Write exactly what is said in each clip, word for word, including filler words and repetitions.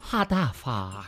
fra derfra.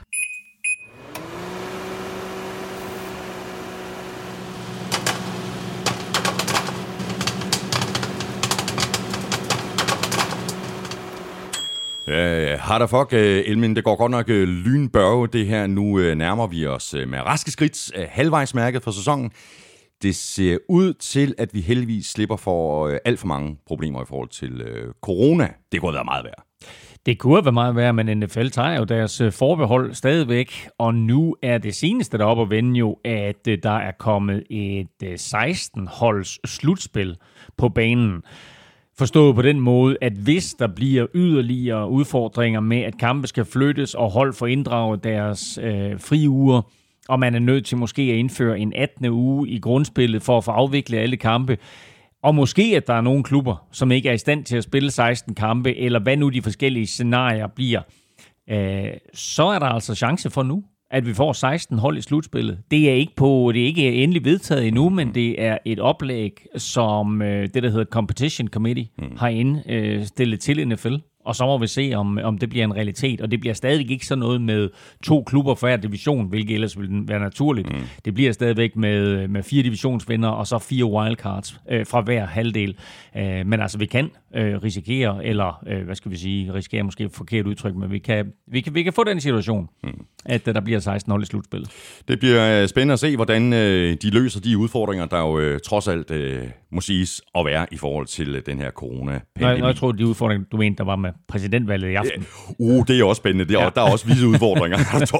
Ja, harder fuck, Elmin. Det går godt nok lynbørge, det her. Nu nærmer vi os med raske skridt halvvejsmærket for sæsonen. Det ser ud til, at vi heldigvis slipper for alt for mange problemer i forhold til corona. Det kunne være meget værd. Det kunne være meget værd, men N F L tager jo deres forbehold stadigvæk, og nu er det seneste deroppe at vende jo, at der er kommet et seksten-holds slutspil på banen. Forstået på den måde, at hvis der bliver yderligere udfordringer med, at kampe skal flyttes og hold får inddraget deres øh, frie uger, og man er nødt til måske at indføre en attende uge i grundspillet for at få afviklet alle kampe, og måske at der er nogle klubber, som ikke er i stand til at spille seksten kampe, eller hvad nu de forskellige scenarier bliver, øh, så er der altså chance for nu, at vi får seksten hold i slutspillet. Det er ikke på, det er ikke endelig vedtaget endnu, men det er et oplæg, som øh, det, der hedder Competition Committee, mm. har indstillet til N F L. Og så må vi se, om, om det bliver en realitet. Og det bliver stadig ikke sådan noget med to klubber for hver division, hvilket ellers ville være naturligt. Mm. Det bliver stadigvæk med, med fire divisionsvinder og så fire wildcards øh, fra hver halvdel. Øh, men altså, vi kan øh, risikere, eller øh, hvad skal vi sige, risikere måske et forkert udtryk, men vi kan, vi kan, vi kan få den situation, mm. at der bliver seksten hold i slutspillet. Det bliver spændende at se, hvordan øh, de løser de udfordringer, der jo øh, trods alt øh, må siges at være i forhold til øh, den her corona-pandemi. Nå, jeg tror, de udfordringer, du mente, der var med præsidentvalget i aften. Uh, det er også spændende. Det er, ja. Der er også visse udfordringer.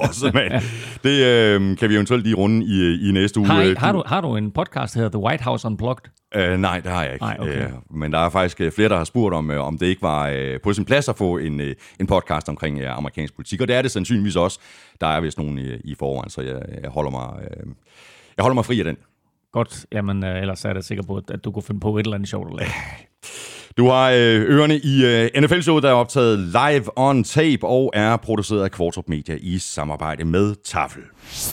Det øh, kan vi eventuelt lige runde i, i næste uge. Har, I, har, du, har du en podcast, der hedder The White House Unplugged? Uh, nej, det har jeg ikke. Nej, okay. uh, men der er faktisk flere, der har spurgt, om, om det ikke var uh, på sin plads at få en, uh, en podcast omkring uh, amerikansk politik. Og det er det sandsynligvis også. Der er vist nogen i, i forvejen, så jeg, jeg, holder mig, uh, jeg holder mig fri af den. Godt. Jamen, uh, ellers er jeg sikker på, at du kunne finde på et eller andet sjovt at lave. Du har øh, ørerne i øh, N F L-showet, der er optaget live on tape og er produceret af Kvartrup Media i samarbejde med Tafel.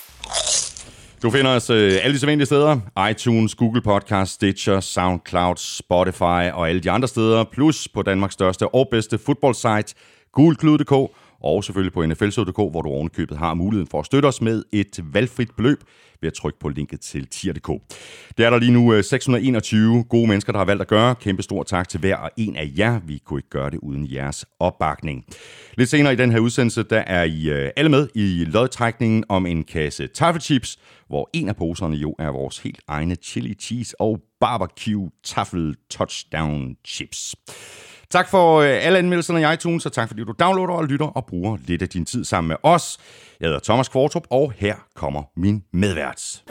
Du finder os øh, alle de sædvanlige steder. iTunes, Google Podcast, Stitcher, SoundCloud, Spotify og alle de andre steder. Plus på Danmarks største og bedste fodboldsite, gulklud punktum d k. Og selvfølgelig på N F L punktum d k, hvor du ovenikøbet har muligheden for at støtte os med et valgfrit beløb ved at trykke på linket til tier punktum d k. Det er der lige nu seks hundrede og enogtyve gode mennesker, der har valgt at gøre. Kæmpe stor tak til hver og en af jer. Vi kunne ikke gøre det uden jeres opbakning. Lidt senere i den her udsendelse, der er I alle med i lodtrækningen om en kasse taffelchips, hvor en af poserne jo er vores helt egne chili cheese og barbecue taffel touchdown chips. Tak for alle anmeldelserne i iTunes, og tak fordi du downloader og lytter og bruger lidt af din tid sammen med os. Jeg hedder Thomas Kvartrup, og her kommer min medvært.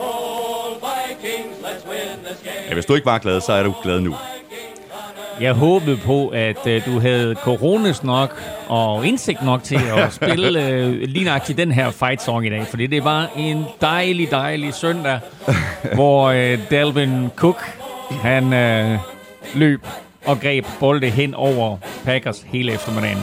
Ja, hvis du ikke var glad, så er du glad nu. Jeg håbede på, at uh, du havde coronas nok og indsigt nok til at spille uh, lige nøjagtigt den her fight song i dag, fordi det var en dejlig, dejlig søndag, hvor uh, Dalvin Cook, han uh, løb og greb bolde hen over Packers hele eftermiddagen.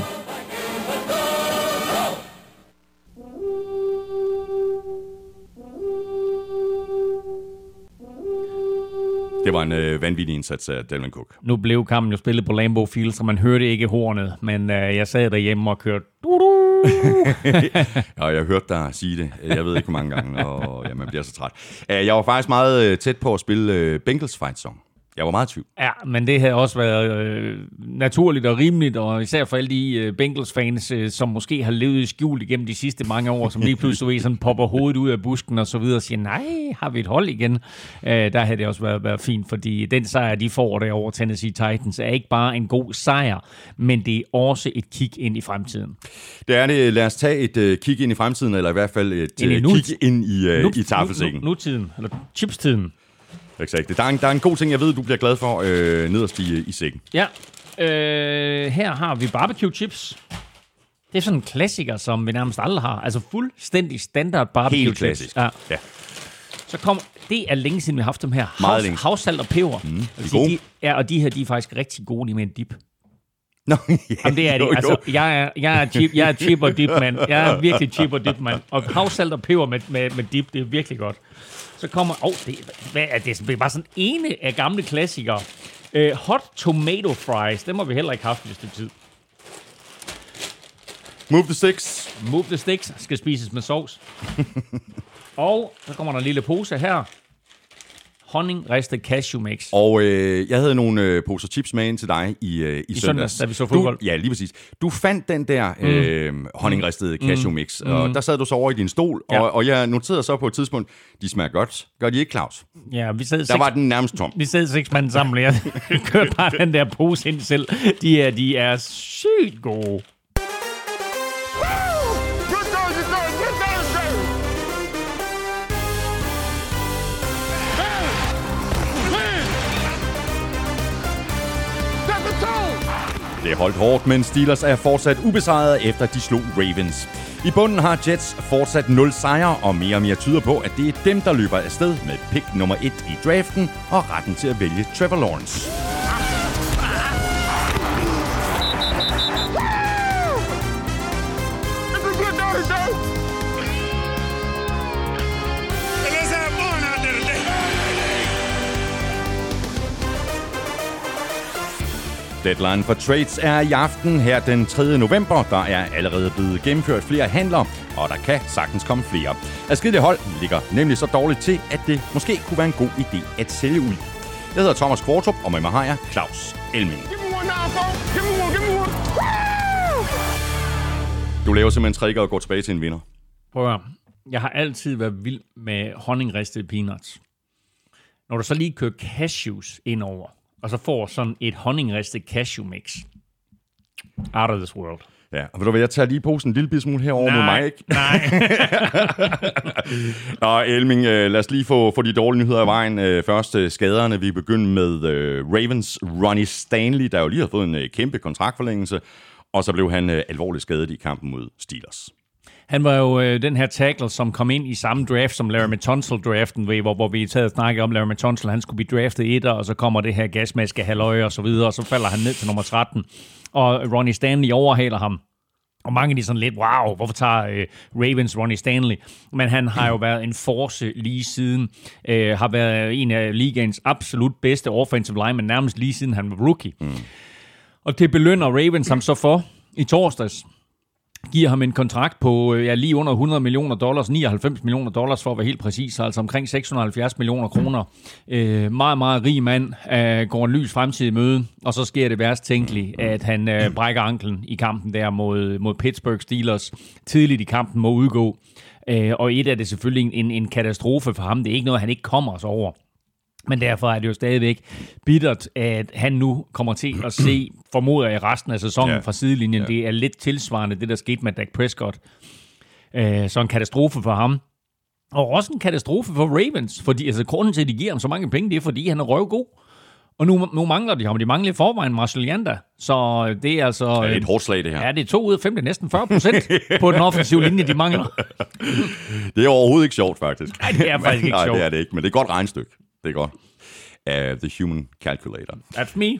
Det var en øh, vanvittig indsats af Dalvin Cook. Nu blev kampen jo spillet på Lambeau Field, så man hørte ikke hornet, men øh, jeg sad derhjemme og kørte... Ja, jeg hørte dig sige det. Jeg ved ikke, hvor mange gange, og ja, man bliver så træt. Jeg var faktisk meget tæt på at spille Bengals fight song. Jeg var meget i tvivl. Ja, men det havde også været øh, naturligt og rimeligt, og især for alle de øh, Bengals-fans, øh, som måske har levet i skjul igennem de sidste mange år, som lige pludselig sådan popper hovedet ud af busken og så videre og siger, nej, har vi et hold igen? Øh, der havde det også været, været fint, fordi den sejr, de får der over Tennessee Titans, er ikke bare en god sejr, men det er også et kig ind i fremtiden. Det er det. Lad os tage et uh, kig ind i fremtiden, eller i hvert fald et uh, nu, kig ind i, uh, nu, i taffelsækken. Nu, nutiden, eller chipstiden. Exakt. Der er, en, der er en god ting, jeg ved, du bliver glad for øh, nederst i, i sækken. Ja. Øh, her har vi barbecue chips. Det er sådan en klassiker, som vi nærmest aldrig har. Altså fuldstændig standard barbecue Helt chips. klassisk. Ja. Ja. Så kom, det er længe siden, vi har haft dem her. Meget længe. Havsalt og peber. Mm, de er sige, gode. de, ja, og de her, de er faktisk rigtig gode lige med en dip. Nå, ja, Jamen, det er det. Jo, altså, jeg er, jeg er chip, jeg er chip og dip, mand. Jeg er virkelig chip og dip, mand. Og havsalt og peber med, med, med dip, det er virkelig godt. Så kommer... Åh, oh, det, hvad er det? Det er bare sådan ene af gamle klassikere. Uh, hot tomato fries. Dem har vi heller ikke haft i et stykke tid. Move the sticks. Move the sticks skal spises med sovs. Og så kommer der en lille pose her. Honningristet cashew mix. Og øh, jeg havde nogle øh, poser chips med ind til dig i, øh, i, I søndags. søndags, da vi så fodbold. Du, ja, lige præcis. Du fandt den der øh, mm. honningristet cashew mix, mm. og der sad du så over i din stol, ja. og, og jeg noterede så på et tidspunkt, de smager godt. Gør de ikke, Claus? Ja, vi sad der seks, var den nærmest tom. Vi sad seks mand sammen, og jeg kørte bare den der pose ind selv. De er, de er sygt gode. Det er holdt hårdt, men Steelers er fortsat ubesejret efter de slog Ravens. I bunden har Jets fortsat nul sejre, og mere og mere tyder på, at det er dem, der løber afsted med pick nummer et i draften og retten til at vælge Trevor Lawrence. Deadline for trades er i aften her den tredje november. Der er allerede blevet gennemført flere handler, og der kan sagtens komme flere. Adskillige hold ligger nemlig så dårligt til, at det måske kunne være en god idé at sælge ud. Jeg hedder Thomas Kvartrup, og med mig har jeg Claus Elming. Du laver simpelthen tricker og går tilbage til en vinder. Prøv at jeg har altid været vild med honningristede peanuts. Når du så lige kører cashews indover, og så får sådan et honningristet cashew mix. Out of this world. Ja, og ved du hvad, jeg tager lige posen en lille smule herover mod mig, ikke? Nej, Nå, Elming, lad os lige få, få de dårlige nyheder af vejen. Først skaderne. Vi begynder med uh, Ravens Ronnie Stanley, der jo lige har fået en uh, kæmpe kontraktforlængelse, og så blev han uh, alvorligt skadet i kampen mod Steelers. Han var jo øh, den her tackle, som kom ind i samme draft som Laremy Tunsil-draften, hvor, hvor vi taget og snakket om Laremy Tunsil. Han skulle blive draftet etter, og så kommer det her gasmaske halvøje og så videre, og så falder han ned til nummer tretten. Og Ronnie Stanley overhaler ham. Og mange af de sådan lidt, wow, hvorfor tager øh, Ravens Ronnie Stanley? Men han har jo været en force lige siden. Øh, har været en af ligaens absolut bedste offensive linemen, nærmest lige siden han var rookie. Mm. Og det belønner Ravens ham så for i torsdags. Giver ham en kontrakt på ja, lige under hundrede millioner dollars, nioghalvfems millioner dollars for at være helt præcis, altså omkring seks hundrede og halvfjerds millioner kroner. Øh, meget, meget rig mand, øh, går en lys fremtid i møde, og så sker det værst tænkeligt, at han øh, brækker anklen i kampen der mod, mod Pittsburgh Steelers. Tidligt i kampen må udgå, øh, og et er det selvfølgelig en, en katastrofe for ham. Det er ikke noget, han ikke kommer sig over. Men derfor er det jo stadigvæk bittert, at han nu kommer til at se, formoder jeg, resten af sæsonen yeah. fra sidelinjen. Yeah. Det er lidt tilsvarende, det der skete med Dak Prescott. Øh, så en katastrofe for ham. Og også en katastrofe for Ravens, fordi altså, grunden til, at de giver ham så mange penge, det er, fordi han er røvgod. Og nu, nu mangler de ham. De mangler i forvejen Marshall Yanda. Så det er altså... Det er et hårdt slag, det her. Ja, det er to ud af fem, det er næsten fyrre procent på den offensive linje, de mangler. Det er overhovedet ikke sjovt, faktisk. Nej, det er faktisk ikke Nej, sjovt. det er det ikke, men det er et godt regnestykke. Det er godt. Uh, the Human Calculator. That's me.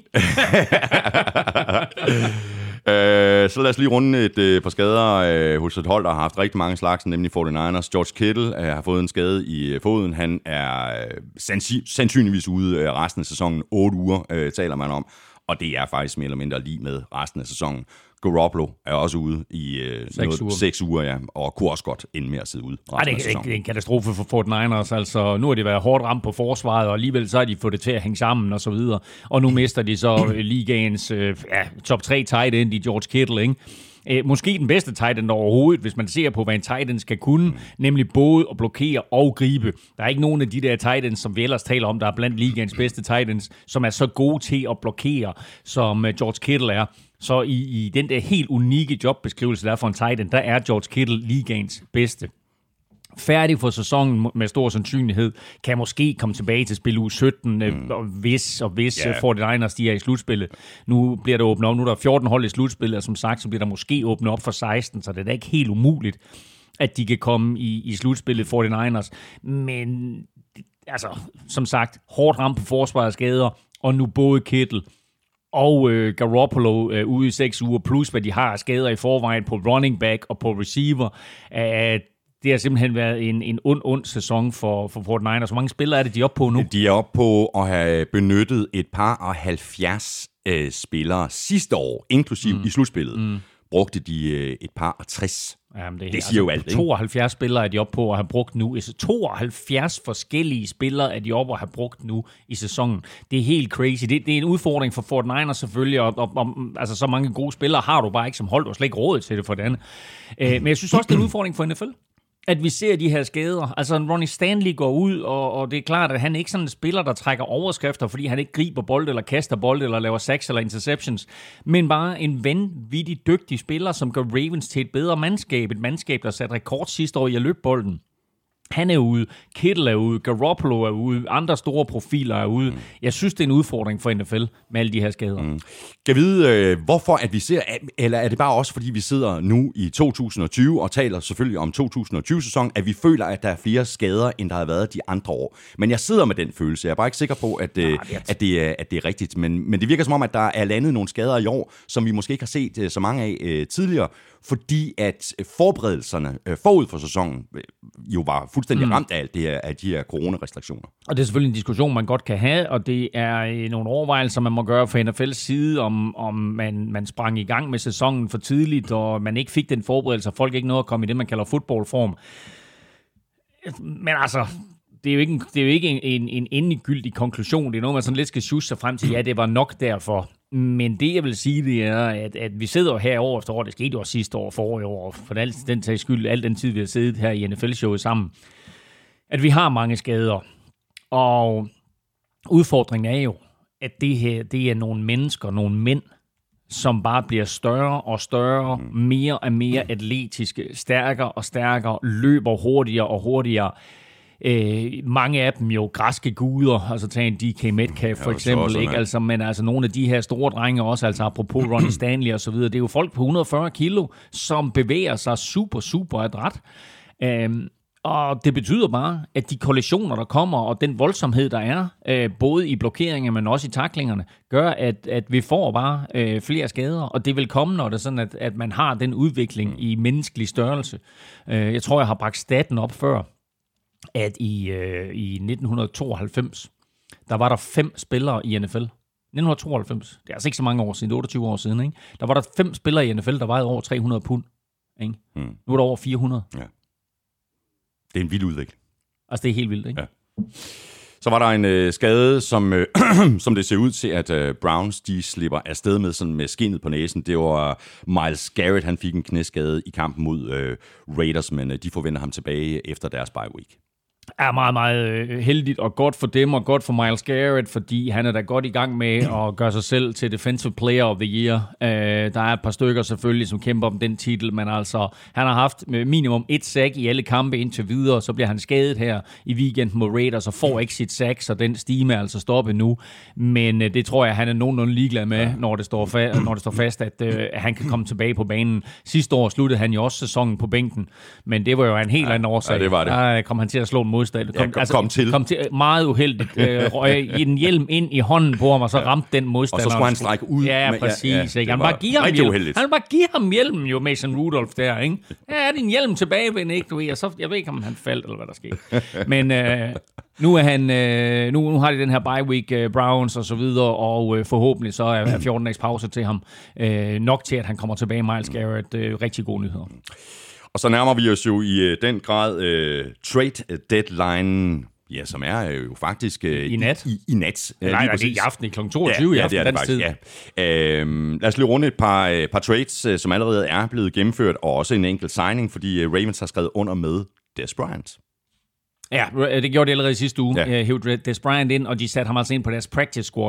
uh, så lad os lige runde et uh, par skader uh, hos et hold, der har haft rigtig mange slags, nemlig forty-niners. George Kittle uh, har fået en skade i uh, foden. Han er uh, sandsyn- sandsynligvis ude uh, resten af sæsonen. otte uger uh, taler man om. Og det er faktisk mere eller mindre lige med resten af sæsonen. Garoppolo er også ude i øh, seks, noget, uger. seks uger, ja, og kunne også godt ende med at sidde ude. Ej, det, er, det er en katastrofe for forty-niners. Altså, nu har de været hårdt ramt på forsvaret, og alligevel så har de fået det til at hænge sammen og så videre. Og nu mister de så ligaens øh, ja, top tre tight end i George Kittle, ikke? Øh, måske den bedste tight end overhovedet, hvis man ser på, hvad en tight end skal kunne, mm. nemlig både at blokere og gribe. Der er ikke nogen af de der tight ends, som vi ellers taler om, der er blandt ligaens bedste tight ends, som er så gode til at blokere, som George Kittle er. Så i, i den der helt unikke jobbeskrivelse, der er for en tight end, der er George Kittle ligaens bedste. Færdig for sæsonen med stor sandsynlighed, kan måske komme tilbage til spil uge sytten, mm. og hvis og hvis yeah. forty-niners de er i slutspillet. Nu bliver der åbnet op, nu er der fjorten hold i slutspillet, og som sagt, så bliver der måske åbnet op for seksten, så det er da ikke helt umuligt, at de kan komme i, i slutspillet forty-niners. Men altså, som sagt, hårdt ramt på forsvaret skader, og nu både Kittle og øh, Garoppolo øh, ude i seks uger, plus hvad de har skader i forvejen på running back og på receiver. At det har simpelthen været en, en ond, ond sæson for, for forty-niners. Hvor mange spillere er det, de er oppe på nu? De er oppe på at have benyttet et par og halvfjerds øh, spillere sidste år, inklusiv mm. i slutspillet. Mm. brugte de øh, et par og tres. Jamen, det, det siger altså, jo alt, tooghalvfjerds spillere er de oppe på at have brugt nu. tooghalvfjerds forskellige spillere er de oppe at have brugt nu i sæsonen. Det er helt crazy. Det, det er en udfordring for forty-niners selvfølgelig, og, og, og altså, så mange gode spillere har du bare ikke som hold. Du har slet ikke råd til det for den. Øh, men jeg synes også, det er en udfordring for N F L, at vi ser de her skader. Altså, Ronnie Stanley går ud, og, og det er klart, at han er ikke sådan en spiller, der trækker overskrifter, fordi han ikke griber bold, eller kaster bold, eller laver sacks eller interceptions, men bare en vanvittig dygtig spiller, som gør Ravens til et bedre mandskab. Et mandskab, der satte rekord sidste år i at løbe bolden. Han er ude, Kittle er ude, Garoppolo er ude, andre store profiler er ude. Mm. Jeg synes, det er en udfordring for N F L med alle de her skader. Mm. Kan vide, øh, hvorfor at vi ser, eller er det bare også, fordi vi sidder nu i to tusind og tyve og taler selvfølgelig om to tusind og tyve-sæsonen, at vi føler, at der er flere skader, end der har været de andre år. Men jeg sidder med den følelse. Jeg er bare ikke sikker på, at, øh, ja, at, det, er, at det er rigtigt. Men, men det virker som om, at der er landet nogle skader i år, som vi måske ikke har set øh, så mange af øh, tidligere, fordi at forberedelserne øh, forud for sæsonen øh, jo var fuldstændig mm. ramt af alt det her, af de her coronarestriktioner. Og det er selvfølgelig en diskussion, man godt kan have, og det er øh, nogle overvejelser, man må gøre fra N F L's side, om, om man, man sprang i gang med sæsonen for tidligt, og man ikke fik den forberedelse, og folk ikke nåede at komme i det, man kalder fodboldform. Men altså, det er jo ikke en, det er jo ikke en, en, en endegyldig konklusion. Det er noget, man sådan lidt skal sjusse sig frem til. Ja, det var nok derfor. Men det, jeg vil sige, det er, at, at vi sidder her år efter år. Det skete jo også sidste år, forrige år, for den, den tager skyld, al den tid, vi har siddet her i N F L-showet sammen, at vi har mange skader. Og udfordringen er jo, at det her, det er nogle mennesker, nogle mænd, som bare bliver større og større, mere og mere atletiske, stærkere og stærkere, løber hurtigere og hurtigere. Øh, mange af dem jo græske guder, altså tag en D K Metcalf for eksempel, også, ikke? Altså, men altså nogle af de her store drenge også, altså apropos Ronnie Stanley og så videre, det er jo folk på et hundrede og fyrre kilo, som bevæger sig super, super adræt. Øh, og det betyder bare, at de kollisioner, der kommer, og den voldsomhed, der er, øh, både i blokeringer, men også i taklingerne, gør, at, at vi får bare øh, flere skader, og det vil komme, når det er sådan, at, at man har den udvikling i menneskelig størrelse. Øh, jeg tror, jeg har bragt staten op før, at i, øh, i nitten tooghalvfems, der var der fem spillere i N F L. nitten tooghalvfems, det er altså ikke så mange år siden, otteogtyve år siden, ikke? Der var der fem spillere i N F L, der vejede over tre hundrede pund. Ikke? Mm. Nu er der over fire hundrede. Ja. Det er en vild udvikling. Altså, det er helt vildt, ikke? Ja. Så var der en øh, skade, som, øh, som det ser ud til, at øh, Browns, de slipper afsted med, sådan med skindet på næsen. Det var Myles Garrett, han fik en knæskade i kampen mod øh, Raiders, men øh, de forventer ham tilbage efter deres bye week. Er meget, meget heldigt og godt for dem, og godt for Myles Garrett, fordi han er da godt i gang med at gøre sig selv til Defensive Player of the Year. Uh, der er et par stykker selvfølgelig, som kæmper om den titel, men altså, han har haft minimum et sack i alle kampe indtil videre, så bliver han skadet her i weekenden mod Raiders, og får ikke sit sack, så den stime er altså stoppet nu. Men uh, det tror jeg, han er nogenlunde ligeglad med, når det står, fa- når det står fast, at uh, han kan komme tilbage på banen. Sidste år sluttede han jo også sæsonen på bænken, men det var jo en helt ja, anden årsag. Ja, det var det. Der kom han til at slå en modstand. Kom, ja, kom, altså, kom til. Kom til meget uheldigt. Øh, røg en hjelm ind i hånden på ham, og så ramte den modstander. Og så skulle han strække ud. Ja, med, præcis. Ja, ja, han bare giver ham hjelm. Uheldigt. Han bare giver ham hjelmen jo, Mason Rudolph der, ikke? Ja, er din hjelm tilbage, ven, ikke? Du ved, og så, jeg ved ikke, om han faldt, eller hvad der skete. Men øh, nu er han, øh, nu, nu har de den her bye week, øh, Browns og så videre, og øh, forhåbentlig så er fjorten dages pause til ham. Øh, nok til, at han kommer tilbage, Myles Garrett. Øh, rigtig gode nyheder. Og så nærmer vi os jo i uh, den grad uh, trade deadline, ja, som er uh, jo faktisk uh, i nat. I, i, i nat. Nej, nej, det er i aften i klokken toogtyve ja, i aften, ja, det er det faktisk, ja. uh, Lad os lige runde et par, uh, par trades, uh, som allerede er blevet gennemført, og også en enkelt signing, fordi uh, Ravens har skrevet under med Dez Bryant. Ja, det gjorde de allerede i sidste uge. Ja. Hævde Dez Bryant ind, og de satte ham altså ind på deres practice squad.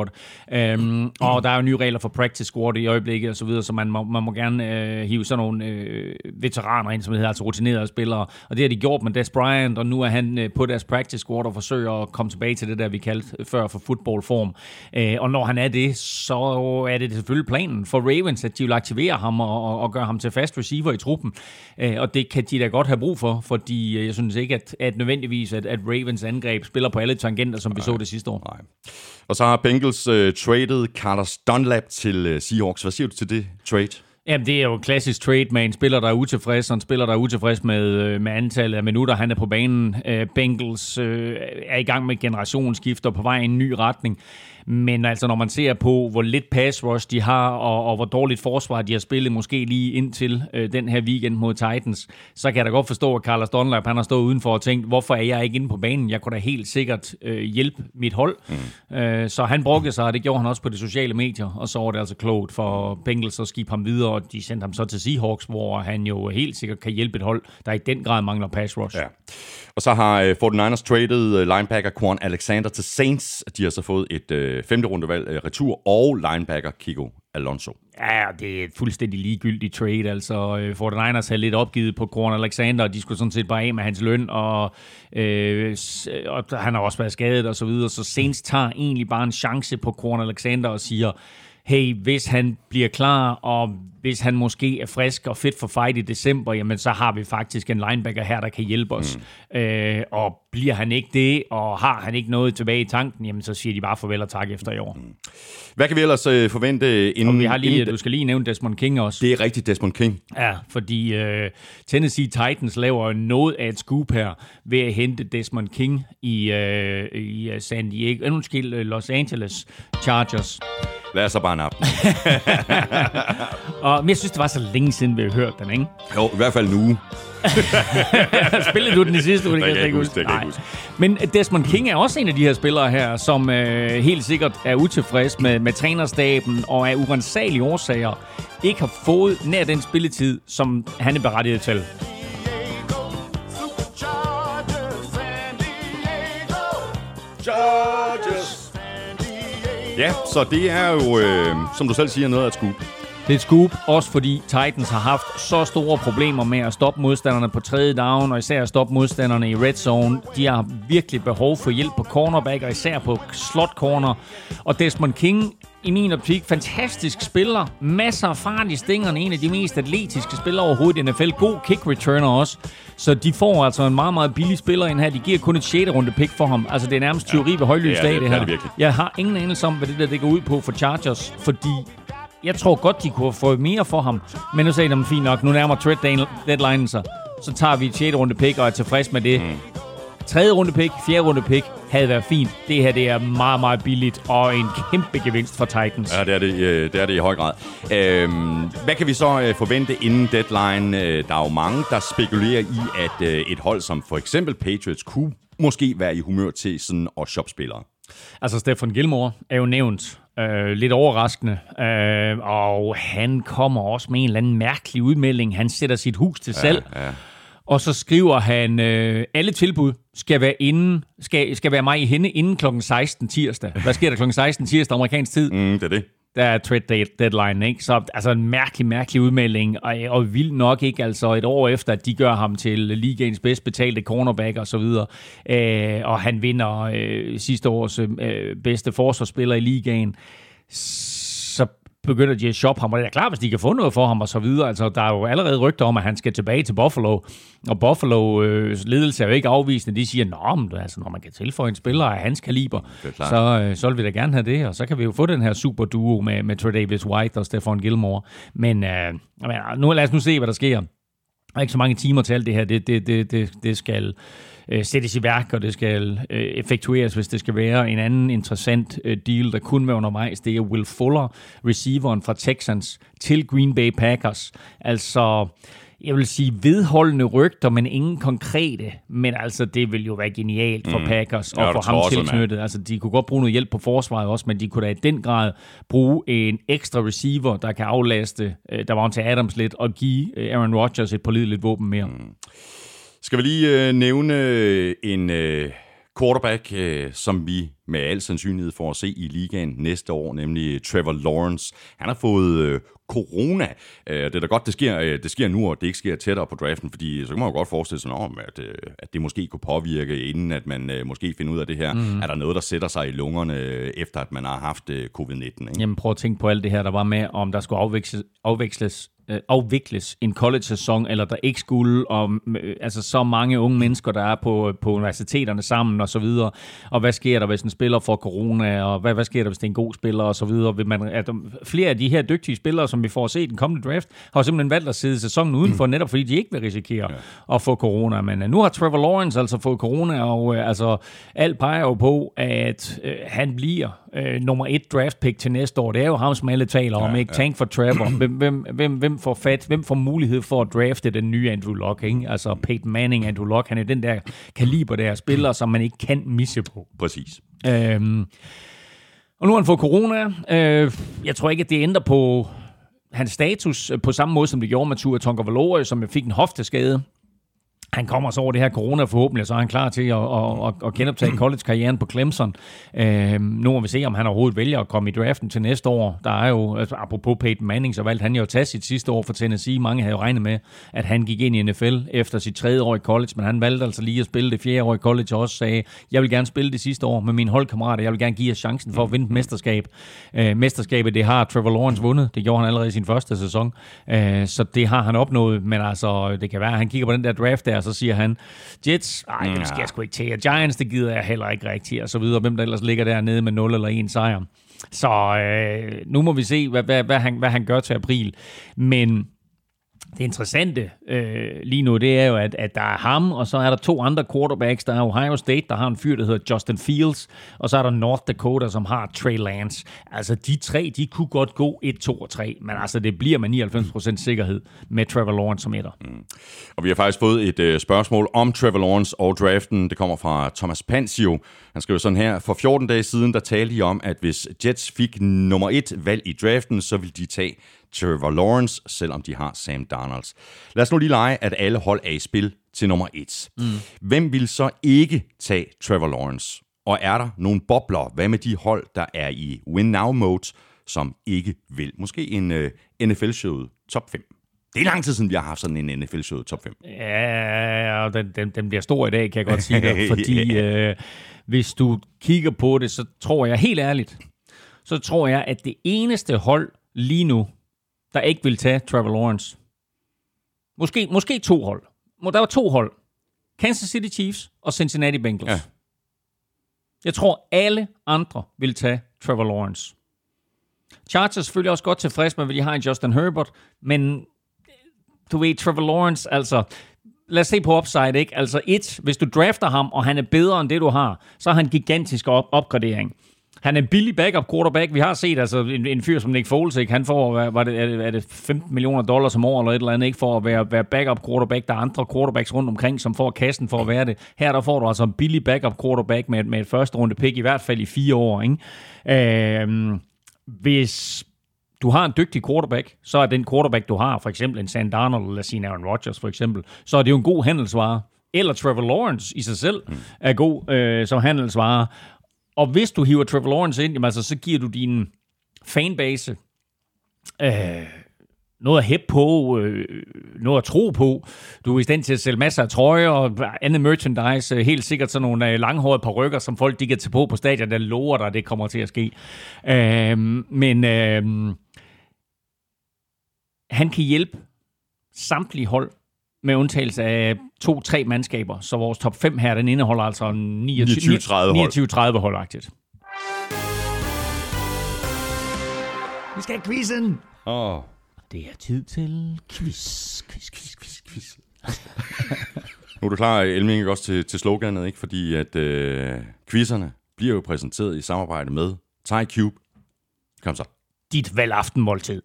Um, og der er jo nye regler for practice squad i øjeblikket og så videre, så man må, man må gerne uh, hive sådan nogle uh, veteraner ind, som hedder altså rutinerede spillere. Og det har de gjort med Dez Bryant, og nu er han uh, på deres practice squad og forsøger at komme tilbage til det der, vi kaldte før for footballform. Uh, og når han er det, så er det selvfølgelig planen for Ravens, at de vil aktivere ham og, og, og gøre ham til fast receiver i truppen. Uh, og det kan de da godt have brug for, fordi uh, jeg synes ikke, at, at nødvendigvis At, at Ravens angreb spiller på alle tangenter, som nej, vi så det sidste år. Nej. Og så har Bengals uh, traded Carlos Dunlap til uh, Seahawks. Hvad siger du til det trade? Jamen, det er jo en klassisk trade med en spiller, der er utilfreds, og en spiller, der er utilfreds med, med antallet af minutter, han er på banen. Bengals er i gang med generationsskifter på vej i en ny retning. Men altså, når man ser på, hvor lidt pass rush de har, og, og hvor dårligt forsvar de har spillet, måske lige indtil øh, den her weekend mod Titans, så kan jeg da godt forstå, at Carlos Dunlap, han har stået udenfor og tænkt, hvorfor er jeg ikke inde på banen? Jeg kunne da helt sikkert øh, hjælpe mit hold. Mm. Øh, så han brugte sig, og det gjorde han også på de sociale medier, og så var det altså klogt for Bengals at skifte ham videre, og de sendte ham så til Seahawks, hvor han jo helt sikkert kan hjælpe et hold, der i den grad mangler pass rush. Ja. Og så har øh, forty-niners traded øh, linebacker Quan Alexander til Saints. De har så fået et øh, femte rundevalg øh, retur, og linebacker Kiko Alonso. Ja, det er et fuldstændig ligegyldigt trade. Altså, øh, forty-niners havde lidt opgivet på Quan Alexander, og de skulle sådan set bare af med hans løn, og, øh, og han har også været skadet og så videre. Så Saints tager egentlig bare en chance på Quan Alexander og siger, hey, hvis han bliver klar, og hvis han måske er frisk og fit for fight i december, jamen så har vi faktisk en linebacker her, der kan hjælpe os. Mm. Øh, og bliver han ikke det, og har han ikke noget tilbage i tanken, jamen så siger de bare farvel og tak efter i år. Mm. Hvad kan vi ellers øh, forvente inden... Og vi har lige, inden... du skal lige nævne Desmond King også. Det er rigtigt, Desmond King. Ja, fordi øh, Tennessee Titans laver noget af et scoop her ved at hente Desmond King i, øh, i San Diego, undskyld, Los Angeles Chargers. Lad os så bare nappe. Og, men jeg synes, det var så længe siden, vi har hørt den, ikke? Jo, i hvert fald nu. Spillede du den i sidste uge? Det kan jeg ikke huske. Det kan jeg huske. Men Desmond King er også en af de her spillere her, som øh, helt sikkert er utilfreds med, med trænerstaben, og af urensagelige årsager ikke har fået nær den spilletid, som han er berettiget til. Chargers. Ja, så det er jo, øh, som du selv siger, noget af et scoop. Det er et scoop, også fordi Titans har haft så store problemer med at stoppe modstanderne på tredje down, og især at stoppe modstanderne i red zone. De har virkelig behov for hjælp på cornerback, og især på slot corner. Og Desmond King, i min optik, fantastisk spiller. Masser af fart i stingerne. En af de mest atletiske spillere overhovedet i N F L. God kick returner også. Så de får altså en meget, meget billig spiller ind her. De giver kun et sjette runde pick for ham. Altså, det er nærmest tyveri ved højlys dag, det her. Det Jeg har ingen anelse om, hvad det der det går ud på for Chargers, fordi jeg tror godt, de kunne få mere for ham. Men nu sagde de, fint nok, nu nærmer trade deadline sig. Så tager vi et sjette runde pick og er tilfreds med det. Mm. Tredje runde pick, fjerde runde pick havde været fint. Det her, det er meget, meget billigt og en kæmpe gevinst for Titans. Ja, det er det, det, er det i høj grad. Øhm, hvad kan vi så forvente inden deadline? Der er jo mange, der spekulerer i, at et hold som for eksempel Patriots kunne måske være i humør til sådan at shoppe spillere. Altså, Stephon Gilmore er jo nævnt. Øh, lidt overraskende, øh, og han kommer også med en eller anden mærkelig udmelding. Han sætter sit hus til salg, ja, ja. Og så skriver han, øh, alle tilbud skal være, inden, skal, skal være mig i hende inden klokken seksten tirsdag. Hvad sker der klokken seksten tirsdag amerikansk tid? Mm, det er det. Der er trade deadline, ikke? Så altså en mærkelig, mærkelig udmelding, og, og vildt nok ikke, altså et år efter, at de gør ham til ligaens bedst betalte cornerback og så videre, øh, og han vinder øh, sidste års øh, bedste forsvarsspiller i ligaen, så begynder de at shoppe ham, og det er klart, hvis de kan få noget for ham og så videre. Altså, der er jo allerede rygter om, at han skal tilbage til Buffalo, og Buffalo øh, ledelse er jo ikke afvisende. De siger, nå, men altså, når man kan tilføje en spiller af hans kaliber, så, øh, så vil vi da gerne have det, og så kan vi jo få den her super duo med, med Tre'Davious White og Stephon Gilmore. Men øh, nu, lad os nu se, hvad der sker. Der er ikke så mange timer til alt det her. Det, det, det, det, det skal øh, sættes i værk, og det skal øh, effektueres, hvis det skal være. En anden interessant øh, deal, der kun var undervejs, det er Will Fuller, receiveren fra Texans, til Green Bay Packers. Altså, jeg vil sige vedholdende rygter, men ingen konkrete. Men altså, det vil jo være genialt for mm. Packers og for ham tilknyttet. Altså, de kunne godt bruge noget hjælp på forsvaret også, men de kunne da i den grad bruge en ekstra receiver, der kan aflaste øh, der var til Adams lidt, og give øh, Aaron Rodgers et pålideligt våben mere. Mm. Skal vi lige øh, nævne en øh, quarterback, øh, som vi med al sandsynlighed får at se i ligaen næste år, nemlig Trevor Lawrence. Han har fået øh, corona. Øh, det er da godt, det sker, øh, det sker nu, og det ikke sker tættere på draften, fordi så kan man jo godt forestille sig om, at, øh, at det måske kunne påvirke, inden at man øh, måske finder ud af det her. Mm. Er der noget, der sætter sig i lungerne, øh, efter at man har haft øh, covid nitten? Ikke? Jamen prøv at tænke på alt det her, der var med, om der skulle afveksles, afveksles øh, afvikles en college-sæson, eller der ikke skulle, og øh, altså så mange unge mennesker, der er på, på universiteterne sammen, og så videre. Og hvad sker der, hvis en spiller får corona, og hvad, hvad sker der, hvis det er en god spiller, og så videre. Vil man, at flere af de her dygtige spillere, som vi får se i den kommende draft, har simpelthen valgt at sidde sæsonen udenfor, mm. netop fordi de ikke vil risikere ja. at få corona. Men uh, nu har Trevor Lawrence altså fået corona, og uh, altså, alt peger jo på, at uh, han bliver uh, nummer et draft pick til næste år. Det er jo ham, som alle taler om, ja, ikke? Ja. Tank for Trevor. Hvem, hvem, hvem, hvem får fat? Hvem får mulighed for at drafte den nye Andrew Luck, ikke? Altså Peyton Manning, Andrew Luck, han er den der kaliber der spiller, som man ikke kan misse på. Præcis. Øhm, og nu har han fået corona. Øh, jeg tror ikke, at det ændrer på hans status på samme måde, som det gjorde med Tua Tagovailoa, som fik en hofteskade. Han kommer så over det her corona forhåbentlig, så er han klar til at, at, at, at genoptage college-karrieren på Clemson. Øh, nu må vi se, om han overhovedet vælger at komme i draften til næste år. Der er jo, altså, apropos Peyton Manning, så valgte han jo at tage sit sidste år for Tennessee. Mange havde jo regnet med, at han gik ind i N F L efter sit tredje år i college, men han valgte altså lige at spille det fjerde år i college og også sagde, jeg vil gerne spille det sidste år med mine holdkammerater. Jeg vil gerne give jer chancen for at vinde et mesterskab. Øh, mesterskabet, det har Trevor Lawrence vundet. Det gjorde han allerede i sin første sæson. Øh, så det har han opnået, men altså, det kan være, at han kigger på den der draft der, og så siger han, Jets, ej, dem skal jeg sgu ikke til. Giants, det gider jeg heller ikke rigtigt, og så videre. Hvem der ellers ligger dernede med nul eller en sejr. Så øh, nu må vi se, hvad, hvad, hvad, han, hvad han gør til april. Men det interessante øh, lige nu, det er jo, at, at der er ham, og så er der to andre quarterbacks. Der er Ohio State, der har en fyr, der hedder Justin Fields, og så er der North Dakota, som har Trey Lance. Altså, de tre, de kunne godt gå et, to og tre, men altså, det bliver med nioghalvfems procent sikkerhed med Trevor Lawrence som etter. Mm. Og vi har faktisk fået et øh, spørgsmål om Trevor Lawrence og draften. Det kommer fra Thomas Pansio. Han skriver sådan her: for fjorten dage siden, der talte I om, at hvis Jets fik nummer et valg i draften, så ville de tage Trevor Lawrence, selvom de har Sam Darnold. Lad os nu lige lege, at alle hold er i spil til nummer et. Mm. Hvem vil så ikke tage Trevor Lawrence? Og er der nogle bobler? Hvad med de hold, der er i win-now-mode, som ikke vil? Måske en uh, N F L-showet top fem. Det er lang tid siden, vi har haft sådan en N F L-showet top fem. Ja, og den, den, den bliver stor i dag, kan jeg godt sige dig. Fordi yeah. øh, hvis du kigger på det, så tror jeg helt ærligt, så tror jeg, at det eneste hold lige nu, der ikke vil tage Trevor Lawrence. Måske, måske to hold. Der var to hold. Kansas City Chiefs og Cincinnati Bengals. Ja. Jeg tror, alle andre vil tage Trevor Lawrence. Chargers er selvfølgelig også godt tilfreds med, hvad de har i Justin Herbert, men du ved, Trevor Lawrence, altså, lad os se på upside, ikke? Altså et, hvis du drafter ham, og han er bedre end det, du har, så har han en gigantisk op- opgradering. Han er en billig backup quarterback. Vi har set altså en, en fyr som Nick Foles, ikke? Han får, var det, er, det, er det femten millioner dollars om året eller et eller andet, ikke? For at være, være backup quarterback. Der er andre quarterbacks rundt omkring, som får kassen for at være det. Her der får du altså en billig backup quarterback med, med et første runde pick, i hvert fald i fire år, ikke? Øhm, hvis du har en dygtig quarterback, så er den quarterback, du har, for eksempel en Sam Darnold eller sin Aaron Rodgers for eksempel, så er det jo en god handelsvare. Eller Trevor Lawrence i sig selv mm. er god øh, som handelsvare. Og hvis du hiver Trevor Lawrence ind, jamen altså, så giver du din fanbase øh, noget at hæppe på, øh, noget at tro på. Du er i stand til at sælge masser af trøjer og andet merchandise. Helt sikkert sådan nogle øh, langhårede parrykker, som folk de kan tage på på stadion, der lover dig, det kommer til at ske. Øh, men øh, han kan hjælpe samtlige hold, med undtagelse af to-tre mandskaber. Så vores top fem her, den indeholder altså niogtyve tredive holdagtigt. Vi skal have quizzen! Oh. Det er tid til quiz, quiz, quiz, quiz, quiz. Nu er du klar, Elming, også til, til sloganet, ikke? Fordi at øh, quizzerne bliver jo præsenteret i samarbejde med Thai Cube. Kom så. Dit valgaftenmåltid.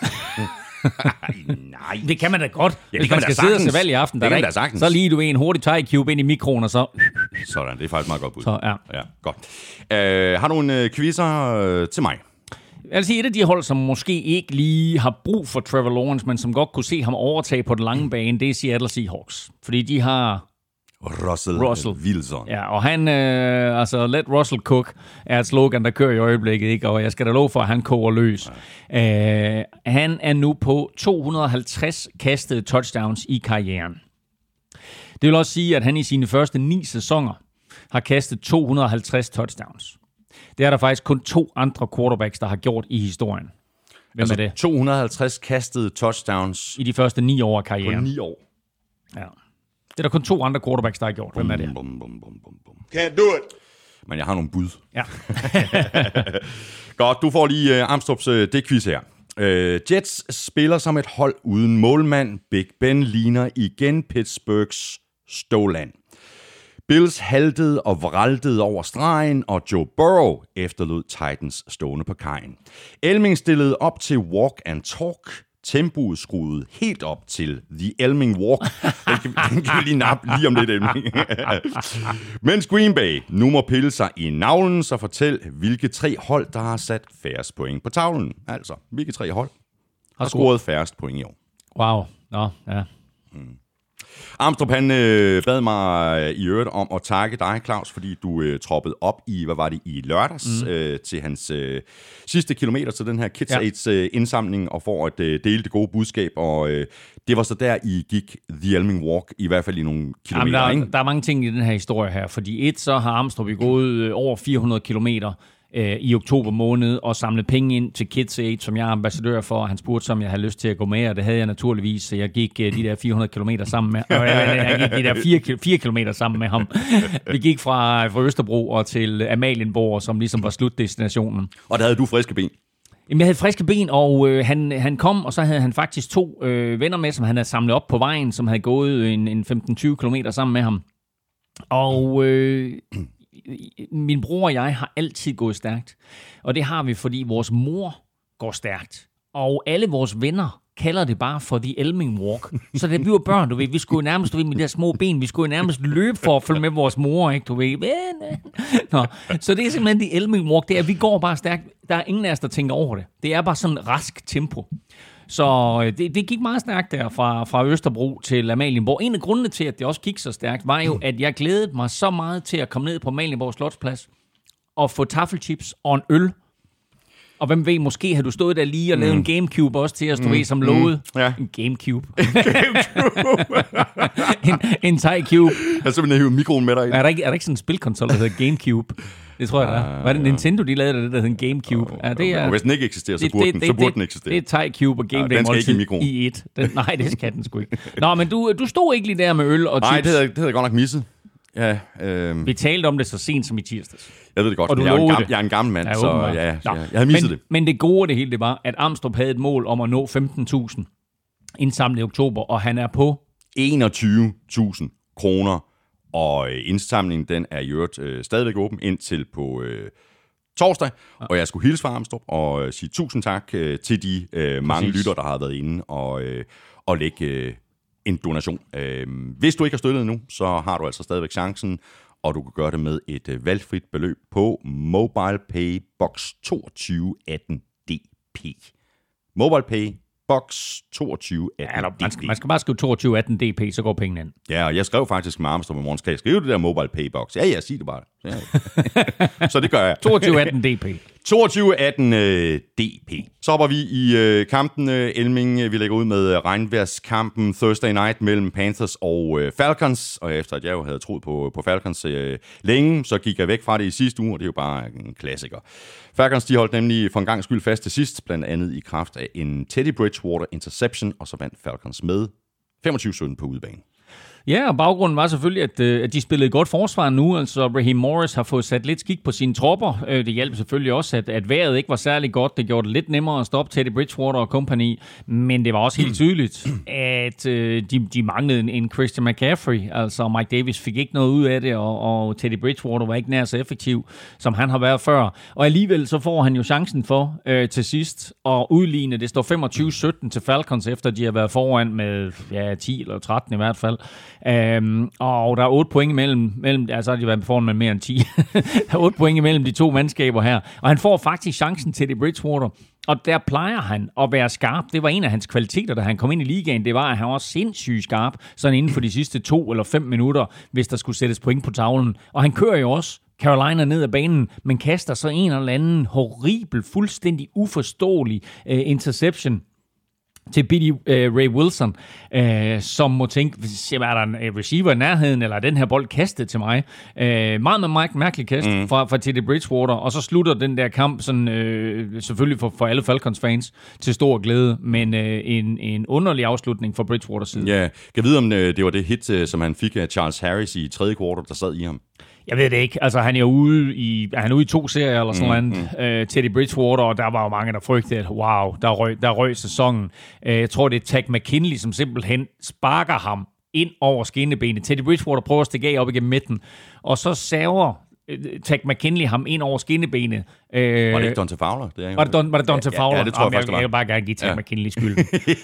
Nej. Det kan man da godt. Ja, hvis man, man skal sidde og se valg i aften, der det der ikke, så lige du en hurtig Thai Cube ind i mikroen, og så... Sådan, det er faktisk meget godt bud. Så, ja. Ja, godt. Uh, har du en uh, quizzer uh, til mig? Jeg vil sige, et af de hold, som måske ikke lige har brug for Trevor Lawrence, men som godt kunne se ham overtage på den lange bane, det er Seattle Seahawks. Fordi de har... Russell, Russell Wilson. Ja, og han, øh, altså, let Russell cook, er et slogan, der kører i øjeblikket, ikke? Og jeg skal da love for, at han koger løs. Ja. Øh, han er nu på to hundrede og halvtreds kastede touchdowns i karrieren. Det vil også sige, at han i sine første ni sæsoner har kastet to hundrede og halvtreds touchdowns. Det er der faktisk kun to andre quarterbacks, der har gjort i historien. Hvem altså er det? to hundrede og halvtreds kastede touchdowns. I de første ni år af karrieren. På ni år. Ja. Det er der kun to andre quarterbacks, der har gjort. Hvem er det? Bum, bum, bum, bum, bum. Can't do it. Men jeg har nogle bud. Ja. Godt, du får lige uh, Amstrup's uh, det quiz her. Uh, Jets spiller som et hold uden målmand. Big Ben ligner igen Pittsburghs Stoland. Bills haltede og vraltede over stregen, og Joe Burrow efterlod Titans stående på kajen. Elming stillede op til walk and talk. Tempoet skruede helt op til The Elming Walk. Den kan, den kan vi lige nappe lige om lidt, Elming. Mens Green Bay nu må pille sig i navlen, så fortæl, hvilke tre hold, der har sat færrest point på tavlen. Altså, hvilke tre hold har scoret færrest point i år. Wow. Nå, ja. Hmm. Amstrup, han øh, bad mig øh, i øvrigt om at takke dig, Claus, fordi du øh, troppede op i, hvad var det, i lørdags, mm. øh, til hans øh, sidste kilometer til den her Kids ja. AIDS øh, indsamling, og for at øh, dele det gode budskab, og øh, det var så der, I gik The Elming Walk, i hvert fald i nogle kilometer, Jamen, der, ikke? der er mange ting i den her historie her, fordi et, så har Amstrup i gået øh, over fire hundrede kilometer øh, i oktober måned, og samlet penge ind til Kids AIDS, som jeg er ambassadør for, og han spurgte, om jeg havde lyst til at gå med, og det havde jeg naturligvis, så jeg gik øh, de der fire hundrede kilometer sammen med, og jeg, jeg gik de der fire kilometer sammen med ham. Vi gik fra, fra Østerbro og til Amalienborg, som ligesom var slutdestinationen. Og der havde du friske ben. Jamen, jeg havde friske ben, og øh, han, han kom, og så havde han faktisk to øh, venner med, som han havde samlet op på vejen, som havde gået en, en femten til tyve kilometer sammen med ham. Og øh, min bror og jeg har altid gået stærkt, og det har vi, fordi vores mor går stærkt, og alle vores venner kalder det bare for The Elming Walk. Så da vi var børn, du ved, vi skulle nærmest, du ved, med de der små ben, vi skulle nærmest løbe for at følge med vores mor, ikke, du ved. Nå, så det er simpelthen The Elming Walk, det er, at vi går bare stærkt. Der er ingen af os, der tænker over det. Det er bare sådan en rask tempo. Så det, det gik meget stærkt der fra, fra Østerbro til Amalienborg. En af grundene til, at det også gik så stærkt, var jo, at jeg glædede mig så meget til at komme ned på Amalienborg Slotsplads og få taffelchips og en øl. Og hvem ved, måske har du stået der lige og lavet mm. en Gamecube også til os, du mm. ved, som lovet. Mm. Ja. En Gamecube. en, en Thai Cube. Jeg har simpelthen hævet mikroen med dig ind. Er der ikke, er der ikke sådan en spilkonsol, der hedder Gamecube? Det tror jeg, der er. Var det Nintendo, de lavede det, der hedder en Gamecube? Ja, det er, og hvis den ikke eksisterer, så burde, det, det, den, så burde det, den eksistere. Det er Thai Cube og Game ja, Day Multi i et. Den, nej, det skal den sgu ikke. Nå, men du, du stod ikke lige der med øl og chips. Nej, det havde, det havde jeg godt nok misset. Ja, øh... Vi talte om det så sent som i tirsdags. Jeg ved det godt, og du jeg, er en gammel, jeg er en gammel mand, ja, så ja, ja, jeg, jeg havde misset men, det. Men det gode det hele, det var, at Amstrup havde et mål om at nå femten tusind indsamlet i oktober, og han er på enogtyve tusind kroner, og indsamlingen den er i øvrigt øh, stadigvæk åben indtil på øh, torsdag, ja. Og jeg skulle hilse fra Amstrup og øh, sige tusind tak øh, til de øh, mange lytter, der har været inde og, øh, og lægge øh, en donation. Øh, hvis du ikke har støttet endnu, så har du altså stadigvæk chancen, og du kan gøre det med et øh, valgfrit beløb på MobilePay Box toogtyve atten D P. MobilePay Box toogtyve atten ja, D P. Man skal, man skal bare skrive toogtyve atten D P, så går pengene ind. Ja, og jeg skrev faktisk med Amstrup i morgen, skal jeg skrive det der MobilePay Box? Ja, ja, sig det bare. Ja. Så det gør jeg. toogtyve atten D P. toogtyve atten øh, D P. Så hopper vi i øh, kampen, øh, Elming. Vi lægger ud med regnværskampen Thursday night mellem Panthers og øh, Falcons. Og efter at jeg jo havde troet på, på Falcons øh, længe, så gik jeg væk fra det i sidste uge, og det er jo bare en klassiker. Falcons, de holdt nemlig for en gang skyld fast til sidst, blandt andet i kraft af en Teddy Bridgewater interception, og så vandt Falcons med femogtyve sytten på udebane. Ja, og baggrunden var selvfølgelig, at, at de spillede godt forsvar nu. Altså, Raheem Morris har fået sat lidt skik på sine tropper. Det hjalp selvfølgelig også, at, at vejret ikke var særlig godt. Det gjorde det lidt nemmere at stoppe Teddy Bridgewater og company. Men det var også helt tydeligt, at øh, de, de manglede en, en Christian McCaffrey. Altså, Mike Davis fik ikke noget ud af det, og, og Teddy Bridgewater var ikke nær så effektiv, som han har været før. Og alligevel så får han jo chancen for øh, til sidst at udligne. Det står femogtyve sytten til Falcons, efter de har været foran med ja, ti eller tretten i hvert fald. Um, og der er otte point imellem, mellem, altså de har været foran med mere end ti. Der er otte point imellem de to mandskaber her. Og han får faktisk chancen til det Bridgewater. Og der plejer han at være skarp. Det var en af hans kvaliteter, da han kom ind i ligaen. Det var, at han var sindssygt skarp, sådan inden for de sidste to eller fem minutter, hvis der skulle sættes point på tavlen. Og han kører jo også Carolina ned ad banen, men kaster så en eller anden horribel, fuldstændig uforståelig uh, interception. til Billy uh, Ray Wilson, uh, som må tænke, er der en receiver i nærheden, eller er den her bold kastet til mig? Uh, meget med meget mærkelig kast mm. fra, fra Teddy Bridgewater, og så slutter den der kamp sådan, uh, selvfølgelig for, for alle Falcons-fans til stor glæde, men uh, en, en underlig afslutning fra Bridgewaters side. Ja, kan vide, om uh, det var det hit, uh, som han fik af Charles Harris i tredje kvartal, der sad i ham? Jeg ved det ikke. Altså, han er ude i, er han ude i to serier eller sådan mm, noget mm. uh, Teddy Bridgewater, og der var jo mange, der frygtede, at wow, der røg, der røg sæsonen. Uh, jeg tror, det er Takk McKinley, som simpelthen sparker ham ind over skinnebenet. Teddy Bridgewater prøver at stikke af op igennem midten, og så saver Takk McKinley ham ind over skinnebenet. Øh, var det ikke Dante Fowler? Det er var det, Don, var det Dante ja, Fowler? Ja, det tror jeg, jeg faktisk, jeg, jeg vil bare gerne give Takk ja. McKinley skyld.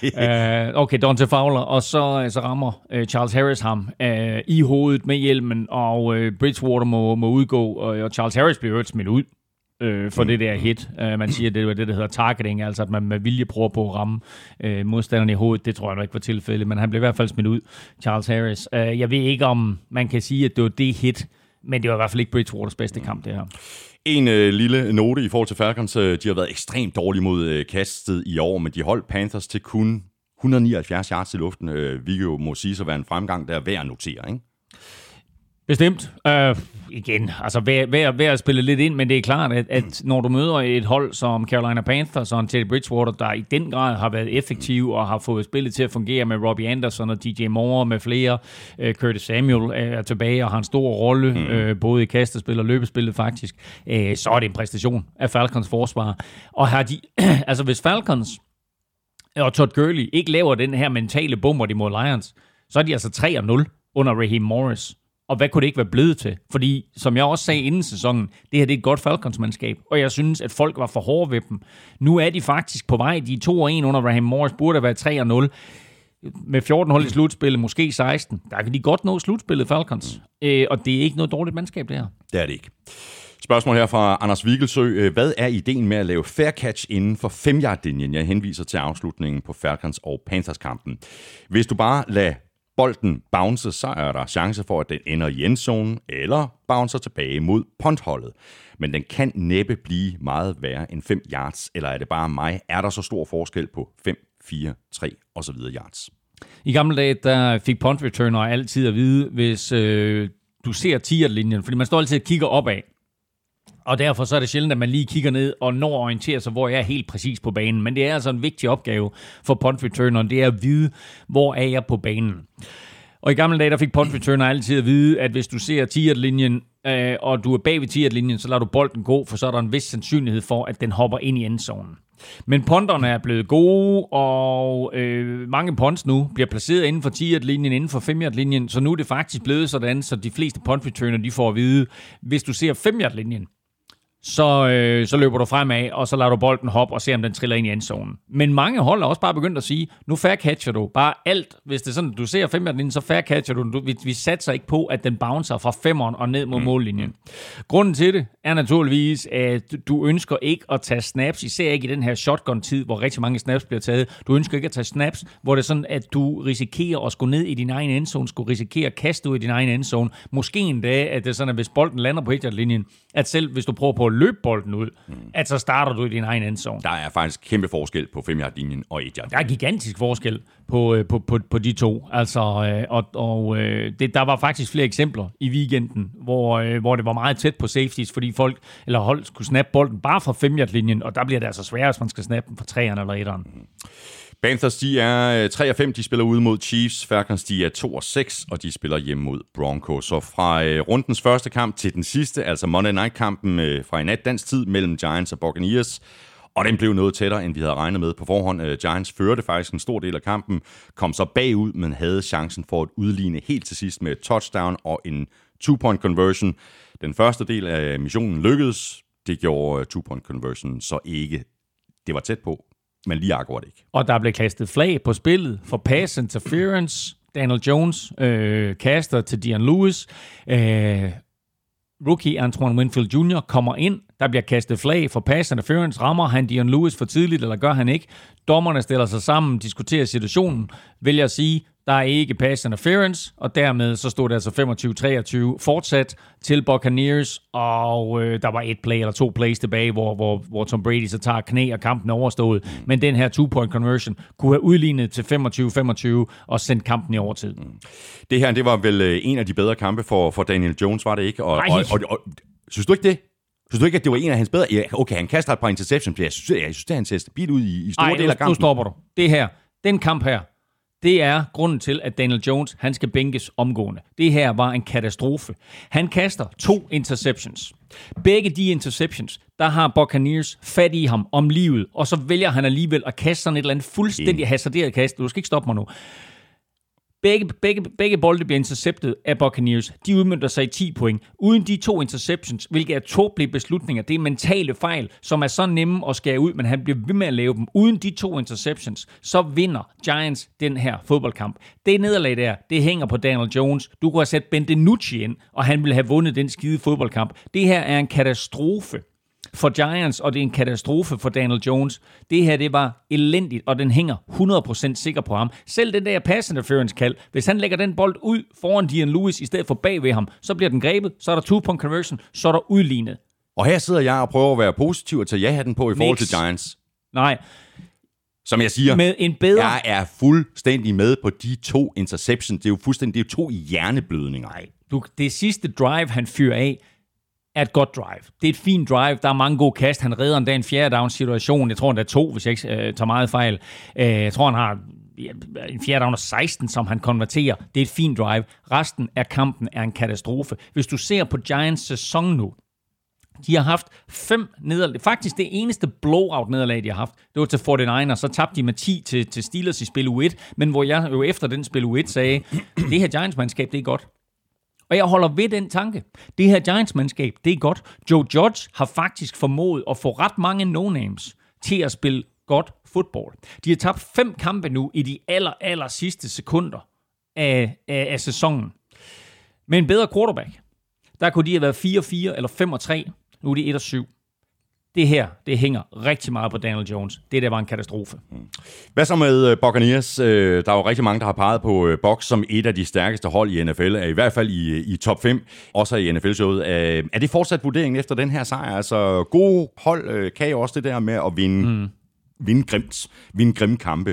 uh, okay, Dante Fowler, og så, så rammer uh, Charles Harris ham uh, i hovedet med hjelmen, og uh, Bridgewater må, må udgå, og, og Charles Harris bliver jo smidt ud uh, for mm. det der hit. Uh, man siger, det var det, der hedder targeting, altså at man med vilje prøver på at ramme uh, modstanderen i hovedet. Det tror jeg nok ikke var tilfældet, men han blev i hvert fald smidt ud, Charles Harris. Uh, jeg ved ikke, om man kan sige, at det var det hit, men det var i hvert fald ikke Bridgewaters bedste kamp, det her. En øh, lille note i forhold til Falcons. Øh, de har været ekstremt dårlige mod øh, kastet i år, men de holdt Panthers til kun et hundrede nioghalvfjerds yards i luften. Øh, vi jo må sige så være en fremgang, der er værd at notere, ikke? Bestemt. Uh, igen, altså værd, værd, værd at spille lidt ind, men det er klart, at, at når du møder et hold som Carolina Panthers og en Teddy Bridgewater, der i den grad har været effektiv og har fået spillet til at fungere med Robbie Anderson og D J Moore med flere, uh, Curtis Samuel er tilbage og har en stor rolle, mm. uh, både i kastespil og løbespillet faktisk, uh, så er det en præstation af Falcons forsvar. Og har de, altså hvis Falcons og Todd Gurley ikke laver den her mentale bomber imod Lions, så er de altså tre og nul under Raheem Morris. Og hvad kunne det ikke være blevet til? Fordi, som jeg også sagde inden sæsonen, det her det er et godt Falcons-mandskab, og jeg synes, at folk var for hårde ved dem. Nu er de faktisk på vej. De er to og en under Raheem Morris, burde være tre og nul. Med fjorten hold i slutspillet, måske seksten. Der kan de godt nå slutspillet, Falcons. Øh, og det er ikke noget dårligt mandskab, det her. Det er det ikke. Spørgsmål her fra Anders Vigelsø. Hvad er ideen med at lave fair catch inden for fem-yard-linjen? Jeg henviser til afslutningen på Falcons og Panthers-kampen. Hvis du bare lader bolden bouncer, så er der chance for, at den ender i endzonen, eller bouncer tilbage mod puntholdet. Men den kan næppe blive meget værre end fem yards, eller er det bare mig? Er der så stor forskel på fem, fire, tre osv. yards? I gamle dage, der fik punt returner altid at vide, hvis øh, du ser ti-yard-linjen, fordi man står altid og kigger opad. Og derfor så er det sjældent, at man lige kigger ned og når at orientere sig, hvor jeg er helt præcis på banen. Men det er altså en vigtig opgave for punt returneren, det er at vide, hvor er jeg på banen. Og i gamle dage, der fik punt returner altid at vide, at hvis du ser ti-yard-linjen, øh, og du er bag ved ti-yard-linjen, så lader du bolden gå, for så er der en vis sandsynlighed for, at den hopper ind i endzonen. Men punterne er blevet gode, og øh, mange punts nu bliver placeret inden for ti-yard-linjen, inden for fem-yard-linjen, så nu er det faktisk blevet sådan, så de fleste punt returner, de får at vide, hvis du ser fem-yard-linjen, Så, øh, så løber du fremad, og så lader du bolden hoppe og se, om den triller ind i endzonen. Men mange hold er også bare begyndt at sige, nu fair catcher du bare alt. Hvis det er sådan, du ser fem-yard-linjen, så fair catcher du. du vi, vi satser ikke på, at den bouncer fra femmeren og ned mod mm. mållinjen. Grunden til det er naturligvis, at du ønsker ikke at tage snaps, især ikke i den her shotgun-tid, hvor rigtig mange snaps bliver taget. Du ønsker ikke at tage snaps, hvor det er sådan, at du risikerer at gå ned i din egen endzone, skulle risikere at kaste ud i din egen endzone. Måske en dag, at det er sådan, at hvis bolden lander på et-yard-linjen, at selv hvis du prøver på at løbe bolden ud, mm. at så starter du i din egen endzone. Der er faktisk kæmpe forskel på fem-yard-linjen og et-yard-linjen. Der er gigantisk forskel på, på, på, på de to. Altså, og, og det, der var faktisk flere eksempler i weekenden, hvor, hvor det var meget tæt på safeties, fordi folk eller hold skulle snappe bolden bare fra fem-yard-linjen, og der bliver det altså sværere, hvis man skal snappe den fra treeren eller etteren. Mm. Panthers, de er tre og fem, de spiller ude mod Chiefs. Falcons, de er to og seks, og de spiller hjemme mod Broncos. Så fra øh, rundens første kamp til den sidste, altså Monday Night-kampen øh, fra i nat dansk tid mellem Giants og Buccaneers, og den blev noget tættere, end vi havde regnet med på forhånd. Øh, Giants førte faktisk en stor del af kampen, kom så bagud, men havde chancen for at udligne helt til sidst med et touchdown og en two-point conversion. Den første del af missionen lykkedes. Det gjorde two-point conversion så ikke. Det var tæt på, men lige akkurat ikke. Og der blev kastet flag på spillet for pass interference. Daniel Jones øh, kaster til Dion Lewis. Øh, rookie Antoine Winfield junior kommer ind. Der bliver kastet flag for pass interference. Rammer han Dion Lewis for tidligt, eller gør han ikke? Dommerne stiller sig sammen, diskuterer situationen, vælger at sige, Der er ikke pass interference, og dermed så stod det altså femogtyve treogtyve fortsat til Buccaneers, og øh, der var et play eller to plays tilbage, hvor, hvor, hvor Tom Brady så tager knæ, og kampen er overstået. Mm. Men den her two-point conversion kunne have udlignet til femogtyve femogtyve og sendt kampen i overtid. Mm. Det her, det var vel en af de bedre kampe for, for Daniel Jones, var det ikke? Og, og, og, og, og, synes du ikke det? Synes du ikke, at det var en af hans bedre? Ja, okay, han kaster et par interceptions, men jeg synes, jeg synes det han ser stabil ud i, i store dele af kampen. Nu stopper du. Det her, den kamp her, det er grunden til, at Daniel Jones, han skal bænkes omgående. Det her var en katastrofe. Han kaster to interceptions. Begge de interceptions, der har Buccaneers fat i ham om livet, og så vælger han alligevel at kaste sådan et eller andet fuldstændig hasarderet kast. Du skal ikke stoppe mig nu. Begge, begge, begge bolde bliver interceptet af Buccaneers. De udmønter sig i ti point. Uden de to interceptions, hvilket er tåbelige beslutninger, det er mentale fejl, som er så nemme at skære ud, men han bliver ved med at lave dem. Uden de to interceptions, så vinder Giants den her fodboldkamp. Det nederlag der, det hænger på Daniel Jones. Du kunne have sat Ben DiNucci ind, og han ville have vundet den skide fodboldkamp. Det her er en katastrofe for Giants, og det er en katastrofe for Daniel Jones. Det her, det var elendigt, og den hænger hundrede procent sikker på ham. Selv den der pass interference kald, hvis han lægger den bold ud foran Dion Lewis i stedet for bag ved ham, så bliver den grebet, så er der two-point conversion, så er der udlignet. Og her sidder jeg og prøver at være positiv og tage ja-hatten på i forhold til Giants. Nej. Som jeg siger, med en bedre... jeg er fuldstændig med på de to interceptions. Det er jo fuldstændig, det er jo to hjerneblødninger. Nej, du, det sidste drive, han fyrer af, er et godt drive. Det er et fint drive. Der er mange gode kast. Han redder endda en fjerde down situation. Jeg tror, han er to, hvis jeg ikke øh, tager meget fejl. Øh, jeg tror, han har en fjerde down og seksten, som han konverterer. Det er et fint drive. Resten af kampen er en katastrofe. Hvis du ser på Giants sæson nu, de har haft fem nederlag. Faktisk det eneste blowout-nederlag, de har haft, det var til forty-niners. Så tabte de med ti til, til Steelers i spil U et. Men hvor jeg jo efter den spil U et sagde, det her Giants-mandskab, det er godt. Og jeg holder ved den tanke. Det her Giants-mandskab, det er godt. Joe Judge har faktisk formået at få ret mange no-names til at spille godt fodbold. De har tabt fem kampe nu i de aller, aller sidste sekunder af, af, af sæsonen. Med en bedre quarterback, der kunne de have været fire fire eller fem tre. Nu er de et syv. Det her, det hænger rigtig meget på Daniel Jones. Det der var en katastrofe. Hvad så med Buccaneers? Der er jo rigtig mange, der har peget på Bucs som et af de stærkeste hold i N F L, i hvert fald i, i top fem, også i N F L-showet. Er det fortsat vurderingen efter den her sejr? Altså, gode hold kan jo også det der med at vinde, mm. vinde grimt, vinde grimme kampe.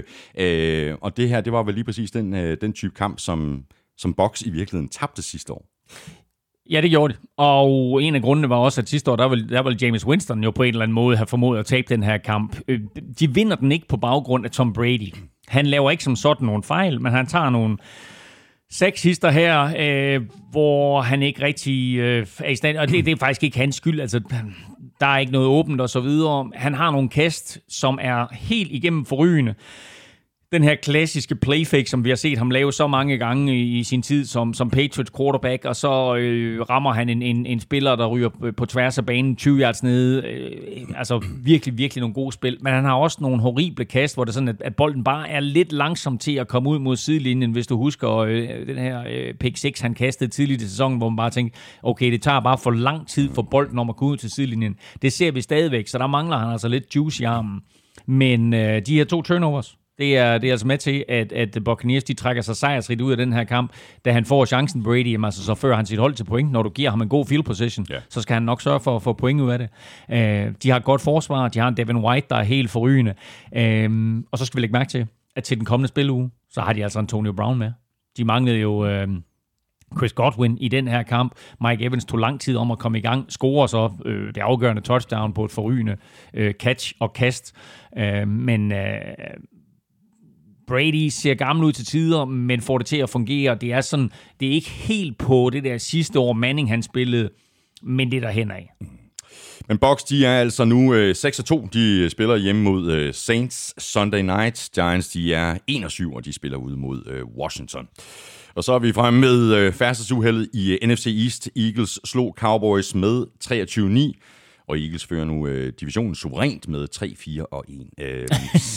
Og det her, det var vel lige præcis den, den type kamp, som, som Bucs i virkeligheden tabte sidste år. Ja, det gjorde det. Og en af grundene var også, at sidste år, der ville, der ville Jameis Winston jo på en eller anden måde have formået at tabe den her kamp. De vinder den ikke på baggrund af Tom Brady. Han laver ikke som sådan nogle fejl, men han tager nogle seks hister her, øh, hvor han ikke rigtig øh, er i stand. Og det, det er faktisk ikke hans skyld. Altså, der er ikke noget åbent og så videre. Han har nogle kast, som er helt igennem forrygende. Den her klassiske playfake, som vi har set ham lave så mange gange i sin tid som, som Patriots quarterback, og så øh, rammer han en, en, en spiller, der ryger på tværs af banen tyve yards nede. Øh, altså virkelig, virkelig nogle gode spil. Men han har også nogle horrible kast, hvor det er sådan, at, at bolden bare er lidt langsom til at komme ud mod sidelinjen, hvis du husker øh, den her øh, pick seks, han kastede tidligt i sæsonen, hvor man bare tænkte, okay, det tager bare for lang tid for bolden om at komme ud til sidelinjen. Det ser vi stadigvæk, så der mangler han altså lidt juice i armen. Men øh, de her to turnovers, Det er, det er altså med til, at, at Buccaneers, de trækker sig sejrsrigt ud af den her kamp, da han får chancen, Brady, jamen, altså, så fører han sit hold til point. Når du giver ham en god field position, yeah. så skal han nok sørge for at få point ud af det. Uh, de har et godt forsvar, de har en Devin White, der er helt forrygende. Uh, og så skal vi lægge mærke til, at til den kommende spiluge, så har de altså Antonio Brown med. De manglede jo uh, Chris Godwin i den her kamp. Mike Evans tog lang tid om at komme i gang, scorer så uh, det afgørende touchdown på et forrygende uh, catch og kast. Uh, men... Uh, Brady ser gammel ud til tider, men får det til at fungere. Det er sådan, det er ikke helt på det der sidste år Manning han spillede, men det der hen af. Men Bucs, de er altså nu øh, seks og to. De spiller hjemme mod øh, Saints Sunday night. Giants, de er en og syv, og de spiller ude mod øh, Washington. Og så er vi fremme med øh, færdselsuheldet i øh, N F C East. Eagles slog Cowboys med treogtyve ni. Og Eagles fører nu øh, divisionen suverænt med tre fire og en. Øh,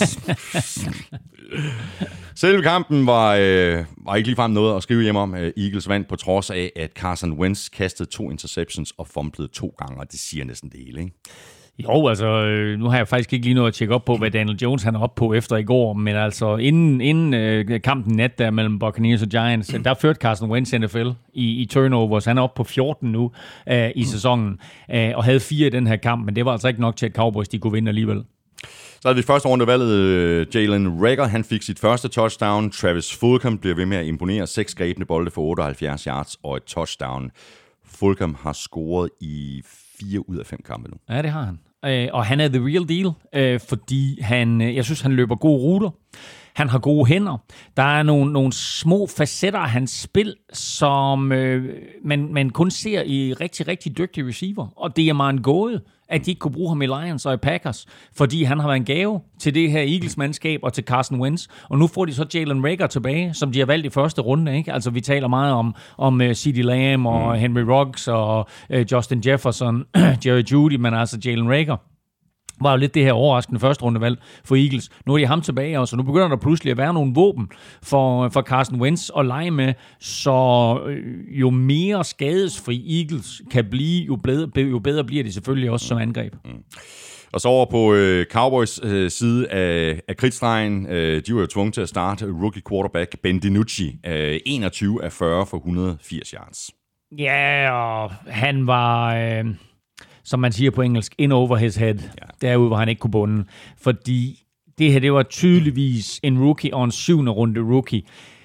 Selve kampen var, øh, var ikke ligefrem noget at skrive hjem om. Eagles vandt på trods af, at Carson Wentz kastede to interceptions og fumblede to gange, og det siger næsten det hele, ikke? Jo, altså, nu har jeg faktisk ikke lige noget at tjekke op på, hvad Daniel Jones han er oppe på efter i går, men altså, inden, inden øh, kampen nat der mellem Buccaneers og Giants, der førte Carson Wentz N F L i, i turnovers. Han er oppe på fjorten nu øh, i sæsonen, øh, og havde fire i den her kamp, men det var altså ikke nok til, at Cowboys de kunne vinde alligevel. Så havde vi første runde valget øh, Jalen Reagor. Han fik sit første touchdown. Travis Fulgham bliver ved med at imponere. Seks grebne bolde for otteoghalvfjerds yards og et touchdown. Fulgham har scoret i fire ud af fem kampe nu. Ja, det har han. Øh, og han er the real deal, øh, fordi han, jeg synes, han løber gode ruter. Han har gode hænder. Der er nogle, nogle små facetter af hans spil, som øh, man, man kun ser i rigtig, rigtig dygtige receiver. Og det er meget en gåde, at de ikke kunne bruge ham i Lions og i Packers, fordi han har været en gave til det her Eagles-mandskab og til Carson Wentz. Og nu får de så Jalen Reagor tilbage, som de har valgt i første runde. Ikke? Altså, vi taler meget om, om uh, CeeDee Lamb og mm. Henry Ruggs og uh, Justin Jefferson, Jerry Jeudy, men altså Jalen Reagor var jo lidt det her overraskende første rundevalg for Eagles. Nu er de ham tilbage, og så nu begynder der pludselig at være nogle våben for, for Carson Wentz at lege med, så øh, jo mere skadesfri Eagles kan blive, jo bedre, jo bedre bliver de selvfølgelig også som angreb. Mm. Og så over på øh, Cowboys øh, side af, af kridtstregen, øh, de var jo tvunget til at starte rookie quarterback Ben DiNucci, øh, enogtyve af fyrre for et hundrede og firs yards. Ja, og han var... Øh som man siger på engelsk, in over his head, ja. Derude, hvor han ikke kunne bunde. Fordi det her, det var tydeligvis en rookie og en syvende runde rookie,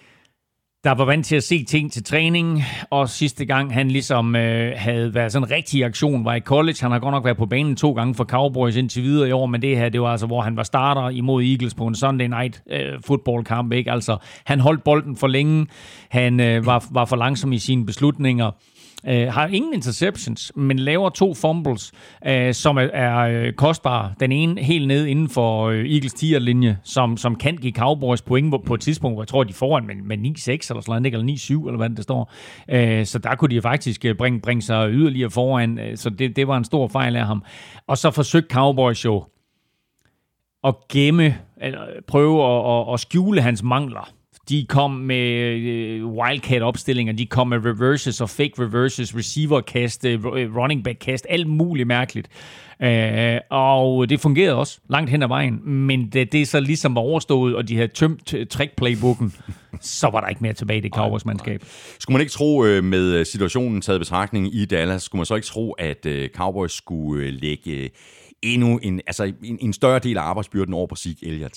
der var vant til at se ting til træning, og sidste gang han ligesom øh, havde været sådan en rigtig aktion, var i college. Han har godt nok været på banen to gange for Cowboys indtil videre i år, men det her, det var altså, hvor han var starter imod Eagles på en Sunday night øh, football-kamp, ikke? Altså, han holdt bolden for længe, han øh, var, var for langsom i sine beslutninger, Uh, har ingen interceptions, men laver to fumbles, uh, som er, er uh, kostbare. Den ene helt ned inden for uh, Eagles ti-linje, som, som kan give Cowboys point på et tidspunkt, hvor jeg tror, de får en med, med ni seks eller sådan noget, eller ni syv, eller hvad det står. Uh, så der kunne de faktisk bringe, bringe sig yderligere foran, uh, så det, det var en stor fejl af ham. Og så forsøgte Cowboys jo at gemme, eller prøve at, at, at skjule hans mangler. De kom med wildcat-opstillinger, de kom med reverses og fake reverses, receiver-kast, running back-kast, alt muligt mærkeligt. Uh, og det fungerede også langt hen ad vejen, men det, det er så ligesom var overstået, og de havde tømt trick-playbooken, så var der ikke mere tilbage i det Cowboys-mandskab. Skulle man ikke tro, med situationen taget betragtning i Dallas, skulle man så ikke tro, at Cowboys skulle lægge endnu en, altså en, en større del af arbejdsbyrden over på Zeke Elliott?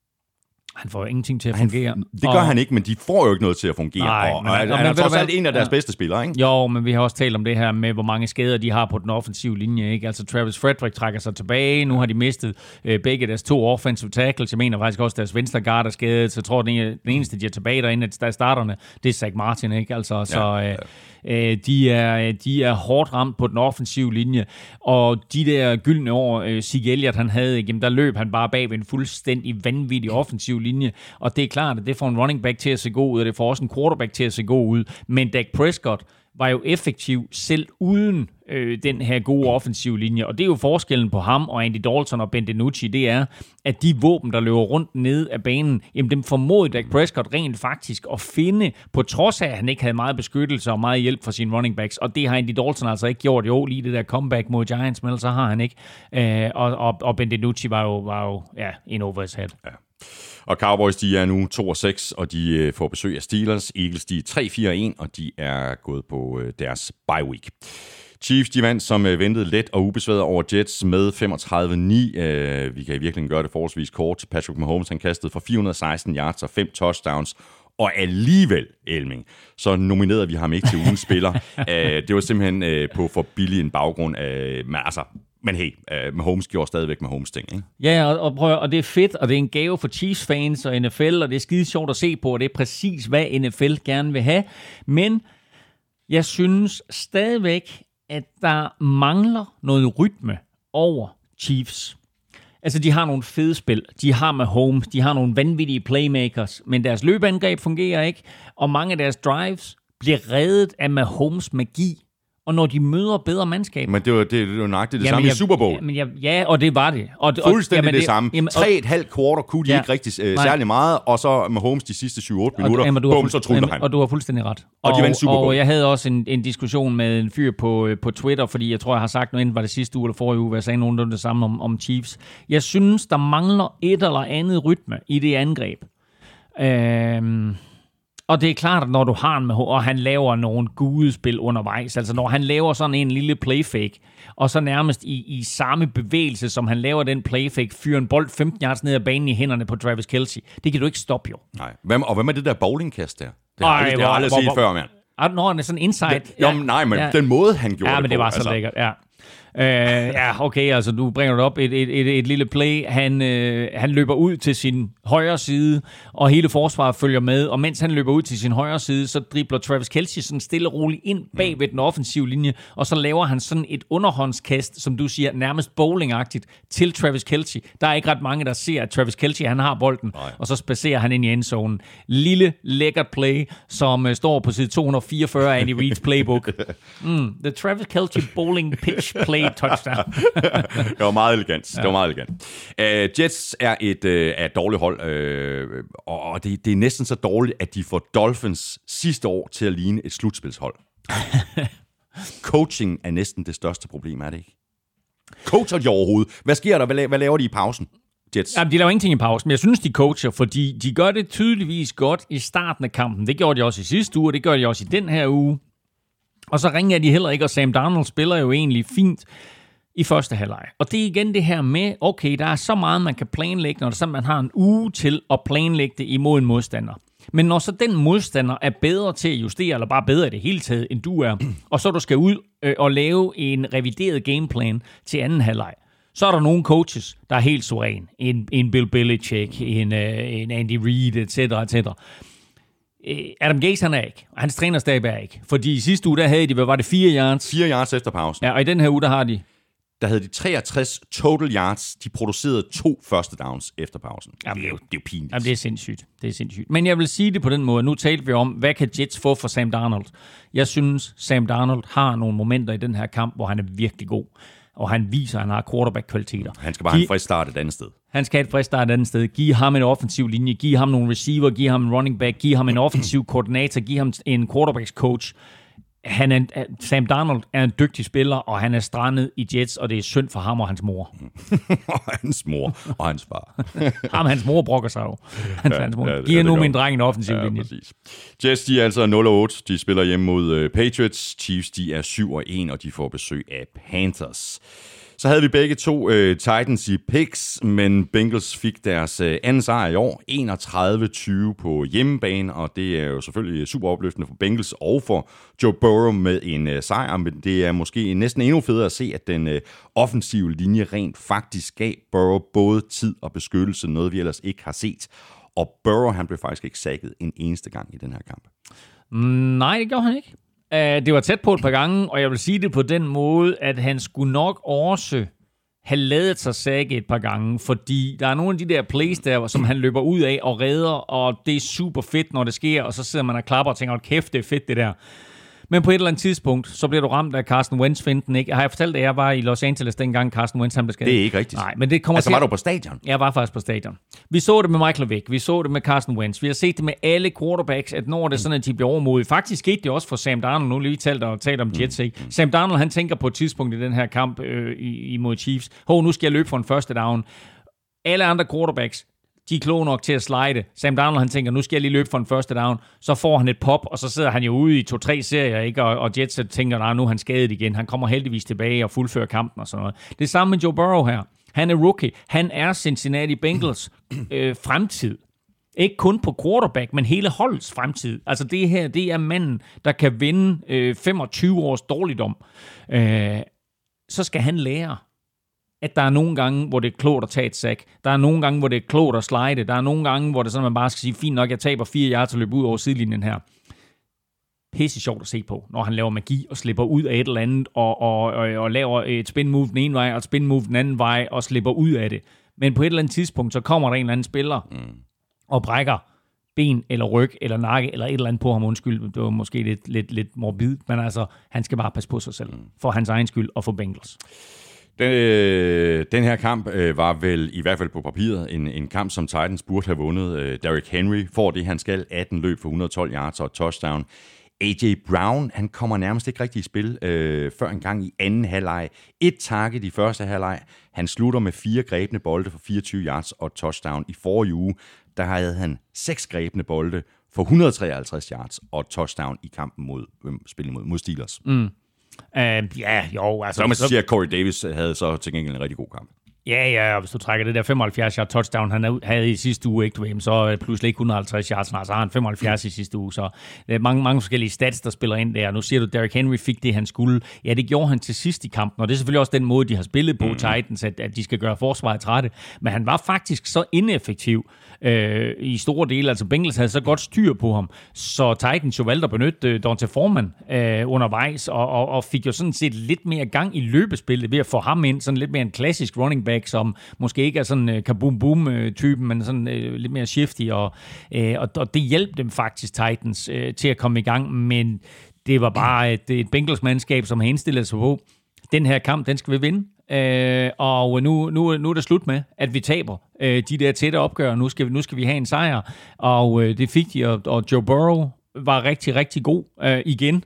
Han får jo ingenting til at fungere. Han, det gør og, han ikke, men de får jo ikke noget til at fungere. Nej, og, men, og, og, og han er trods alt en af deres ja. bedste spillere, ikke? Jo, men vi har også talt om det her med, hvor mange skader de har på den offensive linje, ikke? Altså Travis Frederick trækker sig tilbage. Nu har de mistet øh, begge deres to offensive tackles. Jeg mener faktisk også, deres venstre guard er skadet. Så jeg tror, den eneste, de er tilbage derinde af starterne, det er Zach Martin, ikke? Altså, så... Ja, ja. Øh, De er, de er hårdt ramt på den offensive linje, og de der gyldne år, øh, Zeke Elliott han havde, jamen, der løb han bare bag ved en fuldstændig vanvittig offensiv linje, og det er klart, at det får en running back til at se god ud, og det får også en quarterback til at se god ud, men Dak Prescott var jo effektiv selv uden øh, den her gode offensive linje, og det er jo forskellen på ham og Andy Dalton og Ben DiNucci, det er, at de våben, der løber rundt ned af banen, jamen dem formåede Dak Prescott rent faktisk at finde, på trods af, at han ikke havde meget beskyttelse og meget hjælp fra sine running backs, og det har Andy Dalton altså ikke gjort. Jo, lige det der comeback mod Giants, men ellers så har han ikke. Øh, og, og, og Ben DiNucci var jo, var jo ja, in over his head. Ja. Og Cowboys, de er nu to og seks, og de får besøg af Steelers. Eagles, de er tre fire en, og de er gået på deres bye week. Chiefs, de vandt som ventede let og ubesværet over Jets med femogtredive ni. Vi kan i virkeligheden gøre det forholdsvis kort. Patrick Mahomes, han kastede for fire hundrede og seksten yards og fem touchdowns. Og alligevel, Elming, så nominerede vi ham ikke til ugens spiller. Det var simpelthen på for billig en baggrund af... Altså, men hey, Mahomes gjorde stadigvæk Mahomes ting, ikke? Ja, og, prøv, og det er fedt, og det er en gave for Chiefs-fans og N F L, og det er skide sjovt at se på, og det er præcis, hvad N F L gerne vil have. Men jeg synes stadigvæk, at der mangler noget rytme over Chiefs. Altså, de har nogle fede spil. De har Mahomes, de har nogle vanvittige playmakers, men deres løbeangreb fungerer ikke, og mange af deres drives bliver reddet af Mahomes magi. og når de møder bedre mandskaber. Men det var, det, det var nøjagtigt det jamen, samme jeg, i Super Bowl. Jamen, jeg, ja, og det var det. Og, Fuldstændig og, jamen, det, det samme. Jamen, Tre et halvt quarter kunne de ja, ikke rigtig øh, særlig meget, og så med Holmes de sidste syv otte minutter, jamen, bum, så truller han. Og du har fuldstændig ret. Og, og de vandt Super Bowl. Og jeg havde også en, en diskussion med en fyr på, på Twitter, fordi jeg tror, jeg har sagt noget, enten var det sidste uge eller forrige uge, hvor jeg sagde nogenlunde det samme om, om Chiefs. Jeg synes, der mangler et eller andet rytme i det angreb. Øhm... Og det er klart, at når du har en med, og han laver nogle gudespil undervejs, altså når han laver sådan en lille playfake, og så nærmest i, i samme bevægelse, som han laver den playfake, fyrer en bold femten yards ned ad banen i hænderne på Travis Kelce. Det kan du ikke stoppe, jo. Nej. Hvem, og hvad med det der bowlingkast der? Det har jeg aldrig, aldrig set før, mand. Ah, nå, det er sådan inside. Det, jo, nej, men ja. Den måde, han gjorde ja, det men det på, var så altså. lækkert, ja. Uh, ja, okay, altså du bringer det op, et, et, et, et lille play, han, uh, han løber ud til sin højre side, og hele forsvaret følger med, og mens han løber ud til sin højre side, så dribler Travis Kelce sådan stille og roligt ind bag ved den offensive linje, og så laver han sådan et underhåndskast, som du siger, nærmest bowlingagtigt til Travis Kelce. Der er ikke ret mange, der ser, at Travis Kelce, han har bolden, nej. Og så spacerer han ind i endzonen. Lille, lækkert play, som uh, står på side to hundrede fireogfyrre af Andy Reid's playbook. Mm, the Travis Kelce bowling pitch play touchdown. Det var meget elegant. Ja. Det var meget elegant. Uh, Jets er et, uh, er et dårligt hold, uh, og det, det er næsten så dårligt, at de får Dolphins sidste år til at ligne et slutspilshold. Coaching er næsten det største problem, er det ikke? Coacher de overhovedet? Hvad sker der? Hvad, hvad laver de i pausen? Jets. Jamen, de laver ingenting i pausen, men jeg synes, de coacher, fordi de gør det tydeligvis godt i starten af kampen. Det gjorde de også i sidste uge, og det gør de også i den her uge. Og så ringer de heller ikke, og Sam Darnold spiller jo egentlig fint i første halvleg. Og det er igen det her med, okay, der er så meget, man kan planlægge, når det er sådan, man har en uge til at planlægge det imod en modstander. Men når så den modstander er bedre til at justere, eller bare bedre i det hele taget, end du er, og så du skal ud øh, og lave en revideret gameplan til anden halvleg, så er der nogle coaches, der er helt suveræn. En, en Bill Belichick, en, øh, en Andy Reid, et cetera, et cetera. Adam Gase, han er ikke, og hans trænerstab er ikke. Fordi i sidste uge, der havde de, hvad var det, fire yards? Fire yards efter pausen. Ja, og i den her uge, der har de... Der havde de treogtres total yards. De producerede to første downs efter pausen. Jamen, det, er jo, det er jo pinligt. Jamen, det er sindssygt. Det er sindssygt. Men jeg vil sige det på den måde. Nu talte vi om, hvad kan Jets få for Sam Darnold? Jeg synes, Sam Darnold har nogle momenter i den her kamp, hvor han er virkelig god. Og han viser, at han har quarterback-kvaliteter. Han skal bare have en frisk start et andet sted. Han skal have et frisk start et andet sted. Giv ham en offensiv linje, giv ham nogle receiver, giv ham en running back, giv ham en offensiv koordinator, giv ham en quarterbacks-coach. Han er, Sam Darnold er en dygtig spiller, og han er strandet i Jets, og det er synd for ham og hans mor. og hans mor og hans far. ham og hans mor brokker sig jo. Hans, ja, hans mor. Ja, giver nu min dreng en offensiv ja, linje. Præcis. Jets, de er altså nul og otte. De spiller hjemme mod uh, Patriots. Chiefs, de er syv og en, og de får besøg af Panthers. Så havde vi begge to uh, Titans i picks, men Bengals fik deres uh, anden sejr i år, enogtredive tyve på hjemmebane, og det er jo selvfølgelig super opløftende for Bengals og for Joe Burrow med en uh, sejr, men det er måske næsten endnu federe at se, at den uh, offensive linje rent faktisk gav Burrow både tid og beskyttelse, noget vi ellers ikke har set, og Burrow, han blev faktisk ikke sacket en eneste gang i den her kamp. Mm, nej, det gjorde han ikke. Uh, det var tæt på et par gange, og jeg vil sige det på den måde, at han skulle nok også have ladet sig sække et par gange, fordi der er nogle af de der plays der, som han løber ud af og redder, og det er super fedt, når det sker, og så sidder man og klapper og tænker, kæft, det er fedt det der. Men på et eller andet tidspunkt, så bliver du ramt af Carson Wentz-finten, ikke? Har jeg fortalt, at jeg var i Los Angeles dengang Carson Wentz han blev skadet? Det er ikke rigtigt. Nej, men det kommer altså til... var du på stadion? Jeg var faktisk på stadion. Vi så det med Michael Vick, vi så det med Carson Wentz, vi har set det med alle quarterbacks, at når det er sådan, at de bliver overmodige. Faktisk skete det også for Sam Darnold, nu lige talt og talt om Jets, ikke? Mm. Sam Darnold, han tænker på et tidspunkt i den her kamp øh, imod Chiefs, hov, nu skal jeg løbe for en første down. Alle andre quarterbacks, de er kloge nok til at slide. Sam Darnold, han tænker, nu skal jeg lige løbe for en første down. Så får han et pop, og så sidder han jo ude i to-tre serier, ikke? Og, og Jets tænker, nej, nu er han skadet igen. Han kommer heldigvis tilbage og fuldfører kampen og sådan noget. Det er samme med Joe Burrow her. Han er rookie. Han er Cincinnati Bengals øh, fremtid. Ikke kun på quarterback, men hele holdets fremtid. Altså det her, det er manden, der kan vinde øh, femogtyve års dårligdom. Øh, så skal han lære, at der er nogle gange, hvor det er klogt at tage et sack. Der er nogle gange, hvor det er klogt at slide. Der er nogle gange, hvor det er sådan, man bare skal sige, fint nok, jeg taber fire yards og løber ud over sidelinjen her. Pisse sjovt at se på, når han laver magi og slipper ud af et eller andet, og, og, og, og laver et spin move den ene vej, og et spin move den anden vej, og slipper ud af det. Men på et eller andet tidspunkt, så kommer der en eller anden spiller, mm. og brækker ben eller ryg eller nakke eller et eller andet på ham, undskyld, det var måske lidt, lidt, lidt morbid, men altså, han skal bare passe på sig selv, for hans egen skyld og for Bengals. Den, øh, den her kamp øh, var vel i hvert fald på papiret en, en kamp, som Titans burde have vundet. Øh, Derrick Henry får det, han skal, atten løb for et hundrede og tolv yards og et touchdown. A J Brown, han kommer nærmest ikke rigtig i spil øh, før en gang i anden halvleg. Et target i første halvleg. Han slutter med fire grebne bolde for fireogtyve yards og touchdown. I forrige uge, der havde han seks grebne bolde for et hundrede og treoghalvtreds yards og touchdown i kampen mod øh, spillet mod, mod Steelers. Mm. Uh, ja, jo. Altså, så man siger, at Corey Davis havde så til gengæld en rigtig god kamp. Ja, ja, og hvis du trækker det der femoghalvfjerds yard touchdown, han havde i sidste uge, ikke, så pludselig ikke et hundrede og halvtreds yards, så har han femoghalvfjerds i sidste uge, så det er mange, mange forskellige stats, der spiller ind der. Nu siger du, at Derrick Henry fik det, han skulle. Ja, det gjorde han til sidst i kampen, og det er selvfølgelig også den måde, de har spillet på, mm. Titans, at, at de skal gøre forsvaret trætte, men han var faktisk så ineffektiv øh, i store dele, altså Bengals havde så godt styr på ham, så Titans jo valgte at benytte øh, D'Onta Foreman øh, undervejs, og, og, og fik jo sådan set lidt mere gang i løbespillet ved at få ham ind, sådan lidt mere en klassisk running back, som måske ikke er sådan uh, kaboom-boom-typen, men sådan uh, lidt mere shifty, og, uh, og, og det hjalp dem faktisk, Titans, uh, til at komme i gang, men det var bare et, et Bengals-mandskab, som har indstillet sig på, den her kamp, den skal vi vinde, uh, og nu, nu, nu er det slut med, at vi taber uh, de der tætte opgør, nu skal, vi, nu skal vi have en sejr, og uh, det fik de, og, og Joe Burrow var rigtig, rigtig god uh, igen.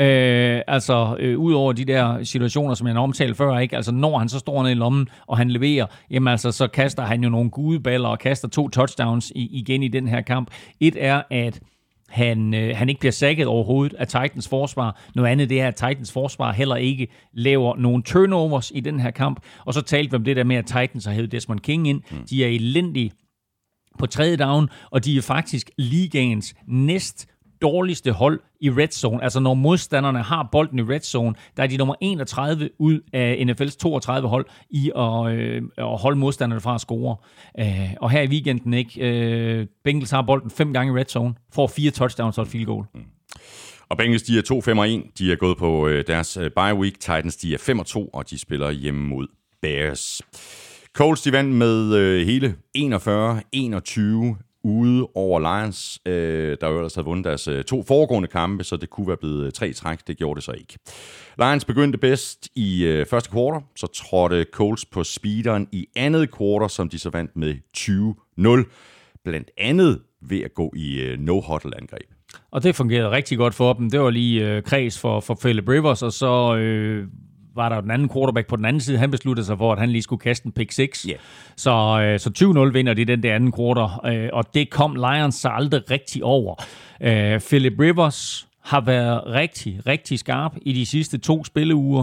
Øh, altså øh, ud over de der situationer, som jeg omtalte før, ikke? Altså når han så står ned i lommen, og han leverer, jamen altså så kaster han jo nogle gudeballer og kaster to touchdowns i, igen i den her kamp. Et er, at han, øh, han ikke bliver sacket overhovedet af Titans forsvar. Noget andet det er, at Titans forsvar heller ikke laver nogen turnovers i den her kamp. Og så talte vi om det der med, at Titans har hævet Desmond King ind. Mm. De er elendige på tredje down, og de er faktisk ligaens næst dårligste hold i red zone. Altså når modstanderne har bolden i red zone, der er de nummer enogtredive ud af N F L's toogtredive hold i at, øh, at holde modstanderne fra at score. Øh, og her i weekenden, ikke? Øh, Bengals har bolden fem gange i red zone, får fire touchdowns og et field goal. Mm. Og Bengals, de er to fem og en. De er gået på øh, deres øh, bye week. Titans, de er fem og to, og de spiller hjemme mod Bears. Colts, de vandt med øh, hele enogfyrre enogtyve ude over Lions, øh, der jo ellers havde vundet deres øh, to foregående kampe, så det kunne være blevet øh, tre træk. Det gjorde det så ikke. Lions begyndte bedst i øh, første kvartal, så trådte Colts på speederen i andet kvartal, som de så vandt med tyve nul. Blandt andet ved at gå i øh, no-huddle-angreb. Og det fungerede rigtig godt for dem. Det var lige øh, kreds for, for Philip Rivers, og så Øh var der den anden quarterback på den anden side. Han besluttede sig for, at han lige skulle kaste en pick seks. Yeah. Så, øh, så tyve nul vinder de den der anden quarter, øh, og det kom Lions så aldrig rigtig over. Øh, Philip Rivers har været rigtig, rigtig skarp i de sidste to spilleuger.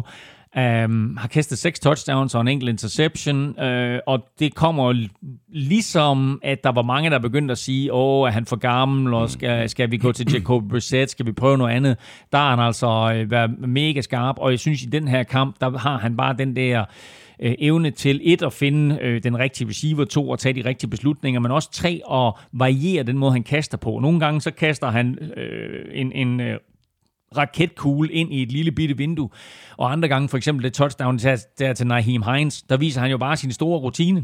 Um, har kastet seks touchdowns og en enkelt interception, uh, og det kommer ligesom, at der var mange, der begyndte at sige, åh, oh, er han for gammel, og skal, skal vi gå til Jacoby Brissett, skal vi prøve noget andet? Der har han altså uh, været mega skarp, og jeg synes, i den her kamp, der har han bare den der uh, evne til, et, at finde uh, den rigtige receiver, to, at tage de rigtige beslutninger, men også tre, at variere den måde, han kaster på. Nogle gange, så kaster han uh, en... en uh, raketkugle ind i et lille bitte vindue. Og andre gange, for eksempel det touchdown der til Nyheim Hines, der viser han jo bare sin store rutine.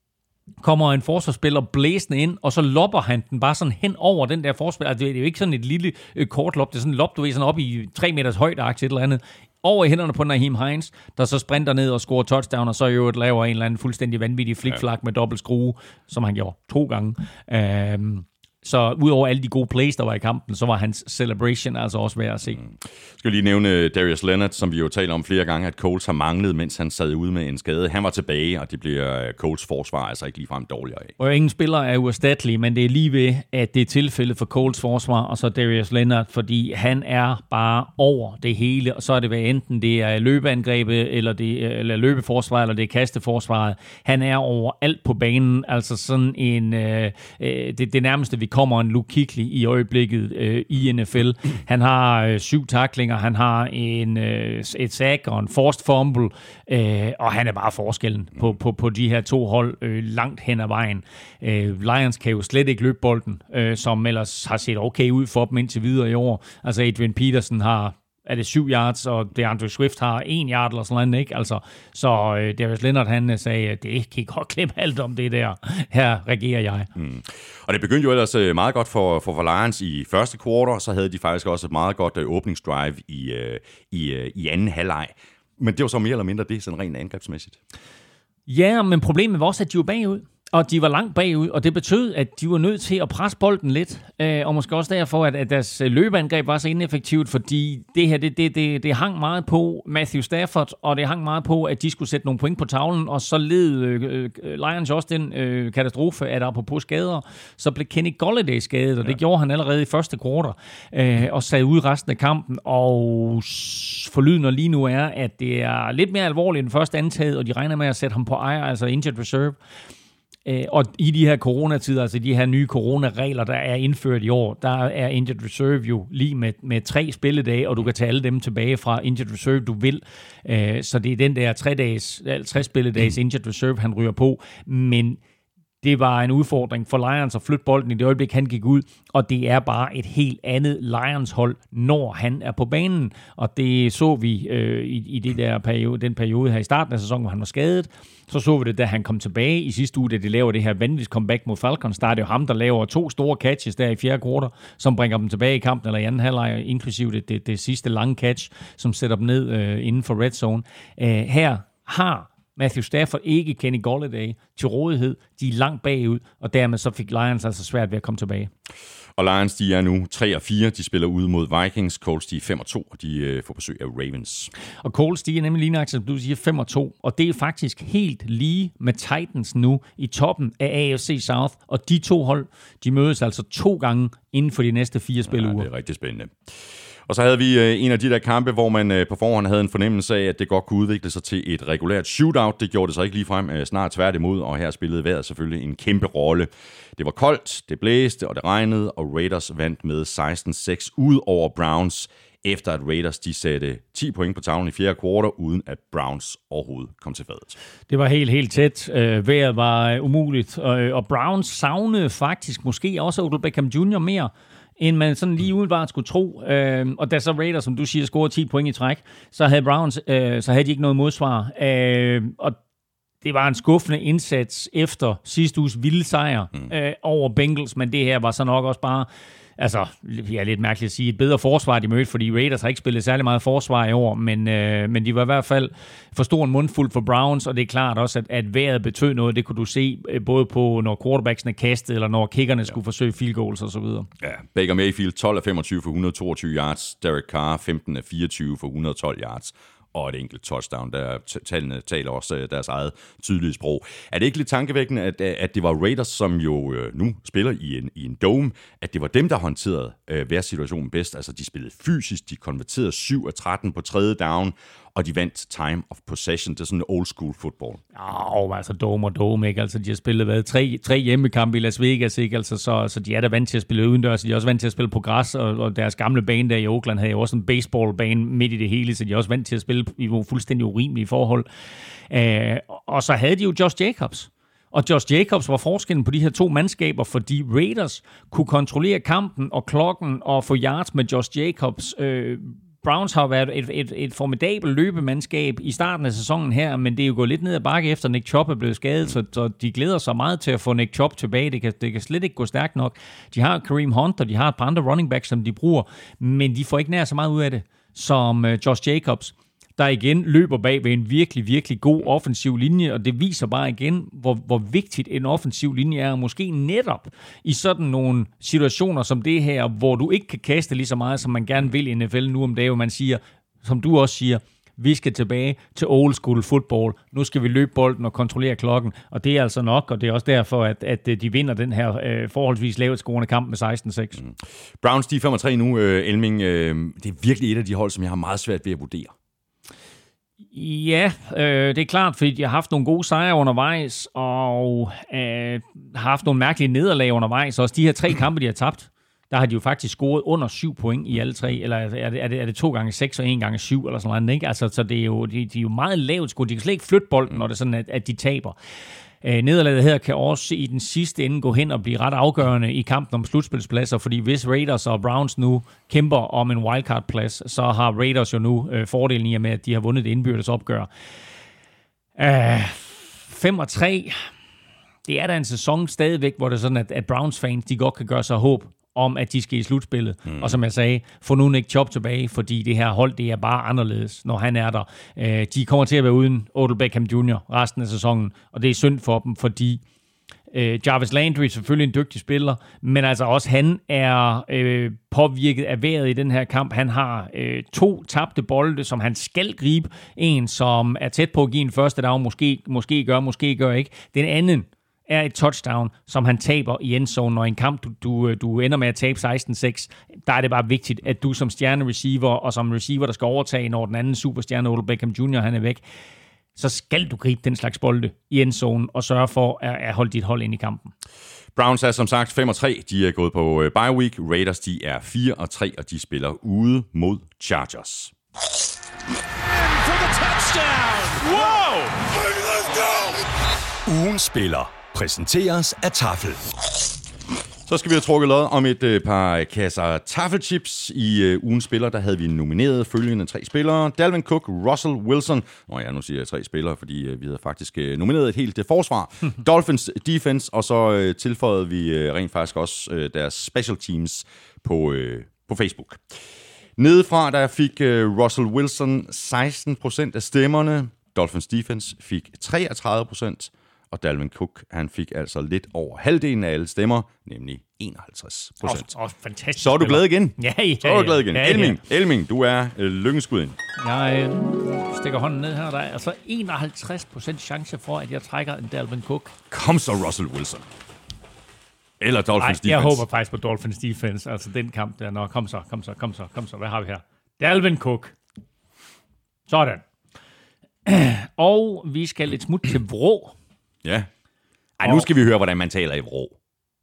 Kommer en forsvarsspiller blæsende ind, og så lopper han den bare sådan hen over den der forsvarsspiller. Altså, det er jo ikke sådan et lille øh, kort lop, det er sådan et lop, du ved, sådan op i tre meters højde, et eller andet. Over i hænderne på Nyheim Hines, der så sprinter ned og scorer touchdown, og så i øvrigt laver en eller anden fuldstændig vanvittig flikflak med dobbelt skrue, som han gjorde to gange. Øhm, Så udover alle de gode plays, der var i kampen, så var hans celebration altså også værd at se. Mm. Skal lige nævne Darius Leonard, som vi jo taler om flere gange, at Colts har manglet, mens han sad ude med en skade. Han var tilbage, og det bliver Colts forsvar altså ikke ligefrem dårligere af. Og ingen spiller er uerstattelig, men det er lige ved, at det er tilfældet for Colts forsvar, og så Darius Leonard, fordi han er bare over det hele, og så er det hvad enten det er løbeangrebet, eller det eller løbeforsvar, eller det er kasteforsvaret. Han er over alt på banen, altså sådan en øh, det, det nærmeste, vi kommer en Luke Kuechly i øjeblikket øh, i N F L. Han har øh, syv tacklinger, han har en, øh, et sack og en forced fumble, øh, og han er bare forskellen på, på, på de her to hold øh, langt hen ad vejen. Øh, Lions kan jo slet ikke løbe bolden, øh, som ellers har set okay ud for dem indtil videre i år. Altså Adrian Peterson har er det syv yards, og DeAndre Swift har en yard eller sådan noget, ikke? Altså, så øh, Darius Leonard, han sagde, at det kan I godt glemme alt om det der. Her regerer jeg. Mm. Og det begyndte jo ellers meget godt for, for, for Lions i første kvartal, så havde de faktisk også et meget godt øh, åbningsdrive i, øh, i, øh, i anden halvleg. Men det var så mere eller mindre det, sådan rent angrebsmæssigt. Ja, men problemet var også, at de var bagud. Og de var langt bagud, og det betød, at de var nødt til at presse bolden lidt. Og måske også derfor, at deres løbeangreb var så ineffektivt, fordi det her, det, det, det, det hang meget på Matthew Stafford, og det hang meget på, at de skulle sætte nogle point på tavlen, og så led øh, Lions også den øh, katastrofe, at apropos skader, så blev Kenny Golladay skadet, og det ja. gjorde han allerede i første kvartal, øh, og sad ud resten af kampen, og forlydende lige nu er, at det er lidt mere alvorligt end først antaget, og de regner med at sætte ham på ejer, altså injured reserve. Og i de her coronatider, altså de her nye coronaregler, der er indført i år, der er injured reserve jo lige med, med tre spilledage, og du kan tage alle dem tilbage fra injured reserve, du vil. Så det er den der tre dages, tre spilledages injured reserve, han ryger på. Men det var en udfordring for Lions at flytte bolden i det øjeblik, han gik ud, og det er bare et helt andet Lions-hold, når han er på banen. Og det så vi øh, i, i det der periode, den periode her i starten af sæsonen, hvor han var skadet. Så så vi det, da han kom tilbage i sidste uge, da de laver det her vanvittigt comeback mod Falcons. Der er det jo ham, der laver to store catches der i fjerde kvartal, som bringer dem tilbage i kampen, eller i anden halvleg, inklusive det, det, det sidste lange catch, som sætter dem ned øh, inden for red zone. Øh, her har Matthew Stafford ikke Kenny Golladay til rådighed. De er langt bagud, og dermed så fik Lions altså svært ved at komme tilbage. Og Lions, de er nu tre og fire. De spiller ude mod Vikings. Colts, de er fem og to, og de øh, får besøg af Ravens. Og Colts, de er nemlig lige nok, som du siger, fem og to. Og det er faktisk helt lige med Titans nu i toppen af A F C South. Og de to hold, de mødes altså to gange inden for de næste fire spiluger. Ja, det er rigtig spændende. Og så havde vi øh, en af de der kampe, hvor man øh, på forhånd havde en fornemmelse af, at det godt kunne udvikle sig til et regulært shootout. Det gjorde det så ikke ligefrem, øh, snart tværtimod, og her spillede vejret selvfølgelig en kæmpe rolle. Det var koldt, det blæste, og det regnede, og Raiders vandt med seksten seks ud over Browns, efter at Raiders de satte ti point på tavlen i fjerde kvartal, uden at Browns overhovedet kom til fadet. Det var helt, helt tæt. Øh, vejret var umuligt, og, og Browns savnede faktisk måske også Odell Beckham junior mere, end man sådan lige umiddelbart skulle tro. Øh, og da så Raiders, som du siger, scorede ti point i træk, så havde Browns, øh, så havde de ikke noget modsvar. Øh, og det var en skuffende indsats efter sidste uges vilde sejr mm. øh, over Bengals, men det her var så nok også bare, altså, ja, lidt mærkeligt at sige, et bedre forsvar, de mødte, fordi Raiders har ikke spillet særlig meget forsvar i år, men, øh, men de var i hvert fald for stor en mundfuld for Browns, og det er klart også, at, at vejret betød noget. Det kunne du se både på, når quarterbacksene kastede, eller når kickerne ja. skulle forsøge field goals og så videre. Ja, Baker Mayfield tolv af femogtyve for et hundrede og toogtyve yards, Derek Carr femten af fireogtyve for et hundrede og tolv yards, og et enkelt touchdown. Der tallene taler også deres eget tydelige sprog. Er det ikke lidt tankevækkende, at, at det var Raiders, som jo nu spiller i en, i en dome, at det var dem, der håndterede øh, hver situation bedst? Altså, de spillede fysisk, de konverterede syv af tretten på tredje down, og de vandt time of possession. Det er sådan en old school football. Åh, oh, altså dome og dome, ikke? Altså, de har spillet hvad, tre, tre hjemmekampe i Las Vegas, ikke? Altså, så, så de er da vant til at spille udendørs, de er også vant til at spille på græs, og, og deres gamle bane der i Oakland havde jo også en baseballbane midt i det hele, så de er også vant til at spille i fuldstændig urimelige forhold. Uh, og så havde de jo Josh Jacobs. Og Josh Jacobs var forskellen på de her to mandskaber, fordi Raiders kunne kontrollere kampen og klokken og få yards med Josh Jacobs. Uh, Browns har været et, et, et formidabelt løbemandskab i starten af sæsonen her, men det er jo gået lidt ned ad bakke efter Nick Chubb er blevet skadet, så, så de glæder sig meget til at få Nick Chubb tilbage. Det kan, det kan slet ikke gå stærkt nok. De har Kareem Hunt, og de har et par andre running backs, som de bruger, men de får ikke nær så meget ud af det som uh, Josh Jacobs, der igen løber bag ved en virkelig, virkelig god offensiv linje, og det viser bare igen, hvor, hvor vigtigt en offensiv linje er, og måske netop i sådan nogle situationer som det her, hvor du ikke kan kaste lige så meget, som man gerne vil i N F L nu om dagen, hvor man siger, som du også siger, vi skal tilbage til old school football. Nu skal vi løbe bolden og kontrollere klokken, og det er altså nok, og det er også derfor, at, at de vinder den her øh, forholdsvis lavt scorende kamp med seksten seks. Mm. Browns, de er fem og tre nu, øh, Elming. Øh, det er virkelig et af de hold, som jeg har meget svært ved at vurdere. Ja, øh, det er klart, fordi de har haft nogle gode sejre undervejs, og øh, har haft nogle mærkelige nederlag undervejs. Også de her tre kampe, de har tabt, der har de jo faktisk scoret under syv point i alle tre, eller er det, er det, er det to gange seks og en gange syv, eller sådan noget, ikke? Altså, så det er jo, de, de er jo meget lavt scoret. De kan slet ikke flytte bolden, når det er sådan, at, at de taber. Øh, nederlaget her kan også i den sidste ende gå hen og blive ret afgørende i kampen om slutspilspladser, fordi hvis Raiders og Browns nu kæmper om en wildcard-plads, så har Raiders jo nu øh, fordelen i og med, at de har vundet det indbyrdes opgør. Øh, fem og tre, det er da en sæson stadigvæk, hvor det er sådan, at, at Browns-fans, de godt kan gøre sig håb om, at de skal i slutspillet. Mm. Og som jeg sagde, få nu Nick Chubb tilbage, fordi det her hold, det er bare anderledes, når han er der. Øh, de kommer til at være uden Odell Beckham junior resten af sæsonen, og det er synd for dem, fordi øh, Jarvis Landry er selvfølgelig en dygtig spiller, men altså også han er øh, påvirket af vejret i den her kamp. Han har øh, to tabte bolde, som han skal gribe. En, som er tæt på at give en første down, måske, måske gør, måske gør ikke. Den anden er et touchdown, som han taber i endzone, og i en kamp, du, du, du ender med at tabe seksten seks, der er det bare vigtigt, at du som stjerne-receiver, og som receiver, der skal overtage, når den anden superstjerne, Odell Beckham junior, han er væk, så skal du gribe den slags bolde i endzone, og sørge for at, at holde dit hold ind i kampen. Browns er som sagt fem og tre, de er gået på bye week. Raiders, de er fire og tre, og de spiller ude mod Chargers. For the touchdown! Wow! Let's go! Ugen spiller præsenteres af Tafel. Så skal vi have trukket lod om et øh, par kasser taffelchips. I øh, ugens spiller, der havde vi nomineret følgende tre spillere. Dalvin Cook, Russell Wilson. Nå ja, nu siger jeg tre spillere, fordi øh, vi havde faktisk øh, nomineret et helt øh, forsvar. Dolphins defense, og så øh, tilføjede vi øh, rent faktisk også øh, deres special teams på, øh, på Facebook. Nedefra, der fik øh, Russell Wilson seksten procent af stemmerne. Dolphins defense fik treogtredive procent. Og Dalvin Cook, han fik altså lidt over halvdelen af alle stemmer, nemlig enoghalvtreds procent. Oh, oh, fantastisk. Så er du glad igen? Ja, ja, Så er du glad igen. ja, ja. Elming, Elming, du er øh, lykkenskud. Jeg øh, stikker hånden ned her. Der er altså enoghalvtreds procent chance for, at jeg trækker en Dalvin Cook. Kom så, Russell Wilson. Eller Dolphins Ej, defense. jeg håber faktisk på Dolphins defense. Altså den kamp der. Nå, kom så, kom så, kom så, kom så. Hvad har vi her? Dalvin Cook. Sådan. Og vi skal et smut til Vrå. Ja. Ej, nu skal vi høre, hvordan man taler i Vrå.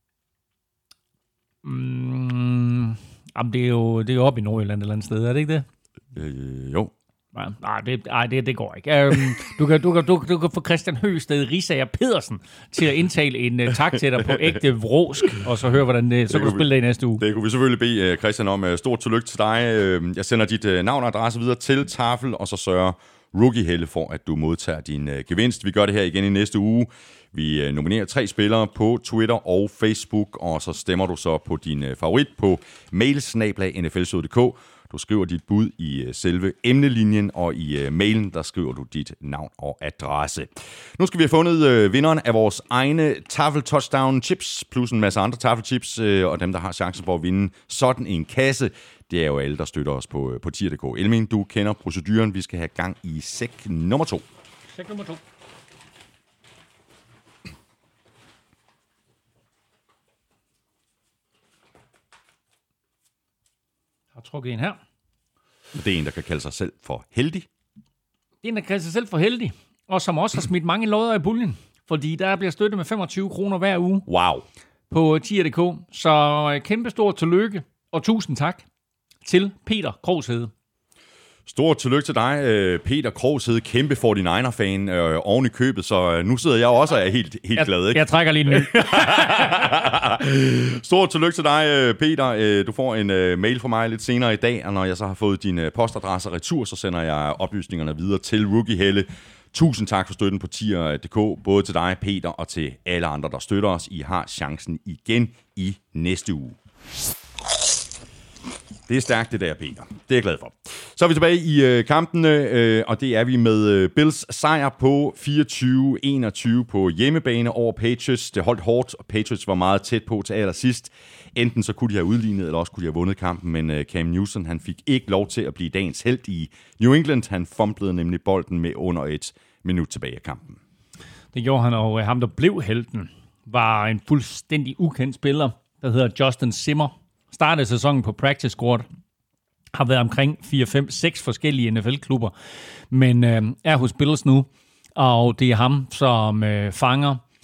Mm, jamen, det er jo, det er jo oppe i Nordjylland et eller andet sted, er det ikke det? Øh, jo. Nej, nej, det, nej det, det går ikke. Um, du, kan, du, kan, du, du kan få Christian Høgsted Risager Pedersen til at indtale en uh, tak til dig på ægte vråsk, og så høre, hvordan det, så det kan du spille vi, det i næste uge. Det kunne vi selvfølgelig bede uh, Christian om. Uh, stort tillykke til dig. Uh, jeg sender dit uh, navn og adresse videre til Tafel, og så sørger Rookie Helle for, at du modtager din uh, gevinst. Vi gør det her igen i næste uge. Vi uh, nominerer tre spillere på Twitter og Facebook, og så stemmer du så på din uh, favorit på mail snabel-a n f l punktum d k. Du skriver dit bud i uh, selve emnelinjen, og i uh, mailen, der skriver du dit navn og adresse. Nu skal vi have fundet uh, vinderen af vores egne Tafel Touchdown Chips, plus en masse andre Tafel Chips, uh, og dem, der har chancen for at vinde sådan en kasse. Det er jo alle, der støtter os på, på tier punktum d k. Elming, du kender proceduren. Vi skal have gang i sæk nummer to. Sæk nummer to. Jeg har trukket en her. Det er en, der kan kalde sig selv for heldig. Det er en, der kalder sig selv for heldig, og som også har smidt mange lodder i puljen, fordi der bliver støttet med femogtyve kroner hver uge. Wow. På tier punktum d k. Så kæmpe stort tillykke, og tusind tak til Peter Krogshede. Stort tillykke til dig, Peter Krogshede, kæmpe forty-niner-fan øh, oven i købet, så nu sidder jeg også og er helt, helt jeg, glad. Ikke? Jeg trækker lige en ny. Stort tillykke til dig, Peter. Du får en uh, mail fra mig lidt senere i dag, og når jeg så har fået din uh, postadresse retur, så sender jeg oplysningerne videre til Rookie Helle. Tusind tak for støtten på tier punktum d k, både til dig, Peter, og til alle andre, der støtter os. I har chancen igen i næste uge. Det er stærkt, det der, Peter. Det er jeg glad for. Så er vi tilbage i øh, kampene, øh, og det er vi med øh, Bills sejr på fireogtyve enogtyve på hjemmebane over Patriots. Det holdt hårdt, og Patriots var meget tæt på til allersidst. Enten så kunne de have udlignet, eller også kunne de have vundet kampen, men øh, Cam Newton, han fik ikke lov til at blive dagens helt i New England. Han fumblede nemlig bolden med under et minut tilbage af kampen. Det gjorde han, og øh, ham, der blev helten, var en fuldstændig ukendt spiller, der hedder Justin Zimmer. Startede sæsonen på practice squad, har været omkring fire, fem, seks forskellige N F L-klubber, men øh, er hos Bills nu, og det er ham, som øh, fanger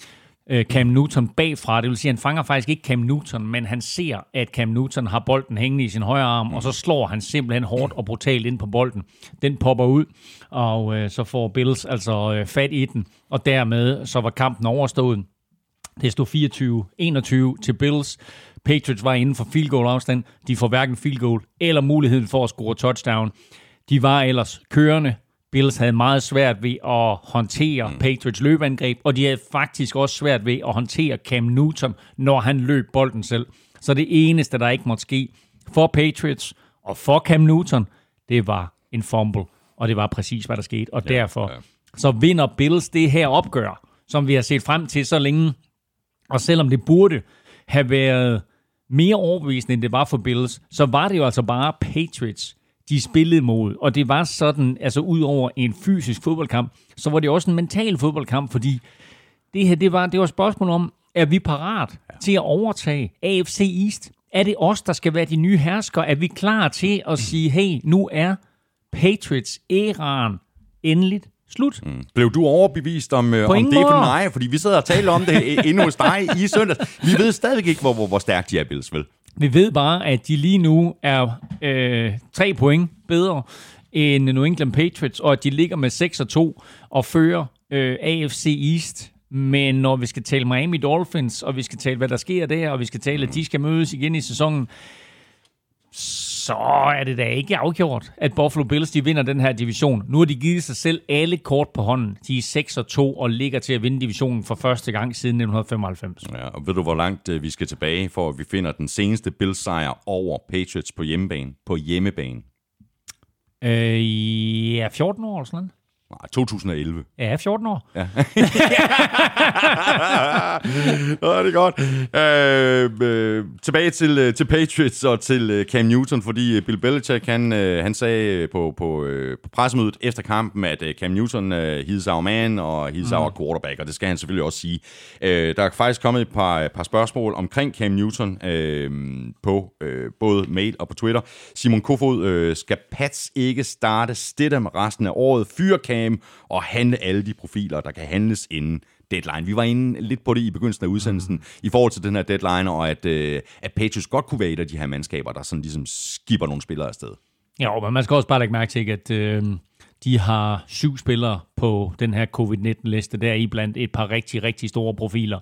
øh, Cam Newton bagfra. Det vil sige, at han fanger faktisk ikke Cam Newton, men han ser, at Cam Newton har bolden hængende i sin højre arm, mm. og så slår han simpelthen hårdt og brutalt ind på bolden. Den popper ud, og øh, så får Bills altså øh, fat i den, og dermed så var kampen overstået. Det stod fireogtyve enogtyve til Bills. Patriots var inden for field goal afstand. De får hverken field goal eller muligheden for at score touchdown. De var ellers kørende. Bills havde meget svært ved at håndtere mm. Patriots løbeangreb, og de havde faktisk også svært ved at håndtere Cam Newton, når han løb bolden selv. Så det eneste, der ikke måtte ske for Patriots og for Cam Newton, det var en fumble, og det var præcis, hvad der skete. Og ja, derfor ja. så vinder Bills det her opgør, som vi har set frem til så længe. Og selvom det burde have været mere overbevisende, end det var for Bills, så var det jo altså bare Patriots, de spillede mod. Og det var sådan, altså ud over en fysisk fodboldkamp, så var det også en mental fodboldkamp, fordi det her, det var, det var et spørgsmål om, er vi parat ja. til at overtage A F C East? Er det os, der skal være de nye herskere? Er vi klar til at sige, hey, nu er Patriots-æraen endeligt slut? Mm. Blev du overbevist om, øh, om det for mig? Fordi vi sidder og taler om det inde hos dig i søndags. Vi ved stadig ikke, hvor, hvor, hvor stærkt de er, Bills, vel? Vi ved bare, at de lige nu er øh, tre point bedre end New England Patriots, og at de ligger med seks og to og fører øh, A F C East. Men når vi skal tale Miami Dolphins, og vi skal tale, hvad der sker der, og vi skal tale, at de skal mødes igen i sæsonen, så er det da ikke afgjort, at Buffalo Bills de vinder den her division. Nu har de givet sig selv alle kort på hånden. De er seks og to og ligger til at vinde divisionen for første gang siden nitten femoghalvfems. Ja, og ved du, hvor langt vi skal tilbage, for at vi finder den seneste Bills-sejr over Patriots på hjemmebane? På hjemmebane. Øh, ja, fjorten år eller sådan noget. Nej, to tusind og elleve. Ja, fjorten år. Ja. Nå, det er godt. Øh, øh, tilbage til, til Patriots og til Cam Newton, fordi Bill Belichick, han, han sagde på, på, på pressemødet efter kampen, at Cam Newton, uh, he's our man, og he's mm. our quarterback, og det skal han selvfølgelig også sige. Øh, der er faktisk kommet et par, par spørgsmål omkring Cam Newton øh, på øh, både mail og på Twitter. Simon Kofod, øh, skal Pats ikke starte Stidham resten af året? Fyre Cam og handle alle de profiler, der kan handles inden deadline. Vi var inde lidt på det i begyndelsen af udsendelsen mm. i forhold til den her deadline, og at, øh, at Patriots godt kunne være et af de her mandskaber, der sådan ligesom skipper nogle spillere afsted. Ja, men man skal også bare lægge mærke til, at øh, de har syv spillere på den her covid nitten-liste, der i blandt et par rigtig, rigtig store profiler.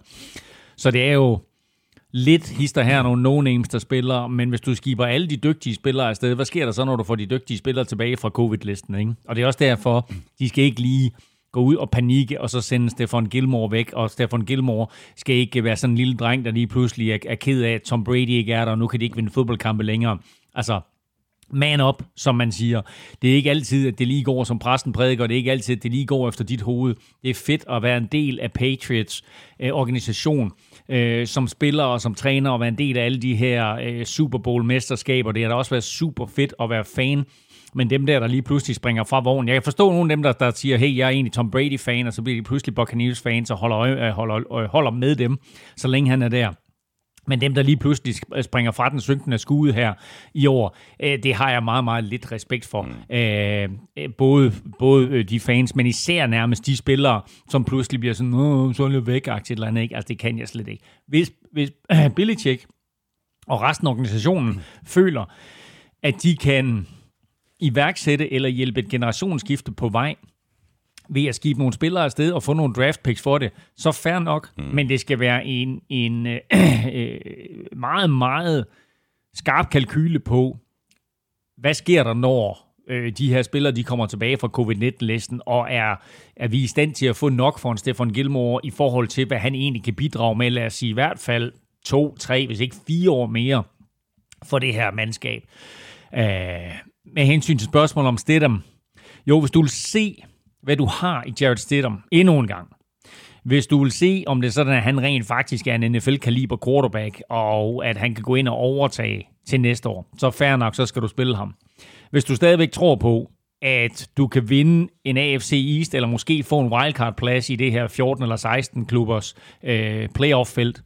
Så det er jo lidt hister her nogle no-names, der spiller, men hvis du skipper alle de dygtige spillere afsted, hvad sker der så, når du får de dygtige spillere tilbage fra covid-listen, ikke? Og det er også derfor, de skal ikke lige gå ud og panikke, og så sende Stephon Gilmore væk, og Stephon Gilmore skal ikke være sådan en lille dreng, der lige pludselig er, er ked af, at Tom Brady ikke er der, og nu kan de ikke vinde fodboldkampe længere. Altså, man up, som man siger. Det er ikke altid, at det lige går, som præsten prædiker, det er ikke altid, at det lige går efter dit hoved. Det er fedt at være en del af Patriots øh, organisation, øh, som spiller og som træner, og være en del af alle de her øh, Super Bowl-mesterskaber. Det har da også været super fedt at være fan, men dem der, der lige pludselig springer fra vognen. Jeg kan forstå nogle af dem, der, der siger, hey, jeg er egentlig Tom Brady-fan, og så bliver de pludselig Buccaneers-fans og holder, øh, holder, øh, holder med dem, så længe han er der. Men dem, der lige pludselig springer fra den synkende skude her i år, øh, det har jeg meget, meget lidt respekt for. Mm. Øh, både, både de fans, men især nærmest de spillere, som pludselig bliver sådan, åh, så er det væk-agtigt eller andet. Ikke? Altså, det kan jeg slet ikke. Hvis, hvis øh, Belichick og resten af organisationen mm. føler, at de kan iværksætte eller hjælpe et generationsskifte på vej, ved at skibe nogle spillere afsted og få nogle draft picks for det, så fair nok, mm. men det skal være en, en øh, øh, meget, meget skarp kalkyle på, hvad sker der, når øh, de her spillere de kommer tilbage fra covid nitten-listen, og er, er vi i stand til at få nok for en Stephon Gilmore i forhold til, hvad han egentlig kan bidrage med, lad os sige i hvert fald to, tre, hvis ikke fire år mere for det her mandskab. Øh, med hensyn til spørgsmål om Stidham, jo, hvis du vil se hvad du har i Jarrett Stidham endnu en gang. Hvis du vil se, om det er sådan, at han rent faktisk er en N F L-kaliber quarterback, og at han kan gå ind og overtage til næste år, så fair nok, så skal du spille ham. Hvis du stadigvæk tror på, at du kan vinde en A F C East, eller måske få en wildcard-plads i det her fjorten eller seksten klubbers øh, playoff-felt,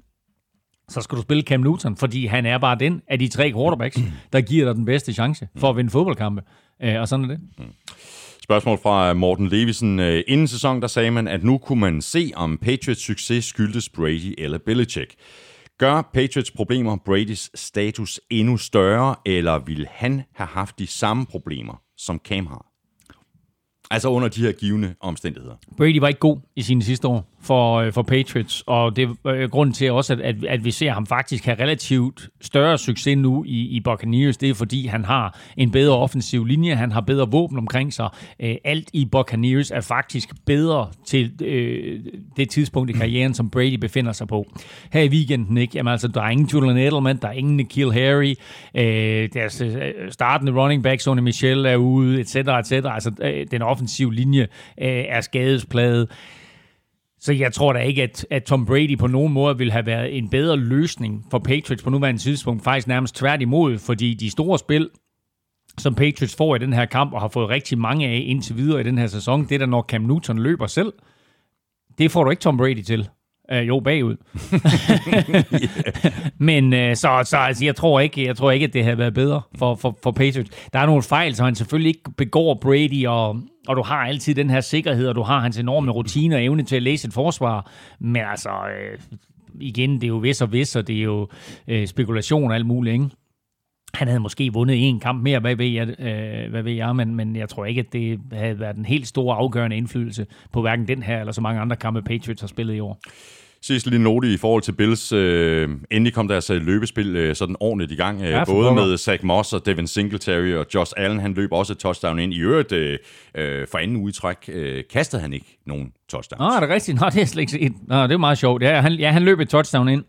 så skal du spille Cam Newton, fordi han er bare den af de tre quarterbacks, der giver dig den bedste chance for at vinde fodboldkampe. Øh, og sådan er det. Spørgsmål fra Morten Levisen. Inden sæsonen, der sagde man, at nu kunne man se, om Patriots succes skyldtes Brady eller Belichick. Gør Patriots problemer Bradys status endnu større, eller ville han have haft de samme problemer, som Cam har? Altså under de her givne omstændigheder. Brady var ikke god i sine sidste år for, for Patriots, og det er grunden til også, at, at, at vi ser ham faktisk have relativt større succes nu i, i Buccaneers. Det er fordi, han har en bedre offensiv linje, han har bedre våben omkring sig. Alt i Buccaneers er faktisk bedre til øh, det tidspunkt i karrieren, som Brady befinder sig på. Her i weekenden, ikke? Jamen, altså, der er ingen Julian Edelman, der er ingen N'Keal Harry, øh, deres startende running back, Sonny Michel er ude, et cetera, et cetera. Altså, øh, den offensive linje øh, er skadesplaget. Så jeg tror da ikke, at, at Tom Brady på nogen måde ville have været en bedre løsning for Patriots på nuværende tidspunkt. Faktisk nærmest tværtimod, fordi de store spil, som Patriots får i den her kamp, og har fået rigtig mange af indtil videre i den her sæson, det der når Cam Newton løber selv, det får du ikke Tom Brady til. Uh, jo, bagud. Men uh, så, så altså, jeg tror ikke, jeg tror ikke, at det havde været bedre for, for, for Patriots. Der er nogle fejl, så han selvfølgelig ikke begår Brady, og, og du har altid den her sikkerhed, og du har hans enorme rutine og evne til at læse et forsvar. Men altså, uh, igen, det er jo vis og vis, og det er jo uh, spekulation og alt muligt, ikke? Han havde måske vundet en kamp mere, hvad ved jeg, øh, hvad ved jeg men, men jeg tror ikke, at det havde været en helt stor afgørende indflydelse på hverken den her eller så mange andre kampe, Patriots har spillet i år. Sidst lige note i forhold til Bills. Øh, endelig kom deres løbespil øh, sådan ordentligt i gang. Øh, ja, både med Zach Moss og Devin Singletary og Josh Allen. Han løb også et touchdown ind. I øvrigt, øh, for anden uge i træk, øh, kastede han ikke nogen touchdowns. Nå, er det rigtigt? Nå, det er slet ikke set. Nå, det er meget sjovt. Ja, han, ja, han løb et touchdown ind,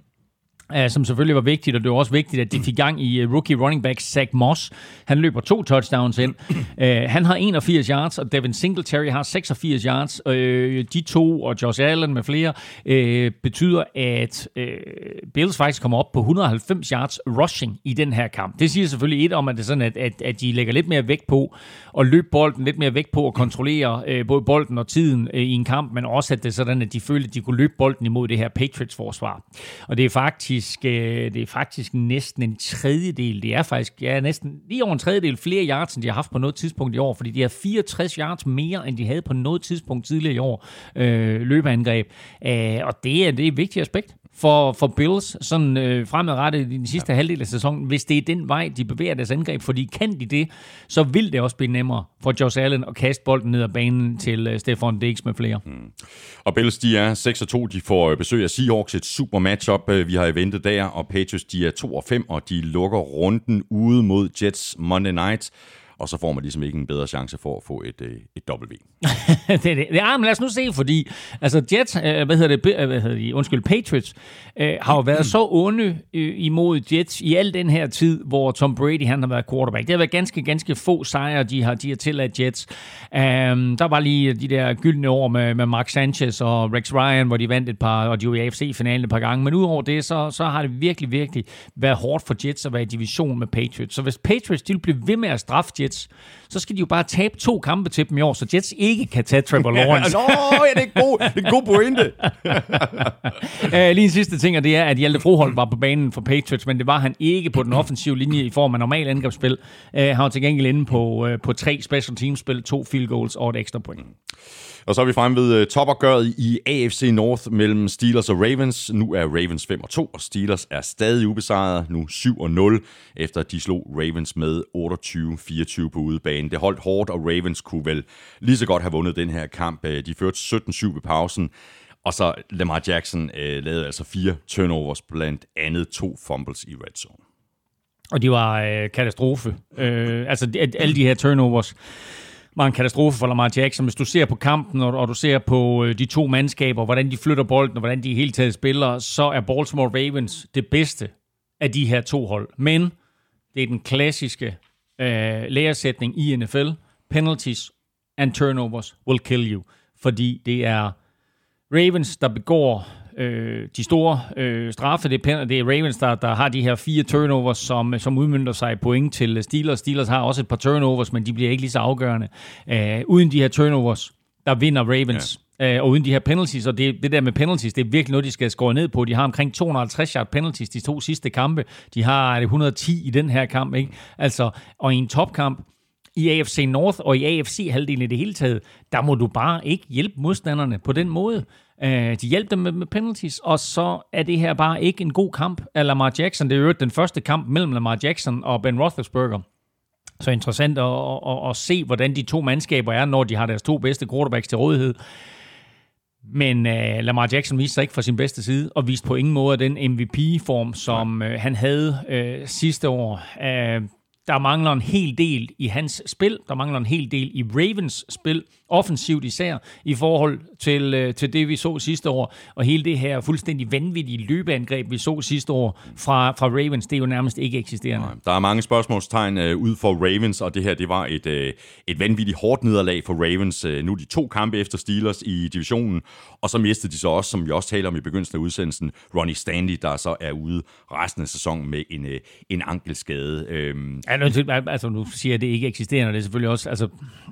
som selvfølgelig var vigtigt, og det var også vigtigt, at de fik gang i rookie running back Zach Moss. Han løber to touchdowns ind. Uh, han har enogfirs yards, og Devin Singletary har seksogfirs yards. Uh, de to, og Josh Allen med flere, uh, betyder, at uh, Bills faktisk kommer op på et hundrede og halvfems yards rushing i den her kamp. Det siger selvfølgelig et om, at det er sådan, at, at, at de lægger lidt mere vægt på at løbe bolden, lidt mere vægt på at kontrollere uh, både bolden og tiden uh, i en kamp, men også, at det er sådan, at de føler, at de kunne løbe bolden imod det her Patriots-forsvar. Og det er faktisk det er faktisk næsten en tredjedel. Det er faktisk ja, næsten lige over en tredjedel flere yards, end de har haft på noget tidspunkt i år, fordi de har fireogtres yards mere, end de havde på noget tidspunkt tidligere i år, øh, løbeangreb. Øh, og det er, det er et vigtigt aspekt for, for Bills, sådan øh, fremadrettet i den sidste ja. halvdel af sæsonen, hvis det er den vej, de bevæger deres angreb, fordi kan de det, så vil det også blive nemmere for Josh Allen at kaste bolden ned ad banen til øh, Stefan Diggs med flere. Hmm. Og Bills, de er seks og to, de får besøg af Seahawks, et super matchup, vi har i vente der, og Patriots, de er to og fem, og de lukker runden ude mod Jets Monday Night. Og så får man ligesom ikke en bedre chance for at få et, et W. det er det. Ja, men lad os nu se, fordi altså Jets, øh, hvad hedder det, hvad hedder de, undskyld, Patriots, øh, har jo været så onde øh, imod Jets i al den her tid, hvor Tom Brady, han har været quarterback. Det har været ganske, ganske få sejre, de har, de har tilladt Jets. Um, der var lige de der gyldne år med, med Mark Sanchez og Rex Ryan, hvor de vandt et par, og de var i A F C-finalen et par gange. Men udover det, så, så har det virkelig, virkelig været hårdt for Jets at være i division med Patriots. Så hvis Patriots, de vil blive ved med at straffe Jets, så skal de jo bare tabe to kampe til dem i år, så Jets ikke kan tage Trevor Lawrence. Nå, ja, det er god, det er en god pointe. uh, lige en sidste ting, og det er, at Hjalte Froholt var på banen for Patriots, men det var han ikke på den offensive linje i form af normal angrebsspil. Uh, han var til gengæld inde på, uh, på tre special teamspil, to field goals og et ekstra point. Og så er vi fremme ved topopgøret i A F C North mellem Steelers og Ravens. Nu er Ravens fem og to, og Steelers er stadig ubesejret, nu syv og nul, efter de slog Ravens med otteogtyve fireogtyve på udebane. Det holdt hårdt, og Ravens kunne vel lige så godt have vundet den her kamp. De førte sytten syv ved pausen, og så Lamar Jackson øh, lavede altså fire turnovers, blandt andet to fumbles i red zone. Og de var øh, katastrofe. Øh, altså alle de her turnovers var en katastrofe for Lamar Jackson. Hvis du ser på kampen, og du ser på de to mandskaber, hvordan de flytter bolden, og hvordan de i hele taget spiller, så er Baltimore Ravens det bedste af de her to hold. Men det er den klassiske øh, læresætning i N F L. Penalties and turnovers will kill you. Fordi det er Ravens, der begår øh, de store øh, straffe. Det er, det er Ravens, der, der har de her fire turnovers, som, som udmønter sig i point til Steelers. Steelers har også et par turnovers, men de bliver ikke lige så afgørende. Øh, uden de her turnovers, der vinder Ravens. Ja. Øh, og uden de her penalties, og det, det der med penalties, det er virkelig noget, de skal skåre ned på. De har omkring to hundrede og halvtreds yard penalties de to sidste kampe. De har et hundrede og ti i den her kamp, ikke? Altså, og i en topkamp, i A F C North og i A F C-halvdelen i det hele taget, der må du bare ikke hjælpe modstanderne på den måde. Uh, de hjælper dem med, med penalties, og så er det her bare ikke en god kamp af Lamar Jackson. Det er jo den første kamp mellem Lamar Jackson og Ben Roethlisberger. Så interessant at, at, at se, hvordan de to mandskaber er, når de har deres to bedste quarterbacks til rådighed. Men uh, Lamar Jackson viste sig ikke fra sin bedste side, og viste på ingen måde den M V P-form, som uh, han havde uh, sidste år. Uh, Der mangler en hel del i hans spil. Der mangler en hel del i Ravens spil. Offensivt især i forhold til, til det, vi så sidste år. Og hele det her fuldstændig vanvittige løbeangreb, vi så sidste år fra, fra Ravens, det er jo nærmest ikke eksisterende. Nej, der er mange spørgsmålstegn øh, ud for Ravens, og det her det var et, øh, et vanvittigt hårdt nederlag for Ravens. Øh, nu er de to kampe efter Steelers i divisionen, og så mistede de så også, som vi også taler om i begyndelsen af udsendelsen, Ronnie Stanley, der så er ude resten af sæsonen med en, øh, en ankelskade. Øh, Altså, nu siger jeg, at det ikke eksisterende, det er selvfølgelig også altså,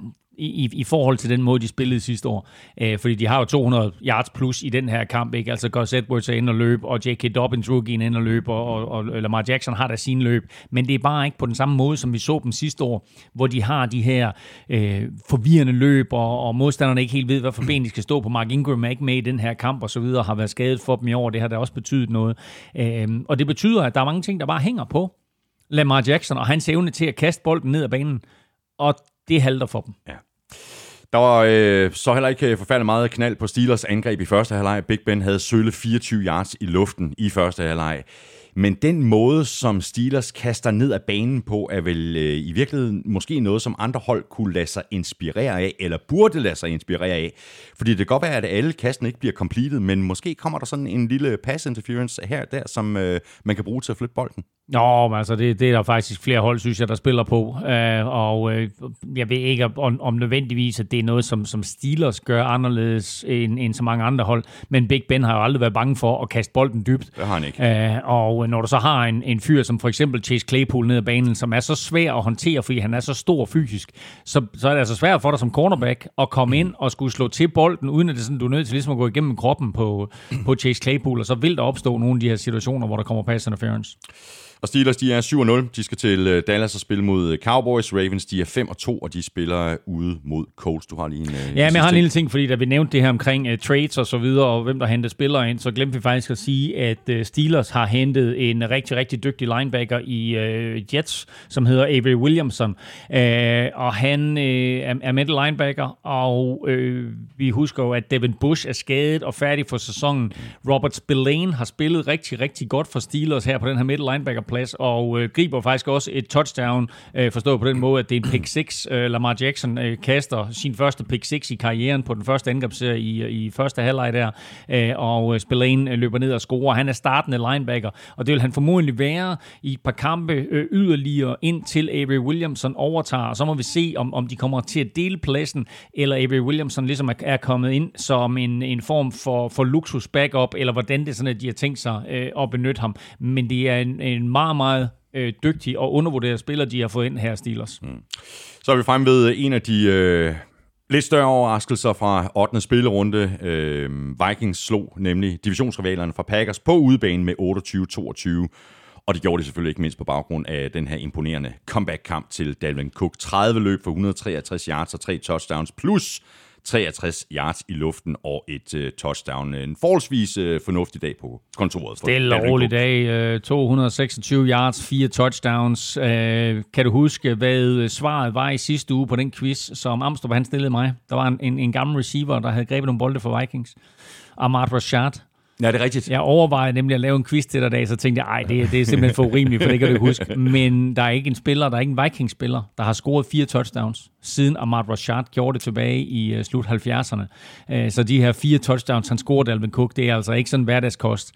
i, i forhold til den måde, de spillede sidste år. Øh, fordi de har jo to hundrede yards plus i den her kamp, ikke? Altså Gus Edwards er inde og løb, og J K. Dobbins rookien er inde og løb, og, og, og Lamar Jackson har der sin løb. Men det er bare ikke på den samme måde, som vi så dem sidste år, hvor de har de her øh, forvirrende løb, og, og modstanderne ikke helt ved, hvad for ben de skal stå på. Mark Ingram er ikke med i den her kamp, og så videre, har været skadet for dem i år. Det har da også betydet noget. Øh, og det betyder, at der er mange ting, der bare hænger på Lamar Jackson og hans evne til at kaste bolden ned ad banen, og det halter for dem. Ja. Der var øh, så heller ikke forfærdeligt meget knald på Steelers angreb i første halvleg. Big Ben havde sølle fireogtyve yards i luften i første halvleg. Men den måde, som Steelers kaster ned ad banen på, er vel øh, i virkeligheden måske noget, som andre hold kunne lade sig inspirere af, eller burde lade sig inspirere af. Fordi det kan godt være, at alle kasten ikke bliver completed, men måske kommer der sådan en lille pass interference her og der, som øh, man kan bruge til at flytte bolden. Nå, men altså det, det er der faktisk flere hold, synes jeg, der spiller på. Uh, og uh, jeg ved ikke om, om nødvendigvis, at det er noget, som, som Steelers gør anderledes end, end så mange andre hold. Men Big Ben har jo aldrig været bange for at kaste bolden dybt. Det har han ikke. Uh, og når du så har en, en fyr som for eksempel Chase Claypool ned ad banen, som er så svær at håndtere, fordi han er så stor fysisk, så, så er det altså svært for dig som cornerback at komme ind og skulle slå til bolden, uden at det sådan, du er nødt til ligesom at gå igennem kroppen på, på Chase Claypool, og så vil der opstå nogle af de her situationer, hvor der kommer pass interference. Og Steelers, de er syv og nul. De skal til Dallas og spille mod Cowboys. Ravens, de er fem og to, og de spiller ude mod Colts. Du har lige en... Ja, men jeg har en lille ting, fordi da vi nævnte det her omkring uh, trades og så videre, og hvem der henter spillere ind, så glemte vi faktisk at sige, at uh, Steelers har hentet en rigtig, rigtig dygtig linebacker i uh, Jets, som hedder Avery Williamson. Uh, og han uh, er, er middle linebacker, og uh, vi husker jo, at Devin Bush er skadet og færdig for sæsonen. Robert Spillane har spillet rigtig, rigtig godt for Steelers her på den her middle linebacker plads, og øh, griber faktisk også et touchdown, øh, forstået på den måde, at det er en pick six. Øh, Lamar Jackson øh, kaster sin første pick six i karrieren på den første angrebsserie i, i første halvleg der, øh, og Spillane øh, løber ned og scorer. Han er startende linebacker, og det vil han formodentlig være i et par kampe øh, yderligere, indtil Avery Williamson overtager, og så må vi se, om, om de kommer til at dele pladsen, eller Avery Williamson ligesom er, er kommet ind som en, en form for, for luksus backup, eller hvordan det er sådan, at de har tænkt sig øh, at benytte ham. Men det er en, en meget, meget øh, dygtig og undervurderet spiller, de har fået ind her, Steelers. Mm. Så er vi fremme ved en af de øh, lidt større overraskelser fra ottende spillerunde. Øh, Vikings slog nemlig divisionsrivalerne fra Packers på udebane med otteogtyve toogtyve. Og det gjorde de selvfølgelig ikke mindst på baggrund af den her imponerende comeback-kamp til Dalvin Cook. tredive løb for et hundrede og treogtres yards og tre touchdowns, plus treogtres yards i luften og et uh, touchdown. En forholdsvis uh, fornuftig dag på kontoret. Stille og rolig dag. Uh, to hundrede og seksogtyve yards, fire touchdowns. Uh, kan du huske, hvad svaret var i sidste uge på den quiz, som Amstrup han stillede mig? Der var en, en, en gammel receiver, der havde grebet nogle bolde for Vikings. Ahmad Rashad. Ja, det er rigtigt. Jeg overvejede nemlig at lave en quiz til dig i dag, så tænkte jeg, ej, det, det er simpelthen for urimeligt, for det kan du huske. Men der er ikke en spiller, der er ikke en Vikings-spiller, der har scoret fire touchdowns, siden Ahmad Rashad gjorde det tilbage i uh, slut halvfjerdserne. Uh, så de her fire touchdowns, han scorede Dalvin Cook, det er altså ikke sådan hverdagskost.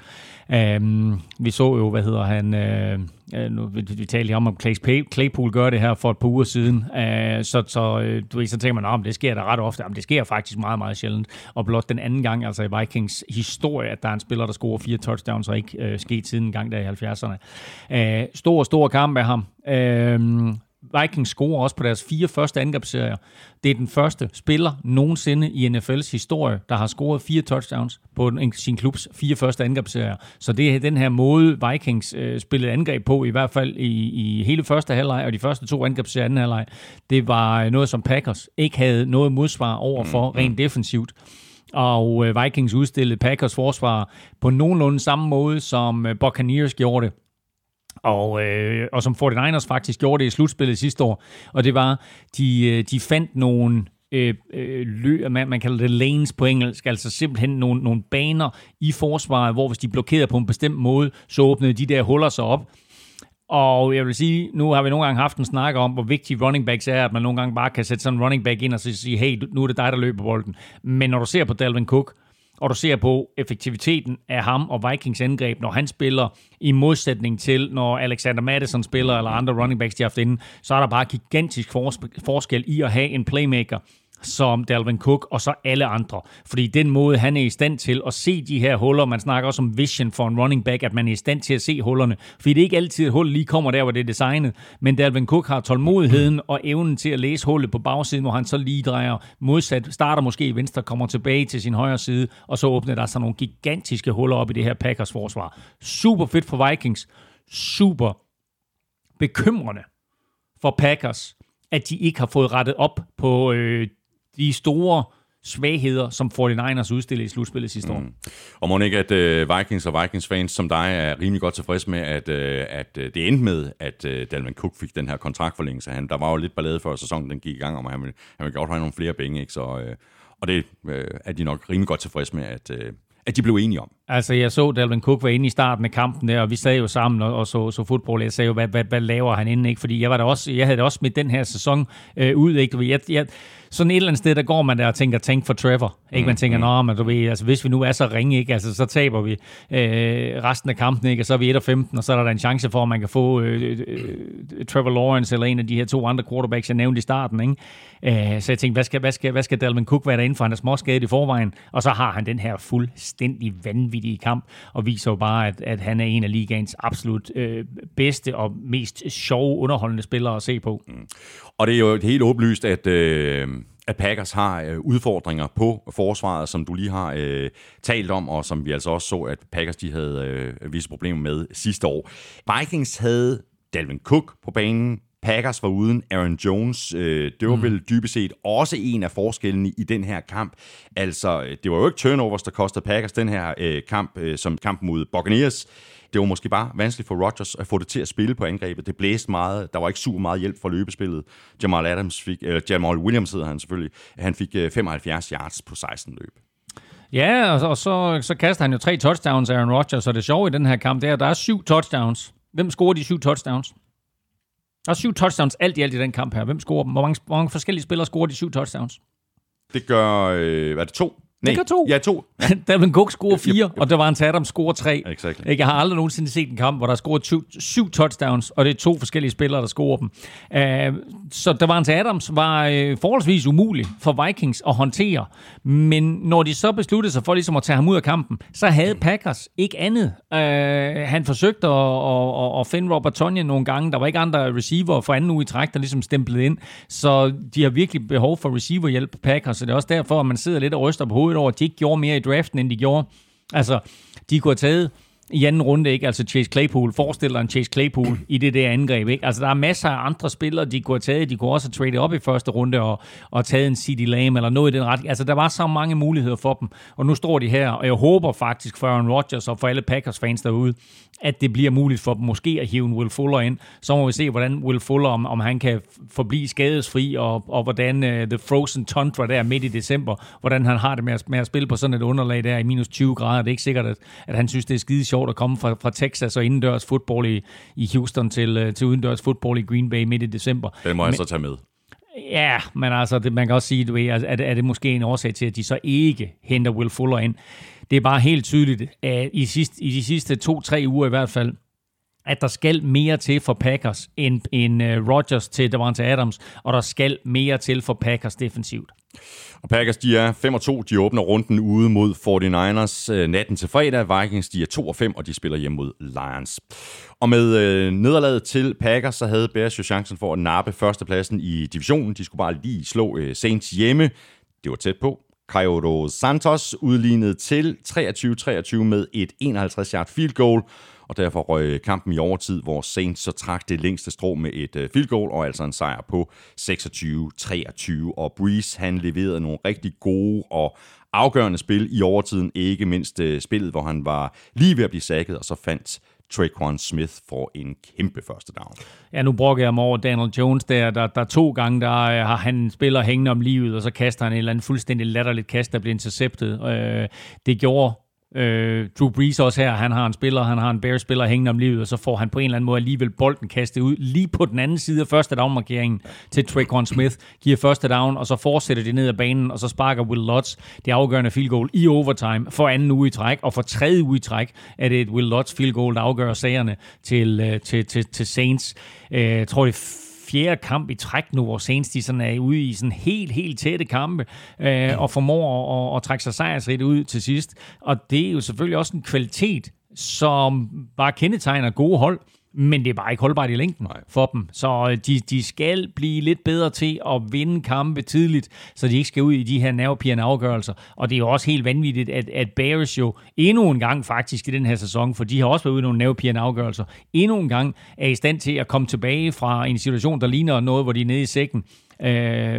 Um, vi så jo, hvad hedder han... Uh, Uh, nu, vi, vi talte om, om Claypool gør det her for et par uger siden, uh, så, så, uh, du ved, så tænker man, at det sker der ret ofte. Jamen, det sker faktisk meget, meget sjældent. Og blot den anden gang, altså i Vikings historie, at der er en spiller, der scorer fire touchdowns, og ikke uh, sket siden en gang der i halvfjerdserne. Uh, stor, stor kamp af ham. Uh, Vikings scorer også på deres fire første angrebsserier. Det er den første spiller nogensinde i N F L's historie, der har scoret fire touchdowns på sin klubs fire første angrebsserier. Så det er den her måde, Vikings øh, spillede angreb på, i hvert fald i, i hele første halvleg, og de første to angrebsserier anden halvleg. Det var noget, som Packers ikke havde noget modsvar overfor, rent defensivt. Og øh, Vikings udstillede Packers forsvar på nogenlunde samme måde, som øh, Buccaneers gjorde det. Og, øh, og som forty-niners faktisk gjorde det i slutspillet sidste år. Og det var, de, de fandt nogle, øh, lø, man, man kalder det lanes på engelsk, altså simpelthen nogle, nogle baner i forsvaret, hvor hvis de blokerede på en bestemt måde, så åbnede de der huller sig op. Og jeg vil sige, nu har vi nogle gange haft en snak om, hvor vigtig running backs er, at man nogle gange bare kan sætte sådan en running back ind og sige, hey, nu er det dig, der løber bolden. Men når du ser på Dalvin Cook, og du ser på effektiviteten af ham og Vikings angreb, når han spiller, i modsætning til, når Alexander Mattison spiller, eller andre running backs, de har haft inden, så er der bare gigantisk forskel i at have en playmaker, som Dalvin Cook, og så alle andre. Fordi den måde, han er i stand til at se de her huller, man snakker også om vision for en running back, at man er i stand til at se hullerne. Fordi det er ikke altid, at hullet lige kommer der, hvor det er designet, men Dalvin Cook har tålmodigheden og evnen til at læse hullet på bagsiden, hvor han så lige drejer modsat, starter måske i venstre, kommer tilbage til sin højre side, og så åbner der sig nogle gigantiske huller op i det her Packers forsvar. Super fedt for Vikings. Super bekymrende for Packers, at de ikke har fået rettet op på øh, de store svagheder, som forty-niners udstillede i slutspillet sidste år. Mm. Og må ikke, at uh, Vikings og Vikings-fans som dig er rimelig godt tilfreds med, at, uh, at uh, det endte med, at uh, Dalvin Cook fik den her kontraktforlængelse. Han, der var jo lidt ballade før sæsonen, den gik i gang, og han ville, han ville godt have nogle flere penge, ikke? Så, uh, og det uh, er de nok rimelig godt tilfreds med, at, uh, at de blev enige om. Altså, jeg så Dalvin Cook var inde i starten af kampen der, og vi sad jo sammen og, og så, så fodbold. Jeg sagde jo, hvad, hvad, hvad laver han inde, ikke? Fordi jeg var der også, jeg havde da også med den her sæson øh, ud, ikke? Jeg, jeg, sådan et eller andet sted, der går man der og tænker, tænk for Trevor. Ikke? Man tænker, nå, men du ved, altså, hvis vi nu er så ringe, ikke? Altså, så taber vi øh, resten af kampen, ikke? Og så er vi et og femten, og så er der en chance for, at man kan få øh, øh, Trevor Lawrence eller en af de her to andre quarterbacks, jeg nævnte i starten, ikke? Øh, så jeg tænkte, hvad skal, hvad, skal, hvad skal Dalvin Cook være derinde for? Han er småskadet i forvejen, og så har han den her fuldstændig vanvittige kamp, og viser jo bare, at, at han er en af ligaens absolut øh, bedste og mest sjove, underholdende spillere at se på. Mm. Og det er jo helt åbenlyst, at, øh, at Packers har øh, udfordringer på forsvaret, som du lige har øh, talt om, og som vi altså også så, at Packers de havde øh, visse problemer med sidste år. Vikings havde Dalvin Cook på banen, Packers var uden Aaron Jones. Det var vel dybest set også en af forskellene i den her kamp. Altså, det var jo ikke turnovers, der kostede Packers den her kamp, som kampen mod Buccaneers. Det var måske bare vanskeligt for Rodgers at få det til at spille på angrebet. Det blæste meget. Der var ikke super meget hjælp fra løbespillet. Jamal Adams fik, eller Jamal Williams hedder han selvfølgelig. Han fik femoghalvfjerds yards på seksten løb. Ja, og så, og så, så kaster han jo tre touchdowns, Aaron Rodgers, og det sjove i den her kamp, det er, at der er syv touchdowns. Hvem scorer de syv touchdowns? Der er syv touchdowns alt i alt i den kamp her. Hvem scorer dem? Hvor mange, hvor mange forskellige spillere scorer de syv touchdowns? Det gør, øh, hvad er det, to? Nej, det gør to. Ja, to. Dalvin Cook scorer fire, yep, yep. Og Davante Adams scorer tre. Exactly. Jeg har aldrig nogensinde set en kamp, hvor der er scoret syv, syv touchdowns, og det er to forskellige spillere, der scorer dem. Uh, så Davante Adams var uh, forholdsvis umulig for Vikings at håndtere. Men når de så besluttede sig for ligesom at tage ham ud af kampen, så havde Packers ikke andet. Uh, han forsøgte at, at, at finde Robert Tonyan nogle gange. Der var ikke andre receiver for anden uge i træk, der ligesom stemplede ind. Så de har virkelig behov for receiverhjælp, Packers. Så det er også derfor, at man sidder lidt og ryster på hovedet over, at de ikke gjorde mere i draften, end de gjorde. Altså, de kunne have taget i anden runde, ikke? Altså Chase Claypool. Forestil dig en Chase Claypool i det der angreb, ikke? Altså, der er masser af andre spillere, de kunne have taget. De kunne også have tradet op i første runde og, og taget en CeeDee Lamb eller noget i den retning. Altså, der var så mange muligheder for dem. Og nu står de her, og jeg håber faktisk for Aaron Rodgers og for alle Packers-fans derude, at det bliver muligt for dem måske at hive en Will Fuller ind. Så må vi se, hvordan Will Fuller, om, om han kan forblive skadesfri, og, og hvordan uh, The Frozen Tundra der midt i december, hvordan han har det med at, med at spille på sådan et underlag der i minus tyve grader. Det er ikke sikkert, at, at han synes, det er skide sjovt at komme fra, fra Texas og indendørs fodbold i, i Houston til, uh, til udendørs fodbold i Green Bay midt i december. Det må han men, så tage med. Ja, men altså, det, man kan også sige, du ved, er, er det måske en årsag til, at de så ikke henter Will Fuller ind. Det er bare helt tydeligt, at i, sidste, i de sidste to-tre uger i hvert fald, at der skal mere til for Packers end, end uh, Rodgers til Davante Adams, og der skal mere til for Packers defensivt. Og Packers, de er fem og to. De åbner runden ude mod forty-niners øh, natten til fredag. Vikings, de er to og fem, og de spiller hjem mod Lions. Og med øh, nederlaget til Packers, så havde Bears jo chancen for at nappe førstepladsen i divisionen. De skulle bare lige slå øh, Saints hjemme. Det var tæt på. Cairo Santos udlignede til treogtyve treogtyve med et enoghalvtreds yard field goal. Og derfor røg kampen i overtid, hvor Saints så trak det længste strå med et field goal, og altså en sejr på seksogtyve treogtyve. Og Breeze, han leverede nogle rigtig gode og afgørende spil i overtiden, ikke mindst spillet, hvor han var lige ved at blive sacket, og så fandt Tre'Quan Smith for en kæmpe første down. Ja, nu brokker jeg mig over Daniel Jones der. Der, der to gange, der har han spiller hængende om livet, og så kaster han et eller andet fuldstændig latterligt kast, der bliver interceptet. Øh, det gjorde Øh, Drew Brees også her, han har en spiller, han har en Bears-spiller hængende om livet, og så får han på en eller anden måde alligevel bolden kastet ud, lige på den anden side af første down-markeringen til Tre'Quan Smith, giver første down, og så fortsætter det ned ad banen, og så sparker Will Lutz det afgørende field goal i overtime for anden uge i træk, og for tredje uge i træk er det et Will Lutz field goal, der afgør sagerne til, til, til, til Saints. Øh, jeg tror, det er fjerde kamp i træk nu, hvor Saints de sådan er ude i sådan helt, helt tætte kampe, øh, og formår at, at trække sig sejrsrigt ud til sidst. Og det er jo selvfølgelig også en kvalitet, som bare kendetegner gode hold, men det er bare ikke holdbart i længden Nej. for dem. Så de, de skal blive lidt bedre til at vinde kampe tidligt, så de ikke skal ud i de her nervepirrende afgørelser. Og det er jo også helt vanvittigt, at, at Bears jo endnu en gang faktisk i den her sæson, for de har også været ude i nogle nervepirrende afgørelser, endnu en gang er i stand til at komme tilbage fra en situation, der ligner noget, hvor de er nede i sækken. Øh,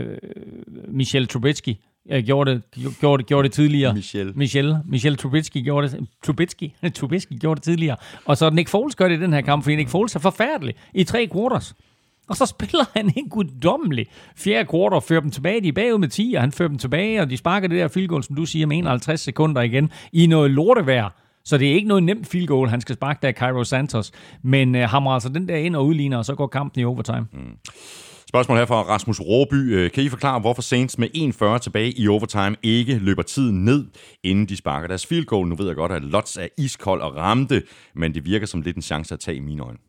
Michel Trubisky gjorde det, gjorde det, gjorde det tidligere. Michel. Michel, Michel Trubisky gjorde det. Trubisky, Trubisky gjorde det tidligere. Og så Nick Foles gør det i den her kamp, fordi Nick Foles er forfærdelig i tre quarters. Og så spiller han en guddommelig fjerde quarter og fører dem tilbage. De er bagud med ti, og han fører dem tilbage, og de sparker det der field goal, som du siger, med enoghalvtreds sekunder igen, i noget lortevejr. Så det er ikke noget nemt field goal, han skal sparke der Cairo Santos. Men øh, hamrer altså den der ind og udligner, og så går kampen i overtime. Mm. Spørgsmål her fra Rasmus Råby. Kan I forklare, hvorfor Saints med en fyrre tilbage i overtime ikke løber tiden ned, inden de sparker deres field goal? Nu ved jeg godt, at Lutz er iskold og ramte, men det virker som lidt en chance at tage i mine øjne.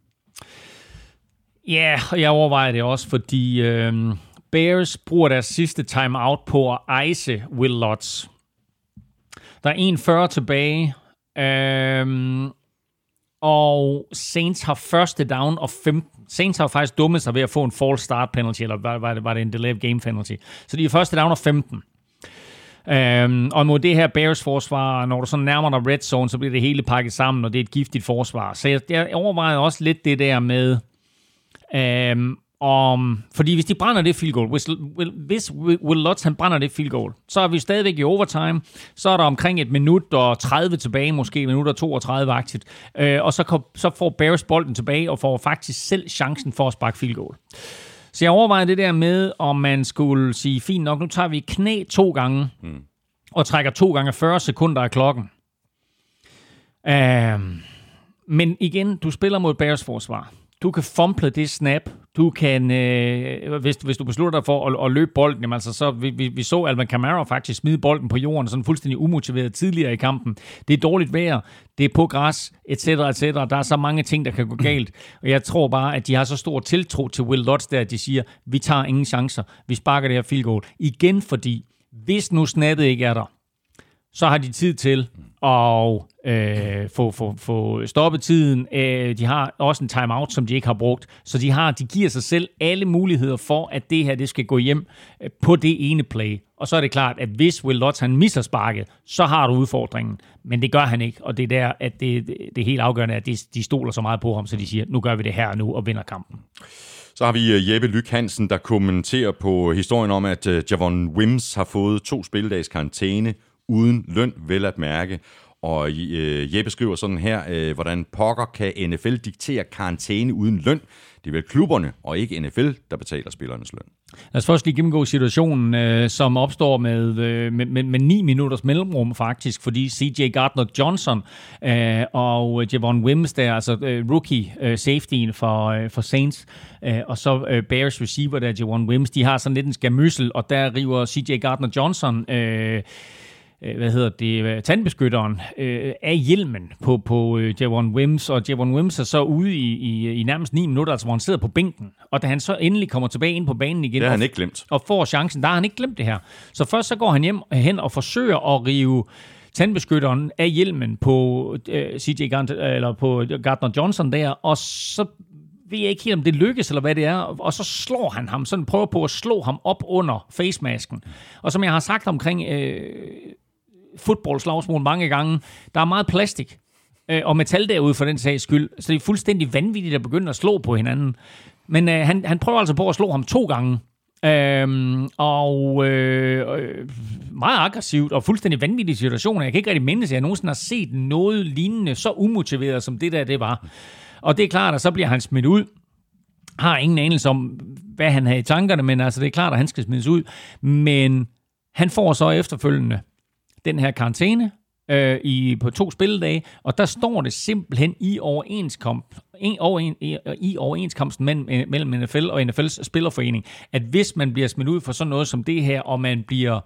Ja, og jeg overvejer det også, fordi øh, Bears bruger deres sidste timeout på at ice Will Lutz. Der er en fyrre tilbage, øh, og Saints har første down og femten. Saints har faktisk dummet sig ved at få en false start penalty, eller var, var, det, var det en delayed game penalty. Så de er første down og femten. Øhm, og mod det her Bears forsvar, når du så nærmer dig red zone, så bliver det hele pakket sammen, og det er et giftigt forsvar. Så jeg, jeg overvejer også lidt det der med, øhm, om, fordi hvis de brænder det field goal, hvis, hvis Will Lutz han brænder det field goal, så er vi stadigvæk i overtime, så er der omkring et minut og tredive tilbage, måske minut og toogtredive-agtigt, øh, og så, kom, så får Bears bolden tilbage, og får faktisk selv chancen for at sparke field goal. Så jeg overvejer det der med, om man skulle sige, fint nok, nu tager vi knæ to gange, mm. og trækker to gange fyrre sekunder af klokken. Øh, men igen, du spiller mod Bears forsvar. Du kan fumble det snap. Du kan, øh, hvis, hvis du beslutter dig for at, at løbe bolden, jamen altså, så vi, vi, vi så Alvin Kamara faktisk smide bolden på jorden, sådan fuldstændig umotiveret tidligere i kampen. Det er dårligt vejr, det er på græs, et cetera, et cetera. Der er så mange ting, der kan gå galt. Og jeg tror bare, at de har så stor tiltro til Will Lutz der, at de siger, vi tager ingen chancer, vi sparker det her field goal. Igen fordi, hvis nu snappet ikke er der, så har de tid til at øh, få, få, få stoppet tiden. Øh, de har også en timeout, som de ikke har brugt. Så de, har, de giver sig selv alle muligheder for, at det her det skal gå hjem øh, på det ene play. Og så er det klart, at hvis Will Lutz han misser sparket, så har du udfordringen. Men det gør han ikke, og det er der, at det, det er helt afgørende, at de, de stoler så meget på ham, så de siger, nu gør vi det her nu og vinder kampen. Så har vi Jeppe Lyk Hansen, der kommenterer på historien om, at Javon Wims har fået to spilledags karantæne uden løn, vel at mærke. Og øh, Jeppe skriver sådan her, øh, hvordan pokker kan N F L diktere karantæne uden løn? Det er vel klubberne, og ikke N F L, der betaler spillernes løn. Lad os først lige gennemgå situationen, øh, som opstår med, øh, med, med, med ni minutters mellemrum faktisk, fordi C J Gardner-Johnson øh, og Javon Wims, der altså øh, rookie øh, safetyen for, øh, for Saints, øh, og så øh, Bears receiver, der Javon Wims, de har sådan lidt en skamyssel, og der river C J Gardner-Johnson øh, hvad hedder det, tandbeskytteren øh, af hjelmen på, på øh, Javon Wims, og Javon Wims er så ude i, i, i nærmest ni minutter, altså hvor han sidder på bænken, og da han så endelig kommer tilbage ind på banen igen, det har han og, ikke glemt. og får chancen, der har han ikke glemt det her. Så først så går han hjem hen og forsøger at rive tandbeskytteren af hjelmen på øh, C J Gardner, eller på Gardner Johnson der, og så ved jeg ikke helt, om det lykkes, eller hvad det er, og så slår han ham, sådan prøver på at slå ham op under facemasken. Og som jeg har sagt omkring øh, fodboldslagsmål mange gange, der er meget plastik øh, og metal derude for den sags skyld, så det er fuldstændig vanvittigt at begynde at slå på hinanden. Men øh, han, han prøver altså på at slå ham to gange, Øhm, og øh, meget aggressivt og fuldstændig vanvittige situationer. Jeg kan ikke rigtig mindes, at jeg nogensinde har set noget lignende så umotiveret, som det der det var. Og det er klart, at så bliver han smidt ud. Har ingen anelse om, hvad han havde i tankerne, men altså det er klart, at han skal smides ud. Men han får så efterfølgende den her karantæne øh, i, på to spilledage, og der står det simpelthen i overenskomst En, over, i, i overenskomsten mellem, mellem N F L og N F L's spillerforening, at hvis man bliver smidt ud for sådan noget som det her, og man bliver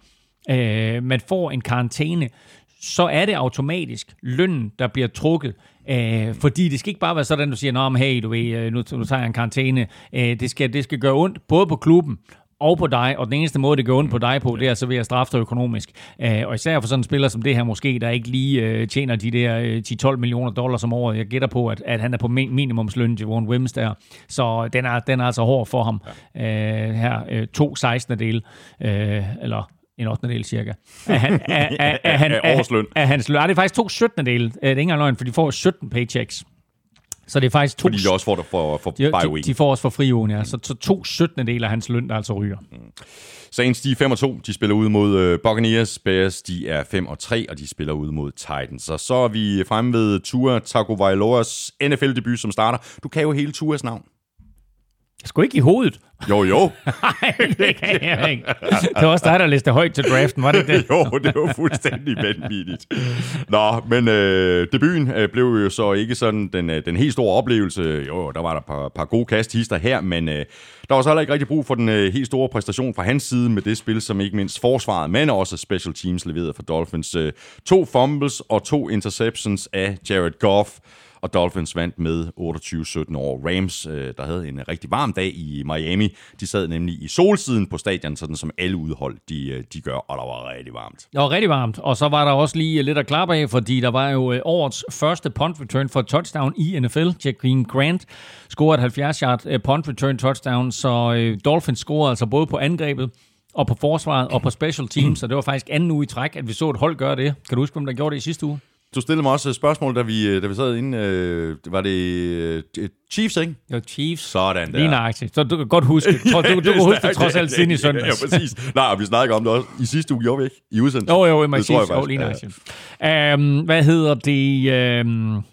øh, man får en karantæne, så er det automatisk lønnen, der bliver trukket. Øh, fordi det skal ikke bare være sådan, at du siger, nå, hey, du ved, nu, nu tager jeg en karantæne. Øh, det, skal, det skal gøre ondt både på klubben og på dig, og den eneste måde, det går ondt på dig på, det er så ved at straffe dig økonomisk. Øh, og især for sådan en spiller som det her måske, der ikke lige øh, tjener de der øh, ti til tolv millioner dollars om året. Jeg gætter på, at, at han er på min- minimumsløn, Javon Wims der. Så den er, den er altså hård for ham. Øh, her øh, to sekstendedele, øh, eller en ottendedel cirka. Af, han, af, af, af, han, af, af hans løn. Ah, det er faktisk to syttendedele. Det er ikke engang løgn, for de får sytten paychecks. Så det er faktisk to... Fordi de også får det for, for de, bye week. De, de får også for friugen, ja. Så, så to syttendedele af hans løn, der altså ryger. Mm. Saints, de er fem og to. De spiller ud mod uh, Buccaneers. Bears, de er fem og tre, og de spiller ud mod Titans. Og så er vi fremme ved Tua Tagovailoas N F L-debut, som starter. Du kan jo hele Tuas navn. Sgu ikke i hovedet. Jo, jo. Nej, det kan jeg ikke. Det var også dig, der læste højt til draften, var det det? Jo, det var fuldstændig vanvittigt. Nå, men øh, debuten øh, blev jo så ikke sådan den, øh, den helt store oplevelse. Jo, der var der et par, par gode kasthister her, men øh, der var så heller ikke rigtig brug for den øh, helt store præstation fra hans side med det spil, som ikke mindst forsvaret, men også special teams leverede for Dolphins. Øh, to fumbles og to interceptions af Jared Goff. Og Dolphins vandt med otteogtyve sytten over Rams, der havde en rigtig varm dag i Miami. De sad nemlig i solsiden på stadion, sådan som alle udhold de, de gør, og der var rigtig varmt. Det var rigtig varmt, og så var der også lige lidt at klappe af, fordi der var jo årets første punt return for touchdown i N F L. Jaquin Grant scorede et halvfjerds yard punt return touchdown, så Dolphins scorede altså både på angrebet og på forsvaret og på special teams, så det var faktisk anden uge i træk, at vi så et hold gøre det. Kan du huske, hvem der gjorde det i sidste uge? Du stillede mig også et spørgsmål, da vi, da vi sad inde. Øh, var det øh, Chiefs, ikke? Jo, Chiefs. Sådan der. Lige nøjagtigt. Så du kan godt huske det. Du, du kan huske det trods alt siden i søndags. Ja, præcis. Nej, vi snakker om det også i sidste uge, gjorde vi ikke? I udsendelsen. Jo, jo, i Chiefs. Jo, lige nøjagtigt. Ja. Um, hvad hedder det? Um,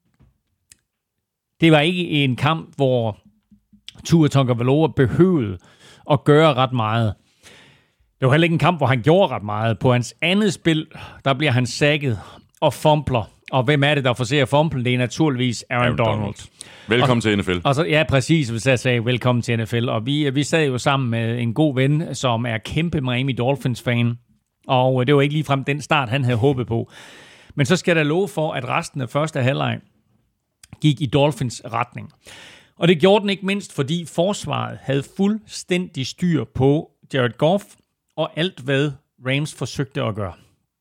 det var ikke en kamp, hvor Tua Tagovailoa behøvede at gøre ret meget. Det var heller ikke en kamp, hvor han gjorde ret meget. På hans andet spil, der bliver han sacket og fumbler. Og hvem er det, der forser fumblen? Det er naturligvis Aaron, Aaron Donald. Donald. Velkommen og, til N F L. Og så, ja, præcis, hvis jeg sagde velkommen til N F L. Og vi, vi sad jo sammen med en god ven, som er kæmpe Miami Dolphins-fan. Og det var ikke ligefrem den start, han havde håbet på. Men så skal der love for, at resten af første halvleg gik i Dolphins retning. Og det gjorde den ikke mindst, fordi forsvaret havde fuldstændig styr på Jared Goff og alt, hvad Rams forsøgte at gøre.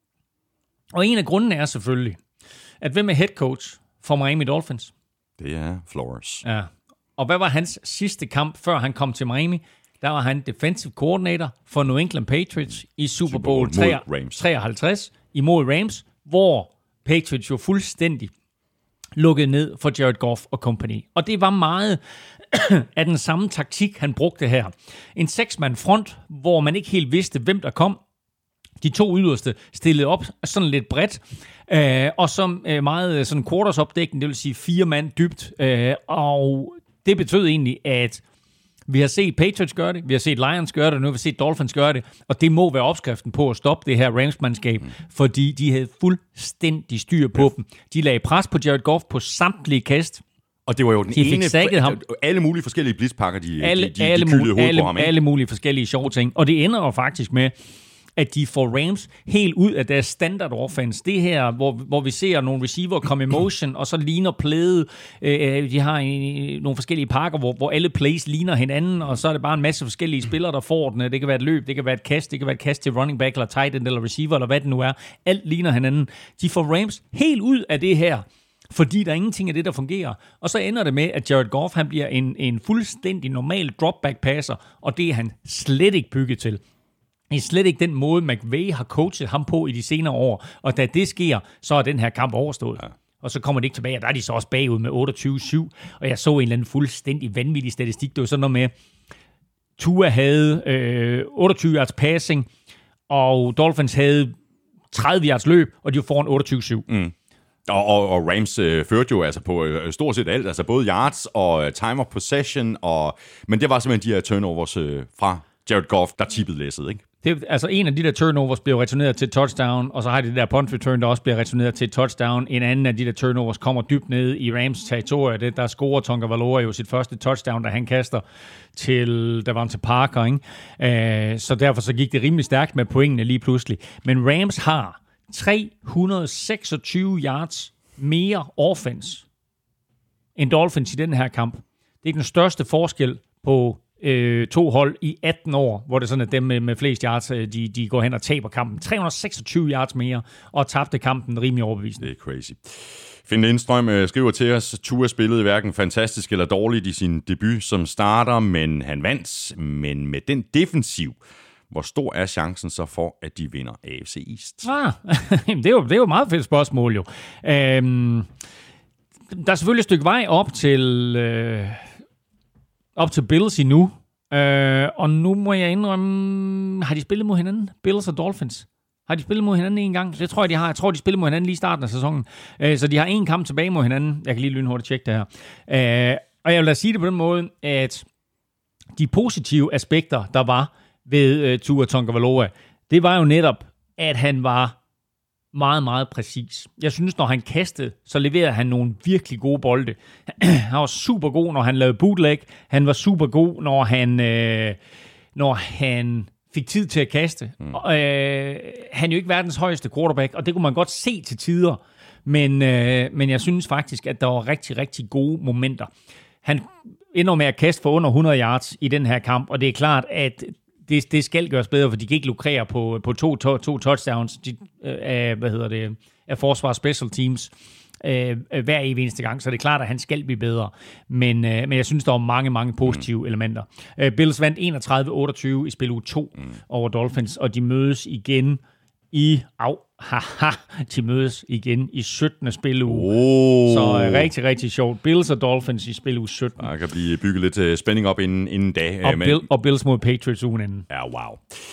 Og en af grundene er selvfølgelig, at hvem er head coach for Miami Dolphins? Det er Flores. Ja. Og hvad var hans sidste kamp, før han kom til Miami? Der var han defensive coordinator for New England Patriots i Super Bowl treoghalvtreds imod Rams, hvor Patriots jo fuldstændig lukkede ned for Jared Goff og company. Og det var meget af den samme taktik, han brugte her. En seksmand front, hvor man ikke helt vidste, hvem der kom. De to yderste stillede op sådan lidt bredt, øh, og som øh, meget sådan quarters-opdækning, det vil sige fire mand dybt. Øh, og det betød egentlig, at vi har set Patriots gøre det, vi har set Lions gøre det, og nu har vi set Dolphins gøre det, og det må være opskriften på at stoppe det her Rams-mandskab, mm. fordi de havde fuldstændig styr på ja. dem. De lagde pres på Jared Goff på samtlige kast. Og det var jo den de ene... ham. Alle mulige forskellige blitzpakker, de, alle, de, de, alle, de kyldede hovedet alle, på ham. Alle mulige forskellige sjove ting. Og det ender jo faktisk med, at de får Rams helt ud af deres standard offense. Det her, hvor, hvor vi ser nogle receiver komme i motion, og så ligner playet. Øh, de har en, nogle forskellige pakker, hvor, hvor alle plays ligner hinanden, og så er det bare en masse forskellige spillere, der får den. Det kan være et løb, det kan være et kast, det kan være et kast til running back, eller tight end, eller receiver, eller hvad det nu er. Alt ligner hinanden. De får Rams helt ud af det her, fordi der er ingenting af det, der fungerer. Og så ender det med, at Jared Goff han bliver en, en fuldstændig normal dropback-passer, og det er han slet ikke bygget til. Det er slet ikke den måde, McVay har coachet ham på i de senere år. Og da det sker, så er den her kamp overstået. Ja. Og så kommer det ikke tilbage, og der er de så også bagud med otteogtyve syv. Og jeg så en eller anden fuldstændig vanvittig statistik. Det var sådan noget med, Tua havde øh, otteogtyve yards passing, og Dolphins havde tredive yards løb, og de var foran otteogtyve syv. Mm. Og, og, og Rams øh, førte jo altså på øh, stort set alt, altså både yards og øh, time of possession, og, men det var simpelthen de her turnovers øh, fra Jared Goff, der tippede læsset, ikke? Det, altså en af de der turnovers bliver returneret til touchdown, og så har de det der punt return, der også bliver returneret til touchdown. En anden af de der turnovers kommer dybt ned i Rams territorium. Det der scorer Tonga Valora jo sit første touchdown, da han kaster til Davante Parker, ikke? Øh, så derfor så gik det rimelig stærkt med pointene lige pludselig. Men Rams har tre hundrede og seksogtyve yards mere offense end Dolphins i den her kamp. Det er den største forskel på øh, to hold i atten år, hvor det sådan, at dem med, med flest yards, de, de går hen og taber kampen. tre hundrede og seksogtyve yards mere, og tabte kampen rimelig overbevisende. Det er crazy. Finn Lindstrøm skriver til os, Tua spillede hverken fantastisk eller dårligt i sin debut som starter, men han vandt. Men med den defensiv, hvor stor er chancen så for, at de vinder A F C East? Ah, det, er jo, det er jo et meget fedt spørgsmål, jo. Øhm, der er selvfølgelig et stykke vej op til, øh, op til Bills endnu. Øh, og nu må jeg indrømme, har de spillet mod hinanden? Bills og Dolphins? Har de spillet mod hinanden en gang? Det tror jeg, de har. Jeg tror, de spillede mod hinanden lige i starten af sæsonen. Øh, så de har en kamp tilbage mod hinanden. Jeg kan lige lynhurtigt tjekke det her. Øh, og jeg vil da sige det på den måde, at de positive aspekter, der var ved uh, Tua Tagovailoa, det var jo netop, at han var meget, meget præcis. Jeg synes, når han kastede, så leverede han nogle virkelig gode bolde. Han var super god, når han lavede bootleg. Han var super god, når han, øh, når han fik tid til at kaste. Mm. Og, øh, han er jo ikke verdens højeste quarterback, og det kunne man godt se til tider. Men, øh, men jeg synes faktisk, at der var rigtig, rigtig gode momenter. Han ender med at kaste for under hundrede yards i den her kamp, og det er klart, at Det, det skal gøres bedre, for de kan ikke lukrere på, på to, to, to touchdowns de, øh, af, hvad hedder det, af forsvar special teams øh, hver evig eneste gang, så det er klart, at han skal blive bedre. Men, øh, men jeg synes, der er mange, mange positive mm. elementer. Øh, Bills vandt enogtredive otteogtyve i spil uge to mm. over Dolphins, og de mødes igen i... Au, haha, de mødes igen i syttende spiluge. Oh. Så øh, rigtig, rigtig sjovt. Bills og Dolphins i spiluge sytten. Der kan blive bygget lidt uh, spænding op inden, inden da. Og, Bill, og Bills mod Patriots ugen inden. Ja, wow.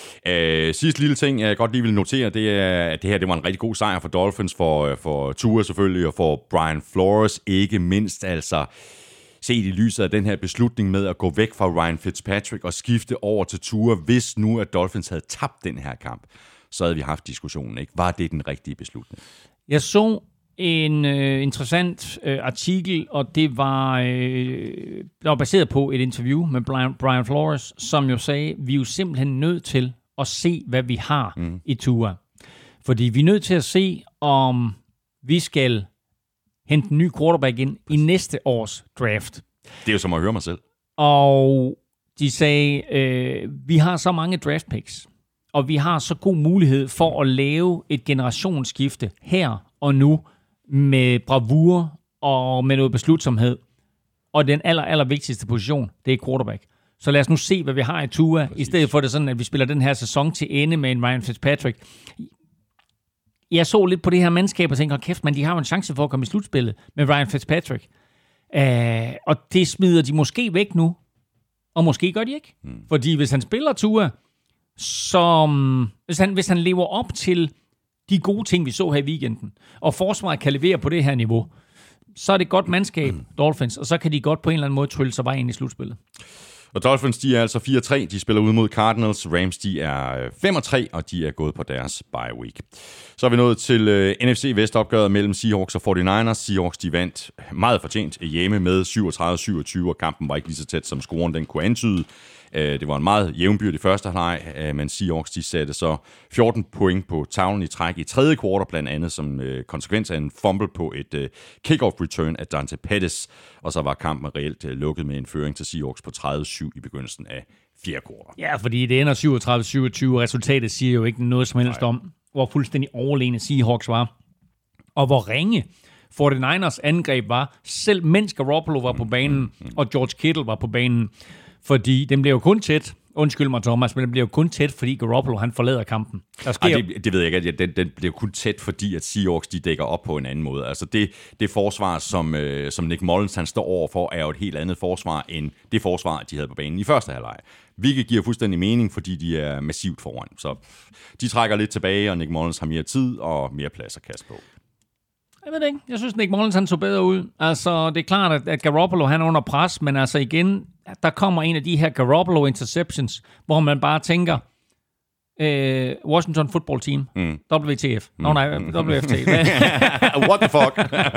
Uh, sidste lille ting, jeg godt lige vil notere, det er, at det her det var en rigtig god sejr for Dolphins, for, for Tua selvfølgelig, og for Brian Flores ikke mindst. Altså, set i lyset af den her beslutning med at gå væk fra Ryan Fitzpatrick og skifte over til Tua, hvis nu at Dolphins havde tabt den her kamp, så havde vi haft diskussionen, ikke? Var det den rigtige beslutning? Jeg så en øh, interessant øh, artikel, og det var, øh, det var baseret på et interview med Brian, Brian Flores, som jo sagde, vi er jo simpelthen nødt til at se, hvad vi har mm. i Tua. Fordi vi er nødt til at se, om vi skal hente en ny quarterback ind i næste års draft. Det er jo som at høre mig selv. Og de sagde, øh, vi har så mange draft picks, og vi har så god mulighed for at lave et generationsskifte her og nu med bravur og med noget beslutsomhed. Og den aller, aller vigtigste position, det er quarterback. Så lad os nu se, hvad vi har i Tua, Præcis. I stedet for det sådan, at vi spiller den her sæson til ende med en Ryan Fitzpatrick. Jeg så lidt på det her mandskab og tænkte, kæft, men de har jo en chance for at komme i slutspillet med Ryan Fitzpatrick. Uh, og det smider de måske væk nu, og måske gør de ikke. Hmm. Fordi hvis han spiller Tua, som hvis han, hvis han lever op til de gode ting, vi så her i weekenden, og forsvaret kan levere på det her niveau, så er det godt mandskab, Dolphins, og så kan de godt på en eller anden måde trylle sig vej ind i slutspillet. Og Dolphins, de er altså fire tre, de spiller ud mod Cardinals. Rams, de er fem og tre, og de er gået på deres bye week. Så er vi nået til uh, N F C Vest-opgøret mellem Seahawks og forty-niners. Seahawks, de vandt meget fortjent hjemme med syvogtredive syvogtyve, og kampen var ikke lige så tæt, som scoren den kunne antyde. Det var en meget jævnbyrdig første halvleg, men Seahawks de satte så fjorten point på tavlen i træk i tredje kvartal, blandt andet som konsekvens af en fumble på et kickoff return af Dante Pettis, og så var kampen reelt lukket med en føring til Seahawks på tredive syv i begyndelsen af fjerde kvartal. Ja, fordi det ender syvogtredive syvogtyve, og resultatet siger jo ikke noget som helst Nej. om, hvor fuldstændig overlegne Seahawks var, og hvor ringe forty-niners angreb var, selv mens Garoppolo var på banen, og George Kittle var på banen. Fordi den blev jo kun tæt, undskyld mig Thomas, men den blev jo kun tæt, fordi Garoppolo han forlader kampen. Der sker... Ej, det, det ved jeg ikke, den, den blev kun tæt, fordi at Seahawks de dækker op på en anden måde. Altså det, det forsvar, som, øh, som Nick Mullins han står overfor, er jo et helt andet forsvar, end det forsvar, de havde på banen i første halvleg. Hvilket giver fuldstændig mening, fordi de er massivt foran. Så de trækker lidt tilbage, og Nick Mullins har mere tid og mere plads at kaste på. Jeg ved det ikke. Jeg synes, Nick Mullins han så bedre ud. Altså, det er klart, at, at Garoppolo han er under pres, men altså igen, der kommer en af de her Garoppolo interceptions, hvor man bare tænker, øh, Washington Football Team, mm. W T F. Nå mm. nej, W F T. What the fuck?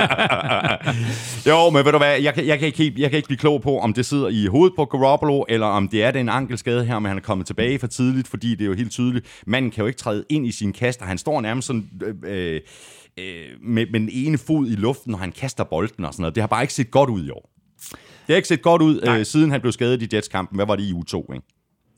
Jo, men ved du hvad, jeg kan, jeg, kan ikke, jeg kan ikke blive klog på, om det sidder i hovedet på Garoppolo, eller om det er den ankelskade her, men han er kommet tilbage for tidligt, fordi det er jo helt tydeligt. Manden kan jo ikke træde ind i sin kast, og han står nærmest sådan... Øh, Med, med den ene fod i luften, når han kaster bolden og sådan noget. Det har bare ikke set godt ud i år. Det har ikke set godt ud, øh, siden han blev skadet i Jets-kampen. Hvad var det i uge to, ikke?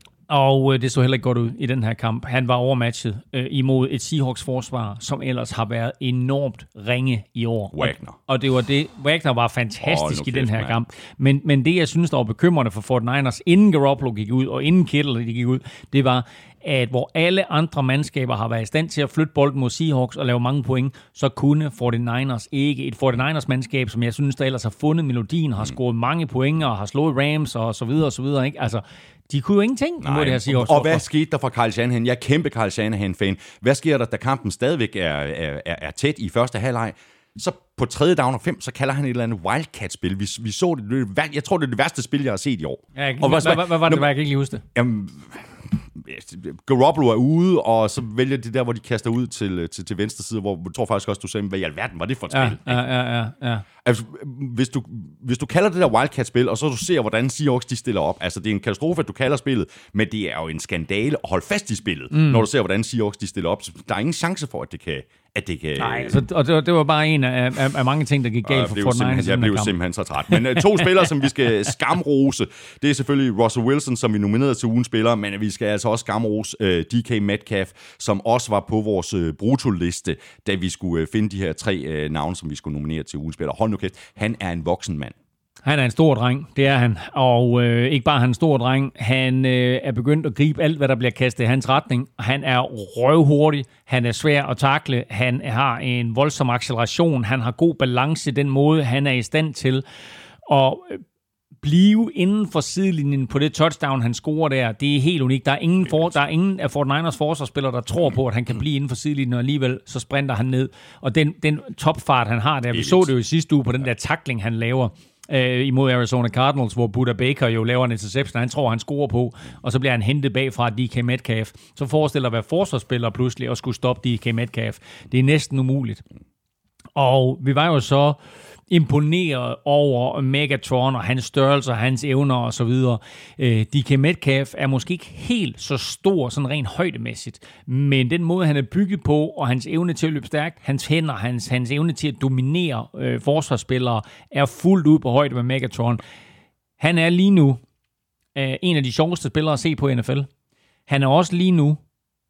Og øh, det så heller ikke godt ud i den her kamp. Han var overmatchet øh, imod et Seahawks-forsvar, som ellers har været enormt ringe i år. Wagner. Og, og det var det. Wagner var fantastisk oh, i den her man. kamp. Men, men det, jeg synes, der var bekymrende for forty-niners, inden Garoppolo gik ud, og inden Kittle gik ud, det var, at hvor alle andre mandskaber har været i stand til at flytte bolden mod Seahawks og lave mange point, så kunne forty-niners ikke. Et forty-niners-mandskab, som jeg synes, der ellers har fundet melodien, har scoret mange point og har slået Rams og så videre og så videre, ikke? Altså, de kunne jo ingenting mod det her Seahawks. Og, og hvad skete der for Kyle Shanahan? Jeg er kæmpe Kyle Shanahan-fan. Hvad sker der, da kampen stadigvæk er, er, er, er tæt i første halvleg? Så på tredje down og fem, så kalder han et eller andet Wildcat-spil. Vi, vi så det, jeg tror, det er det værste spil, jeg har set i år. Ja, og hvad, hvad, hvad, hvad var det, hvad jeg kan ikke lige huske det? Jamen, Garoppolo er ude, og så vælger de der, hvor de kaster ud til, til, til venstre side, hvor jeg tror faktisk også, du sagde, hvad i alverden var det for et ja, spil? Ja, ja, ja, ja. Altså, hvis du, hvis du kalder det der Wildcat-spil, og så du ser, hvordan Seahawks de stiller op, altså det er en katastrofe, at du kalder spillet, men det er jo en skandale at holde fast i spillet, mm. når du ser, hvordan Seahawks de stiller op. Så der er ingen chance for, at det kan... At det kan Nej, så, og det var, det var bare en af, af, af mange ting, der gik galt for forty-niners. Jeg blev jo simpelthen så træt. Men uh, to spillere, som vi skal skamrose, det er selvfølgelig Russell Wilson, som vi nominerede til ugens spiller, men vi skal altså også skamrose uh, D K Metcalf, som også var på vores uh, brutoliste, da vi skulle uh, finde de her tre uh, navne, som vi skulle nominere til ugens spiller. Hold nu kæft, han er en voksen mand. Han er en stor dreng, det er han. Og øh, ikke bare han er en stor dreng, han øh, er begyndt at gribe alt, hvad der bliver kastet i hans retning. Han er røvhurtig, han er svær at takle, han har en voldsom acceleration, han har god balance i den måde, han er i stand til at blive inden for sidelinjen på det touchdown, han scorer der. Det er helt unikt. Der er ingen, for, der er ingen af forty-niners forsvarsspillere, der tror på, at han kan blive inden for sidelinjen, og alligevel så sprinter han ned. Og den, den topfart, han har der, vi så det jo i sidste uge på den der tackling, han laver øh, imod Arizona Cardinals, hvor Buda Baker jo laver en interception, han tror, han scorer på, og så bliver han hentet bagfra D K Metcalf. Så forestiller at være forsvarsspiller pludselig og skulle stoppe D K Metcalf. Det er næsten umuligt. Og vi var jo så imponeret over Megatron og hans størrelse og hans evner og så videre. D K Metcalf er måske ikke helt så stor, sådan rent højdemæssigt, men den måde, han er bygget på, og hans evne til at løbe stærkt, hans hænder, hans, hans evne til at dominere øh, forsvarsspillere, er fuldt ud på højde med Megatron. Han er lige nu øh, en af de sjoveste spillere at se på i N F L. Han er også lige nu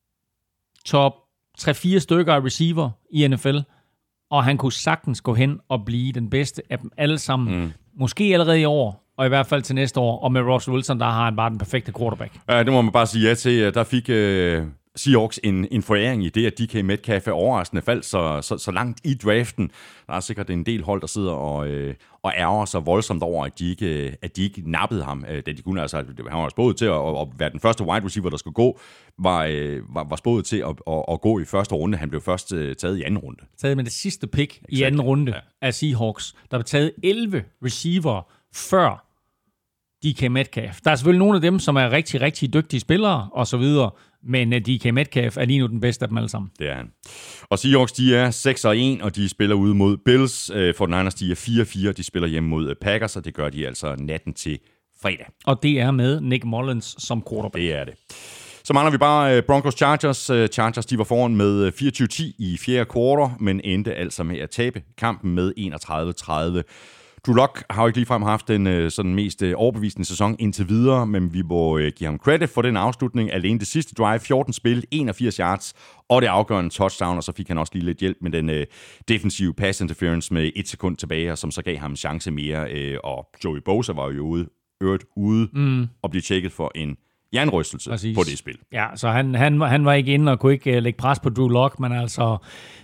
top tre fire stykker af receiver i N F L, og han kunne sagtens gå hen og blive den bedste af dem alle sammen. Mm. Måske allerede i år, og i hvert fald til næste år. Og med Russell Wilson, der har han bare den perfekte quarterback. Ja, det må man bare sige ja til. Der fik uh, Seahawks en, en foræring i det, at D K Metcalf er overraskende faldt så, så, så langt i draften. Der er sikkert en del hold, der sidder og, øh, og ærger sig voldsomt over, at de ikke, at de ikke nappede ham. Da de kunne altså, han var spået til at, at være den første wide receiver, der skulle gå, var, øh, var, var spået til at, at, at gå i første runde. Han blev først øh, taget i anden runde. Taget med det sidste pick Exakt. i anden runde ja. af Seahawks. Der blev taget elleve receiver før D K Metcalf. Der er selvfølgelig nogle af dem, som er rigtig, rigtig dygtige spillere og så videre, men D K Metcalf er lige nu den bedste af dem alle sammen. Det er han. Og Seahawks, de er seks og en, og de spiller ude mod Bills. forty-niners, de er fire og fire, de spiller hjemme mod Packers, og det gør de altså natten til fredag. Og det er med Nick Mullins som quarterback. Det er det. Så mangler vi bare Broncos Chargers. Chargers de var foran med fireogtyve ti i fjerde kvartal, men endte altså med at tabe kampen med enogtredive tredive. Drew Lock har jo ikke ligefrem haft den sådan mest overbevisende sæson indtil videre, men vi må give ham credit for den afslutning. Alene det sidste drive, fjorten spil, enogfirs yards og det afgørende touchdown, og så fik han også lige lidt hjælp med den øh, defensive pass interference med et sekund tilbage, som så gav ham en chance mere, øh, og Joey Bosa var jo ude, øret ude mm. og blev tjekket for en jernrystelse Præcis. På det spil. Ja, så han, han, han var ikke inde og kunne ikke uh, lægge pres på Drew Lock, men altså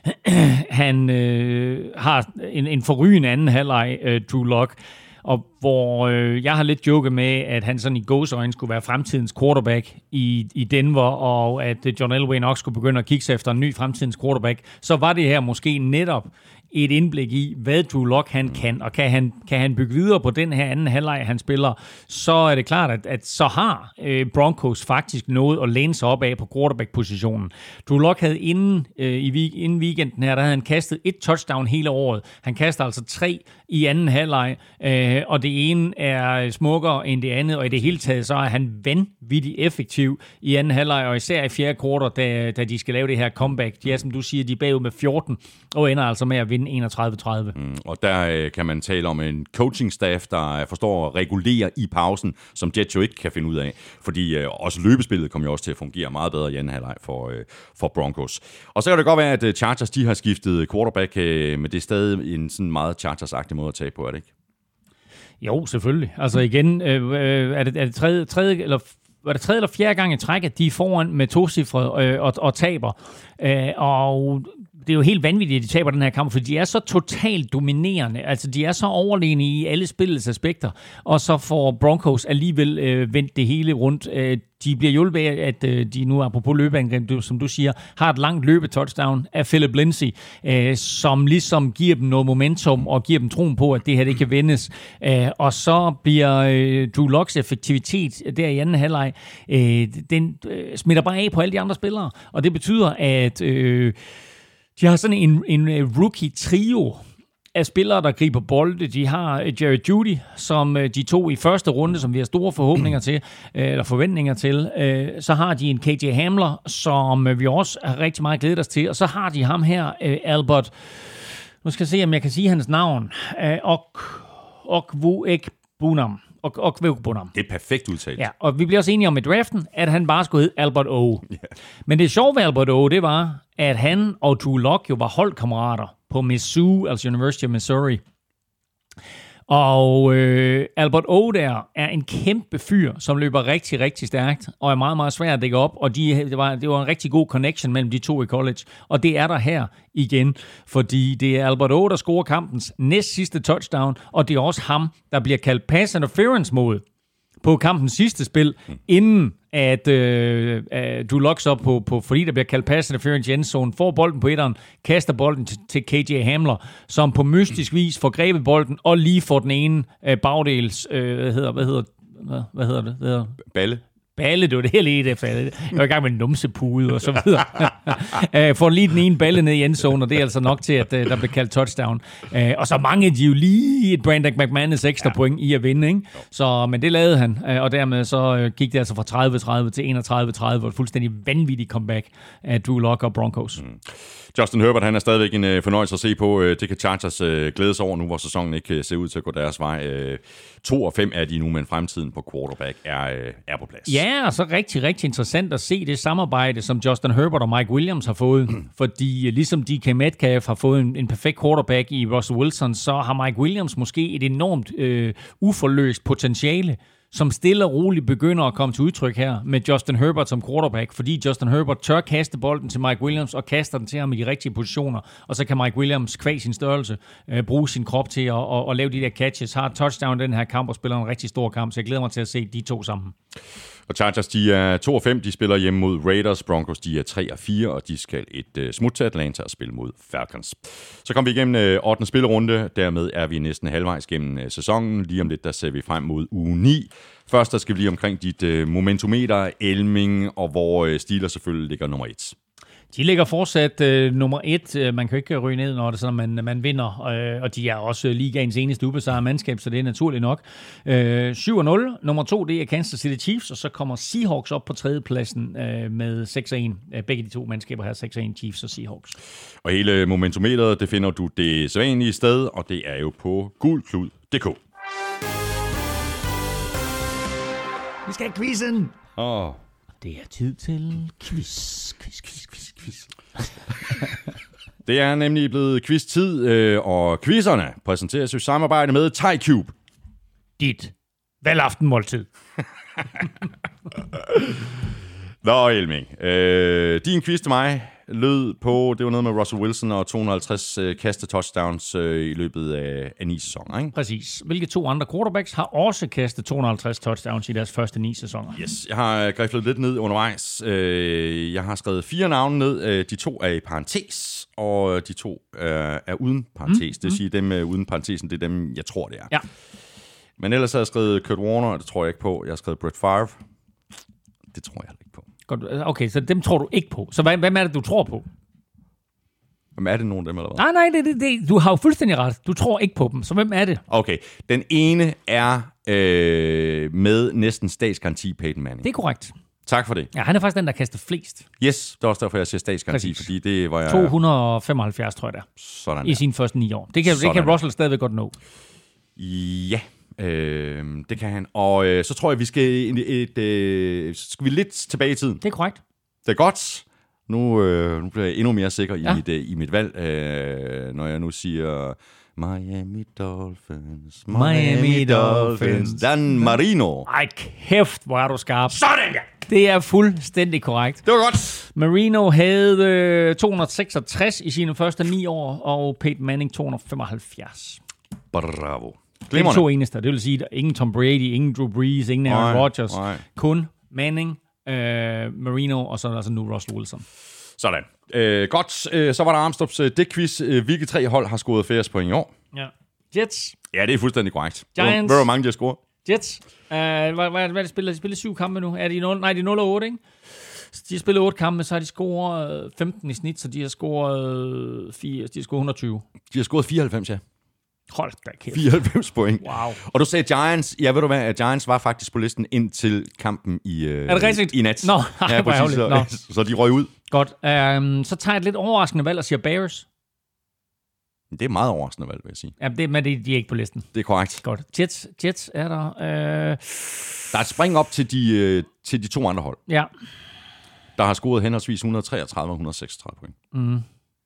han øh, har en, en forrygende anden halvleg, øh, Drew Lock, og hvor øh, jeg har lidt joket med, at han sådan i gåseøjne skulle være fremtidens quarterback i, i Denver, og at John Elway nok skulle begynde at kigge sig efter en ny fremtidens quarterback, så var det her måske netop et indblik i, hvad Drew Lock han kan, og kan han, kan han bygge videre på den her anden halvleg, han spiller, så er det klart, at, at så har øh, Broncos faktisk noget at læne sig op af på quarterback-positionen. Drew Lock havde inden, øh, i, inden weekenden her, der havde han kastet et touchdown hele året. Han kaster altså tre i anden halvleg, øh, og det ene er smukkere end det andet, og i det hele taget, så er han vanvittigt effektiv i anden halvleg, og især i fjerde kvartal, da, da de skal lave det her comeback. De er, som du siger, de er bagud med fjorten, og ender altså med at vinde enogtredive tredive. Mm, og der øh, kan man tale om en coaching-staff, der forstår at regulere i pausen, som Jets jo ikke kan finde ud af. Fordi øh, også løbespillet kommer jo også til at fungere meget bedre i anden halvleg for, øh, for Broncos. Og så kan det godt være, at øh, Chargers de har skiftet quarterback, øh, men det er stadig en sådan meget Chargers-agtig måde at tage på, er det ikke? Jo, selvfølgelig. Altså igen, øh, er det, er det tredje, tredje eller var det tredje eller fjerde gang i træk, at de er foran med tocifret øh, og, og taber. Øh, og det er jo helt vanvittigt, at de taber den her kamp, for de er så totalt dominerende. Altså, de er så overlegne i alle spillets aspekter, og så får Broncos alligevel øh, vendt det hele rundt. Øh, de bliver hjulpet af, at øh, de nu, apropos løbeangreb, som du siger, har et langt løbetouchdown af Philip Lindsay, øh, som ligesom giver dem noget momentum og giver dem troen på, at det her det kan vendes. Øh, og så bliver øh, Drew Locks effektivitet der i anden halvleg, øh, den øh, smitter bare af på alle de andre spillere. Og det betyder, at øh, de har sådan en, en rookie-trio af spillere, der griber bolde. De har Jerry Jeudy, som de tog i første runde, som vi har store forhåbninger til, eller forventninger til. Så har de en K J Hamler, som vi også har rigtig meget glædet os til. Og så har de ham her, Albert, nu skal jeg se, om jeg kan sige hans navn, Okwuegbunam. Og, og Bunam. Det er perfekt udtalt. Ja, og vi bliver også enige om i draften, at han bare skulle hedde Albert O. Yeah. Men det sjove ved Albert O, det var, at han og Drew Lock jo var holdkammerater på Mizzou, altså University of Missouri. Og øh, Albert O der er en kæmpe fyr, som løber rigtig, rigtig stærkt, og er meget, meget svær at dække op, og de, det, var, det var en rigtig god connection mellem de to i college, og det er der her igen, fordi det er Albert O, der scorer kampens næst sidste touchdown, og det er også ham, der bliver kaldt pass interference mod på kampens sidste spil, mm. inden at øh, øh, Drew Lock så på, på, fordi der bliver kaldt pass interference i endzone, får bolden på etteren, kaster bolden til, til K J Hamler, som på mystisk vis får grebet bolden, og lige får den ene øh, bagdels, øh, hvad hedder, hvad hedder, hvad, hvad hedder det? Hvad hedder? Balle. Balle, det var det her lidt efter. Jeg var i gang med en numsepude og så videre. Får lige den ene balle ned i endzone, og det er altså nok til, at der bliver kaldt touchdown. Og så mangede de jo lige et Brandon McManus ekstra ja. point i at vinde, ikke? Så, men det lavede han, og dermed så gik det altså fra tredive tredive til enogtredive tredive, og et fuldstændig vanvittigt comeback af Drew Lock og Broncos. Mm. Justin Herbert, han er stadigvæk en øh, fornøjelse at se på. Det kan Chargers øh, glædes over nu, hvor sæsonen ikke øh, ser ud til at gå deres vej. Øh, to og fem er de nu, men fremtiden på quarterback er, øh, er på plads. Ja, og så rigtig, rigtig interessant at se det samarbejde, som Justin Herbert og Mike Williams har fået. Fordi øh, ligesom D K Metcalf har fået en, en perfekt quarterback i Russell Wilson, så har Mike Williams måske et enormt øh, uforløst potentiale, som stille og roligt begynder at komme til udtryk her med Justin Herbert som quarterback, fordi Justin Herbert tør kaste bolden til Mike Williams og kaster den til ham i de rigtige positioner, og så kan Mike Williams kvæg sin størrelse øh, bruge sin krop til at, at, at lave de der catches, har et touchdown i den her kamp og spiller en rigtig stor kamp, så jeg glæder mig til at se de to sammen. Og Chargers, de er to og fem, de spiller hjemme mod Raiders. Broncos, de er tre og fire, og de skal et uh, smut til Atlanta og spille mod Falcons. Så kom vi igennem uh, ottende spillerunde. Dermed er vi næsten halvvejs gennem uh, sæsonen. Lige om lidt, der ser vi frem mod uge ni. Først, der skal vi lige omkring dit uh, momentometer, Elming, og hvor uh, Steelers selvfølgelig ligger nummer et. De ligger fortsat øh, nummer et. Man kan jo ikke ryge ned, når det sådan, man, man vinder. Øh, og de er også ligaens eneste ubesejrede mandskab, så det er naturligt nok. Øh, syv og nul. Nummer to, det er Kansas City Chiefs, og så kommer Seahawks op på tredjepladsen øh, med seks og en. Begge de to mandskaber her, seks og en, Chiefs og Seahawks. Og hele momentumeteret, det finder du det sædvanlige sted, og det er jo på gulklud punktum d k. Vi skal have quizzen! Åh... Oh. Det er tid til quiz, quiz, quiz, quiz, quiz. Det er nemlig blevet quiz-tid, og quizzerne præsenteres i samarbejde med ThaiCube. Dit valgaftenmåltid. Nå, Elming. Øh, din quiz til mig lød på, det var noget med Russell Wilson og to hundrede og halvtreds øh, kastet touchdowns øh, i løbet af, af ni sæsoner, ikke? Præcis. Hvilke to andre quarterbacks har også kastet to hundrede og halvtreds touchdowns i deres første ni sæsoner? Yes, jeg har griflet lidt ned undervejs. Øh, jeg har skrevet fire navne ned. De to er i parentes, og de to øh, er uden parentes. Mm, det vil mm. sige, dem øh, uden parentesen, det er dem, jeg tror, det er. Ja. Men ellers har jeg skrevet Kurt Warner, og det tror jeg ikke på. Jeg har skrevet Brett Favre. Det tror jeg ikke på. Godt. Okay, så dem tror du ikke på. Så hvem er det, du tror på? Hvem er det, nogen af dem, eller hvad? Nej, nej, det, det, det, du har jo fuldstændig ret. Du tror ikke på dem, så hvem er det? Okay, den ene er øh, med næsten statsgaranti, Peyton Manning. Det er korrekt. Tak for det. Ja, han er faktisk den, der kaster flest. Yes, det er også derfor, jeg siger statsgaranti, Præcis. fordi det var jeg... to hundrede og femoghalvfjerds, tror jeg, der. Sådan I der. sine første ni år. Det kan, det kan Russell stadigvæk godt nå. Ja, øh, det kan han. Og øh, så tror jeg, vi skal, et, et, øh, skal vi lidt tilbage i tiden. Det er korrekt. Det er godt. Nu, øh, nu bliver jeg endnu mere sikker ja. i, mit, øh, i mit valg, øh, når jeg nu siger Miami Dolphins, Miami, Miami Dolphins, Dan Marino. Ej, kæft, hvor er du skarp. Sådan, ja! Det er fuldstændig korrekt. Det var godt. Marino havde øh, to hundrede og seksogtres i sine første ni år, og Peyton Manning to hundrede og femoghalvfjerds. Bravo. Det er de to eneste. Det vil sige, at ingen Tom Brady, ingen Drew Brees, ingen Aaron Rodgers. Nej. Kun Manning, øh, Marino, og så er der altså nu Russell Wilson. Sådan. Øh, godt. Øh, så var der Armstrongs øh, dækquiz. Øh, hvilke tre hold har scoret færrest point i år? Ja. Jets. Ja, det er fuldstændig korrekt. Giants. Hvor mange de har scoret? Jets. Uh, hvad, hvad, hvad er det spiller? De spiller syv kampe nu. Er de nul? Nej, de er nul og otte, ikke? De har spillet otte kampe, så har de scoret femten i snit, så de har scoret fire, de har scoret et hundrede og tyve. De har scoret fireoghalvfems, ja. Hold da kæft. fireoghalvfems point. Wow. Og du sagde Giants. Ja, ved du hvad? Giants var faktisk på listen ind til kampen i, øh, er det rigtigt? i, i nat. Nå, ja, præcis, så, Nå. så de røg ud. Godt. Um, så tager jeg et lidt overraskende valg og siger Bears. Det er meget overraskende valg, vil jeg sige. Ja, det, men det, de er ikke på listen. Det er korrekt. Godt. Jets, Jets er der. Uh... Der er et spring op til de, øh, til de to andre hold. Ja. Der har scoret henholdsvis et hundrede og treogtredive og et hundrede og seksogtredive point. Mm.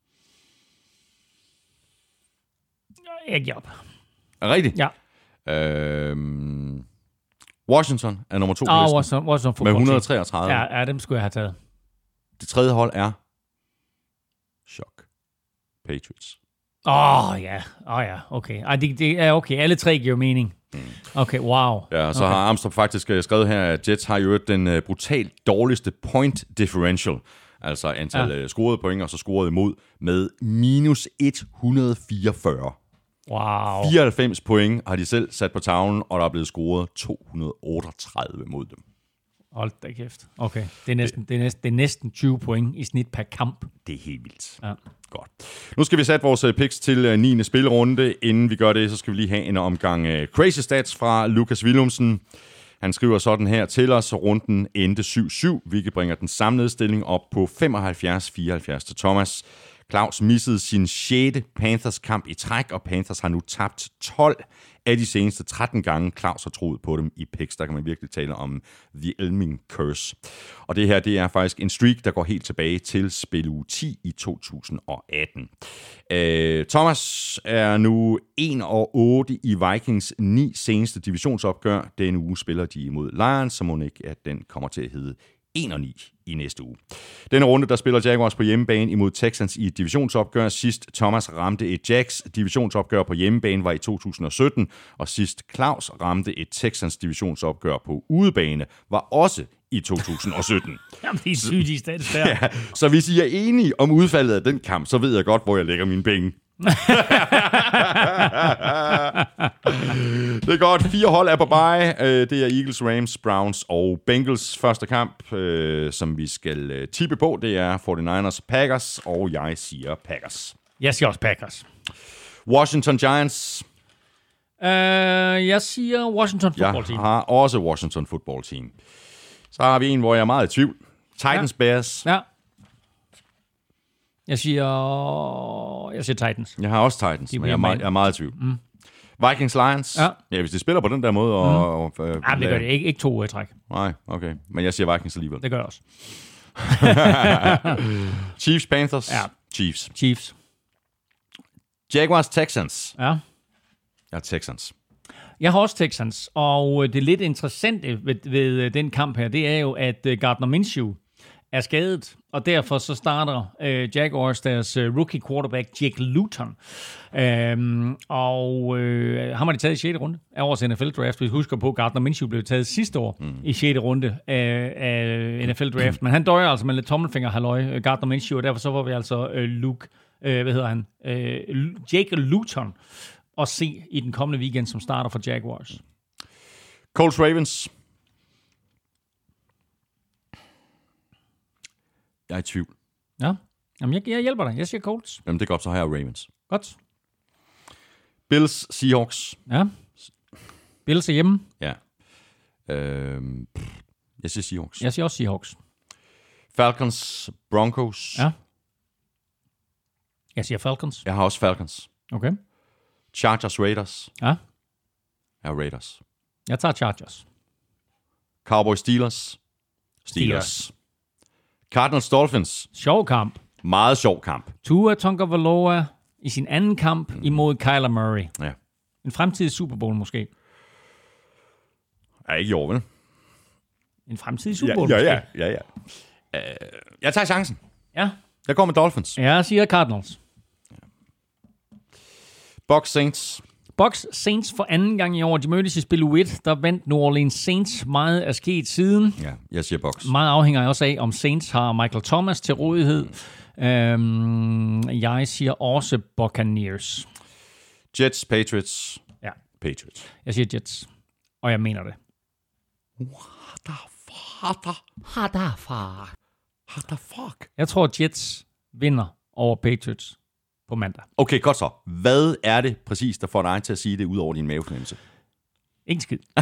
Jeg giver op. Er det rigtigt? Ja. Øhm, Washington er nummer to på ah, listen. Washington, Washington med et hundrede og treogtredive. Ja, ja, dem skulle jeg have taget. Det tredje hold er Chok. Patriots. Åh, oh, ja. Åh, oh, ja. Okay. Ej, det, det er okay. Alle tre giver mening. Mm. Okay, wow. Ja, så okay. har Armstrong faktisk skrevet her, at Jets har jo den uh, brutalt dårligste point differential. Altså antal ja. uh, scorede point, og så scorede imod med minus et hundrede og fireogfyrre. Wow. fireoghalvfems point har de selv sat på tavlen, og der er blevet scoret to hundrede og otteogtredive mod dem. Hold da kæft. Okay, det er, næsten, det, er næsten, det er næsten tyve point i snit per kamp. Det er helt vildt. Ja. Godt. Nu skal vi sætte vores picks til niende spilrunde. Inden vi gør det, så skal vi lige have en omgang crazy stats fra Lukas Willumsen. Han skriver sådan her til os, runden endte syv syv, hvilket bringer den samlede stilling op på femoghalvfjerds fireoghalvfjerds til Thomas. Claus missede sin sjette Panthers-kamp i træk, og Panthers har nu tabt tolv af de seneste tretten gange. Claus har troet på dem i picks. Der kan man virkelig tale om The Elming Curse. Og det her, det er faktisk en streak, der går helt tilbage til spiluge ti i to tusind og atten. Uh, Thomas er nu en og otte i Vikings ni seneste divisionsopgør. Denne uge spiller de imod Lions, så må ikke, at den kommer til at hedde en og ni i næste uge. Denne runde, der spiller Jaguars på hjemmebane imod Texans i et divisionsopgør. Sidst Thomas ramte et Jags divisionsopgør på hjemmebane var i to tusind og sytten, og sidst Claus ramte et Texans divisionsopgør på udebane var også i to tusind og sytten. Jamen, det er sygt i stedet der. Ja, så hvis I er enige om udfaldet af den kamp, så ved jeg godt, hvor jeg lægger mine penge. Det er godt. Fire hold er på bye. Det er Eagles, Rams, Browns og Bengals første kamp, som vi skal tippe på. Det er forty-niners, Packers, og jeg siger Packers. Jeg siger også Packers. Washington Giants. Uh, jeg siger Washington Football Team. Jeg har også Washington Football Team. Så har vi en, hvor jeg er meget i tvivl. Titans, ja. Bears. Ja. Jeg siger, jeg siger Titans. Jeg har også Titans, men jeg er, meget, jeg er meget i tvivl. Mm. Vikings, Lions. Ja. Ja, hvis de spiller på den der måde. Og, mm. og, og, ja, det gør det ikke. Ikke to uger i træk. Nej, okay. Men jeg siger Vikings alligevel. Det gør jeg også. Chiefs, Panthers. Ja. Chiefs. Chiefs. Jaguars, Texans. Ja. Ja, Texans. Jeg har også Texans, og det lidt interessante ved, ved den kamp her, det er jo, at Gardner Minshew er skadet, og derfor så starter øh, Jaguars deres øh, rookie quarterback, Jake Luton. Øhm, og øh, ham har de taget i sjette runde af årets N F L-draft. Vi husker på, at Gardner Minshew blev taget sidste år mm. i sjette runde af, af N F L-draft. Men han døjer altså med lidt tommelfinger-halløj, Gardner Minshew, og derfor så var vi altså øh, Luke, øh, hvad hedder han, øh, Jake Luton, og se i den kommende weekend, som starter for Jaguars. Colts, Ravens. Jeg er i tvivl. Ja, jamen jeg, jeg hjælper dig. Jeg siger Colts. Jamen det er godt, så har jeg Ravens. Godt. Bills, Seahawks. Ja. Bills er hjemme. Ja. Øhm, jeg siger Seahawks. Jeg siger også Seahawks. Falcons, Broncos. Ja. Jeg siger Falcons. Jeg har også Falcons. Okay. Chargers, Raiders. Ja. Jeg har Raiders. Jeg tager Chargers. Cowboys, Steelers. Steelers. Steelers. Cardinals, Dolphins. Sjov kamp. Meget sjov kamp. Tua Tagovailoa i sin anden kamp mm. imod Kyler Murray. Ja. En fremtidig Super Bowl måske. Ja, ikke i år, vel? En fremtidig Super Bowl ja, ja, måske. Ja, ja, ja. Uh, jeg tager chancen. Ja. Jeg går med Dolphins. Jeg siger Cardinals. Ja. Bucs, Saints. Bucs Saints for anden gang i år. De mødtes i spil U et. Der vandt New Orleans Saints. Meget er sket siden. Ja, jeg siger Bucs. Meget afhænger også af, om Saints har Michael Thomas til rådighed. Mm. Øhm, jeg siger også Buccaneers. Jets, Patriots. Ja. Patriots. Jeg siger Jets. Og jeg mener det. What the fuck? What the fuck? What the fuck? Jeg tror, Jets vinder over Patriots på mandag. Okay, godt så. Hvad er det præcis, der får dig til at sige det ud over din mavefornemmelse? Ingen skid. Det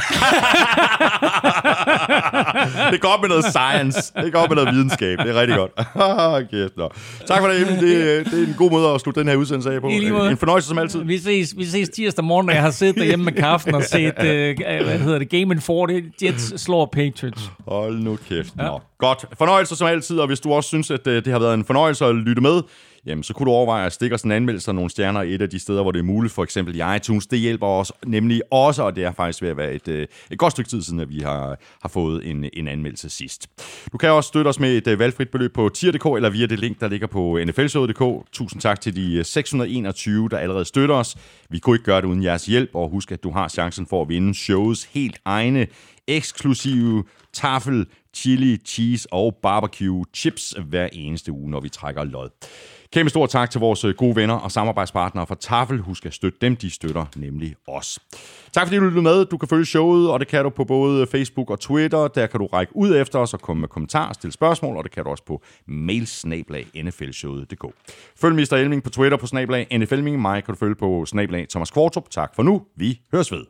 er godt med noget science. Det er godt med noget videnskab. Det er rigtig godt. Okay, no. Tak for det, Emil. Det, det er en god måde at slutte den her udsendelse af på. En fornøjelse som altid. Vi ses, vi ses tirsdag morgen, når jeg har siddet derhjemme med kaffen og set, uh, hvad hedder det, Game in forty. Jets slår Patriots. Hold nu kæft. Ja. Nå. Godt. Fornøjelse som altid, og hvis du også synes, at det har været en fornøjelse at lytte med, jamen, så kunne du overveje at stikke os en anmeldelse af nogle stjerner i et af de steder, hvor det er muligt, for eksempel i iTunes. Det hjælper os nemlig også, og det er faktisk ved at være et, et godt stykke tid siden, at vi har, har fået en, en anmeldelse sidst. Du kan også støtte os med et valgfrit beløb på tier punktum d k eller via det link, der ligger på N F L showet punktum d k. Tusind tak til de seks hundrede enogtyve, der allerede støtter os. Vi kunne ikke gøre det uden jeres hjælp, og husk, at du har chancen for at vinde showets helt egne eksklusive taffel, chili, cheese og barbecue chips hver eneste uge, når vi trækker lod. Kæmpe stor tak til vores gode venner og samarbejdspartnere fra Tafel. Husk at støtte dem, de støtter nemlig os. Tak fordi du lyttede med. Du kan følge showet, og det kan du på både Facebook og Twitter. Der kan du række ud efter os og komme med kommentarer og stille spørgsmål, og det kan du også på mail snabel-a n f l showet punktum d k. Følg mister Elming på Twitter på snabel-a N F L Elming. Mig kan du følge på snabel-a Thomas Kvartrup. Tak for nu. Vi høres ved.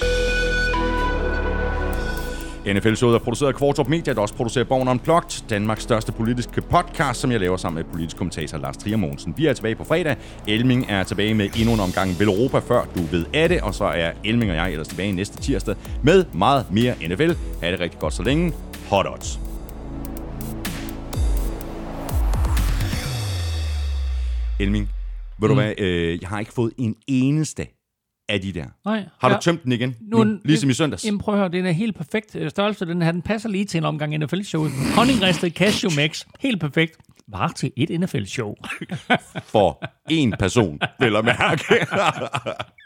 N F L-showet er produceret af Kvartrup Media, der også producerer Born Unplugged, Danmarks største politiske podcast, som jeg laver sammen med politisk kommentator Lars Trier Mogensen. Vi er tilbage på fredag. Elming er tilbage med endnu en omgang Vel Europa, før du ved af det, og så er Elming og jeg ellers tilbage næste tirsdag med meget mere N F L. Ha' det rigtig godt så længe. Hot odds. Elming, ved mm. du hvad, øh, jeg har ikke fået en eneste af de der. Nej. Har du ja. tømt den igen? Nu, nu, ligesom i søndags? Jamen prøv at høre, den er helt perfekt størrelse. Den her, den passer lige til en omgang N F L-showet. Honningristet cashew mix. Helt perfekt. Var til et N F L-show. For én person, vil jeg mærke.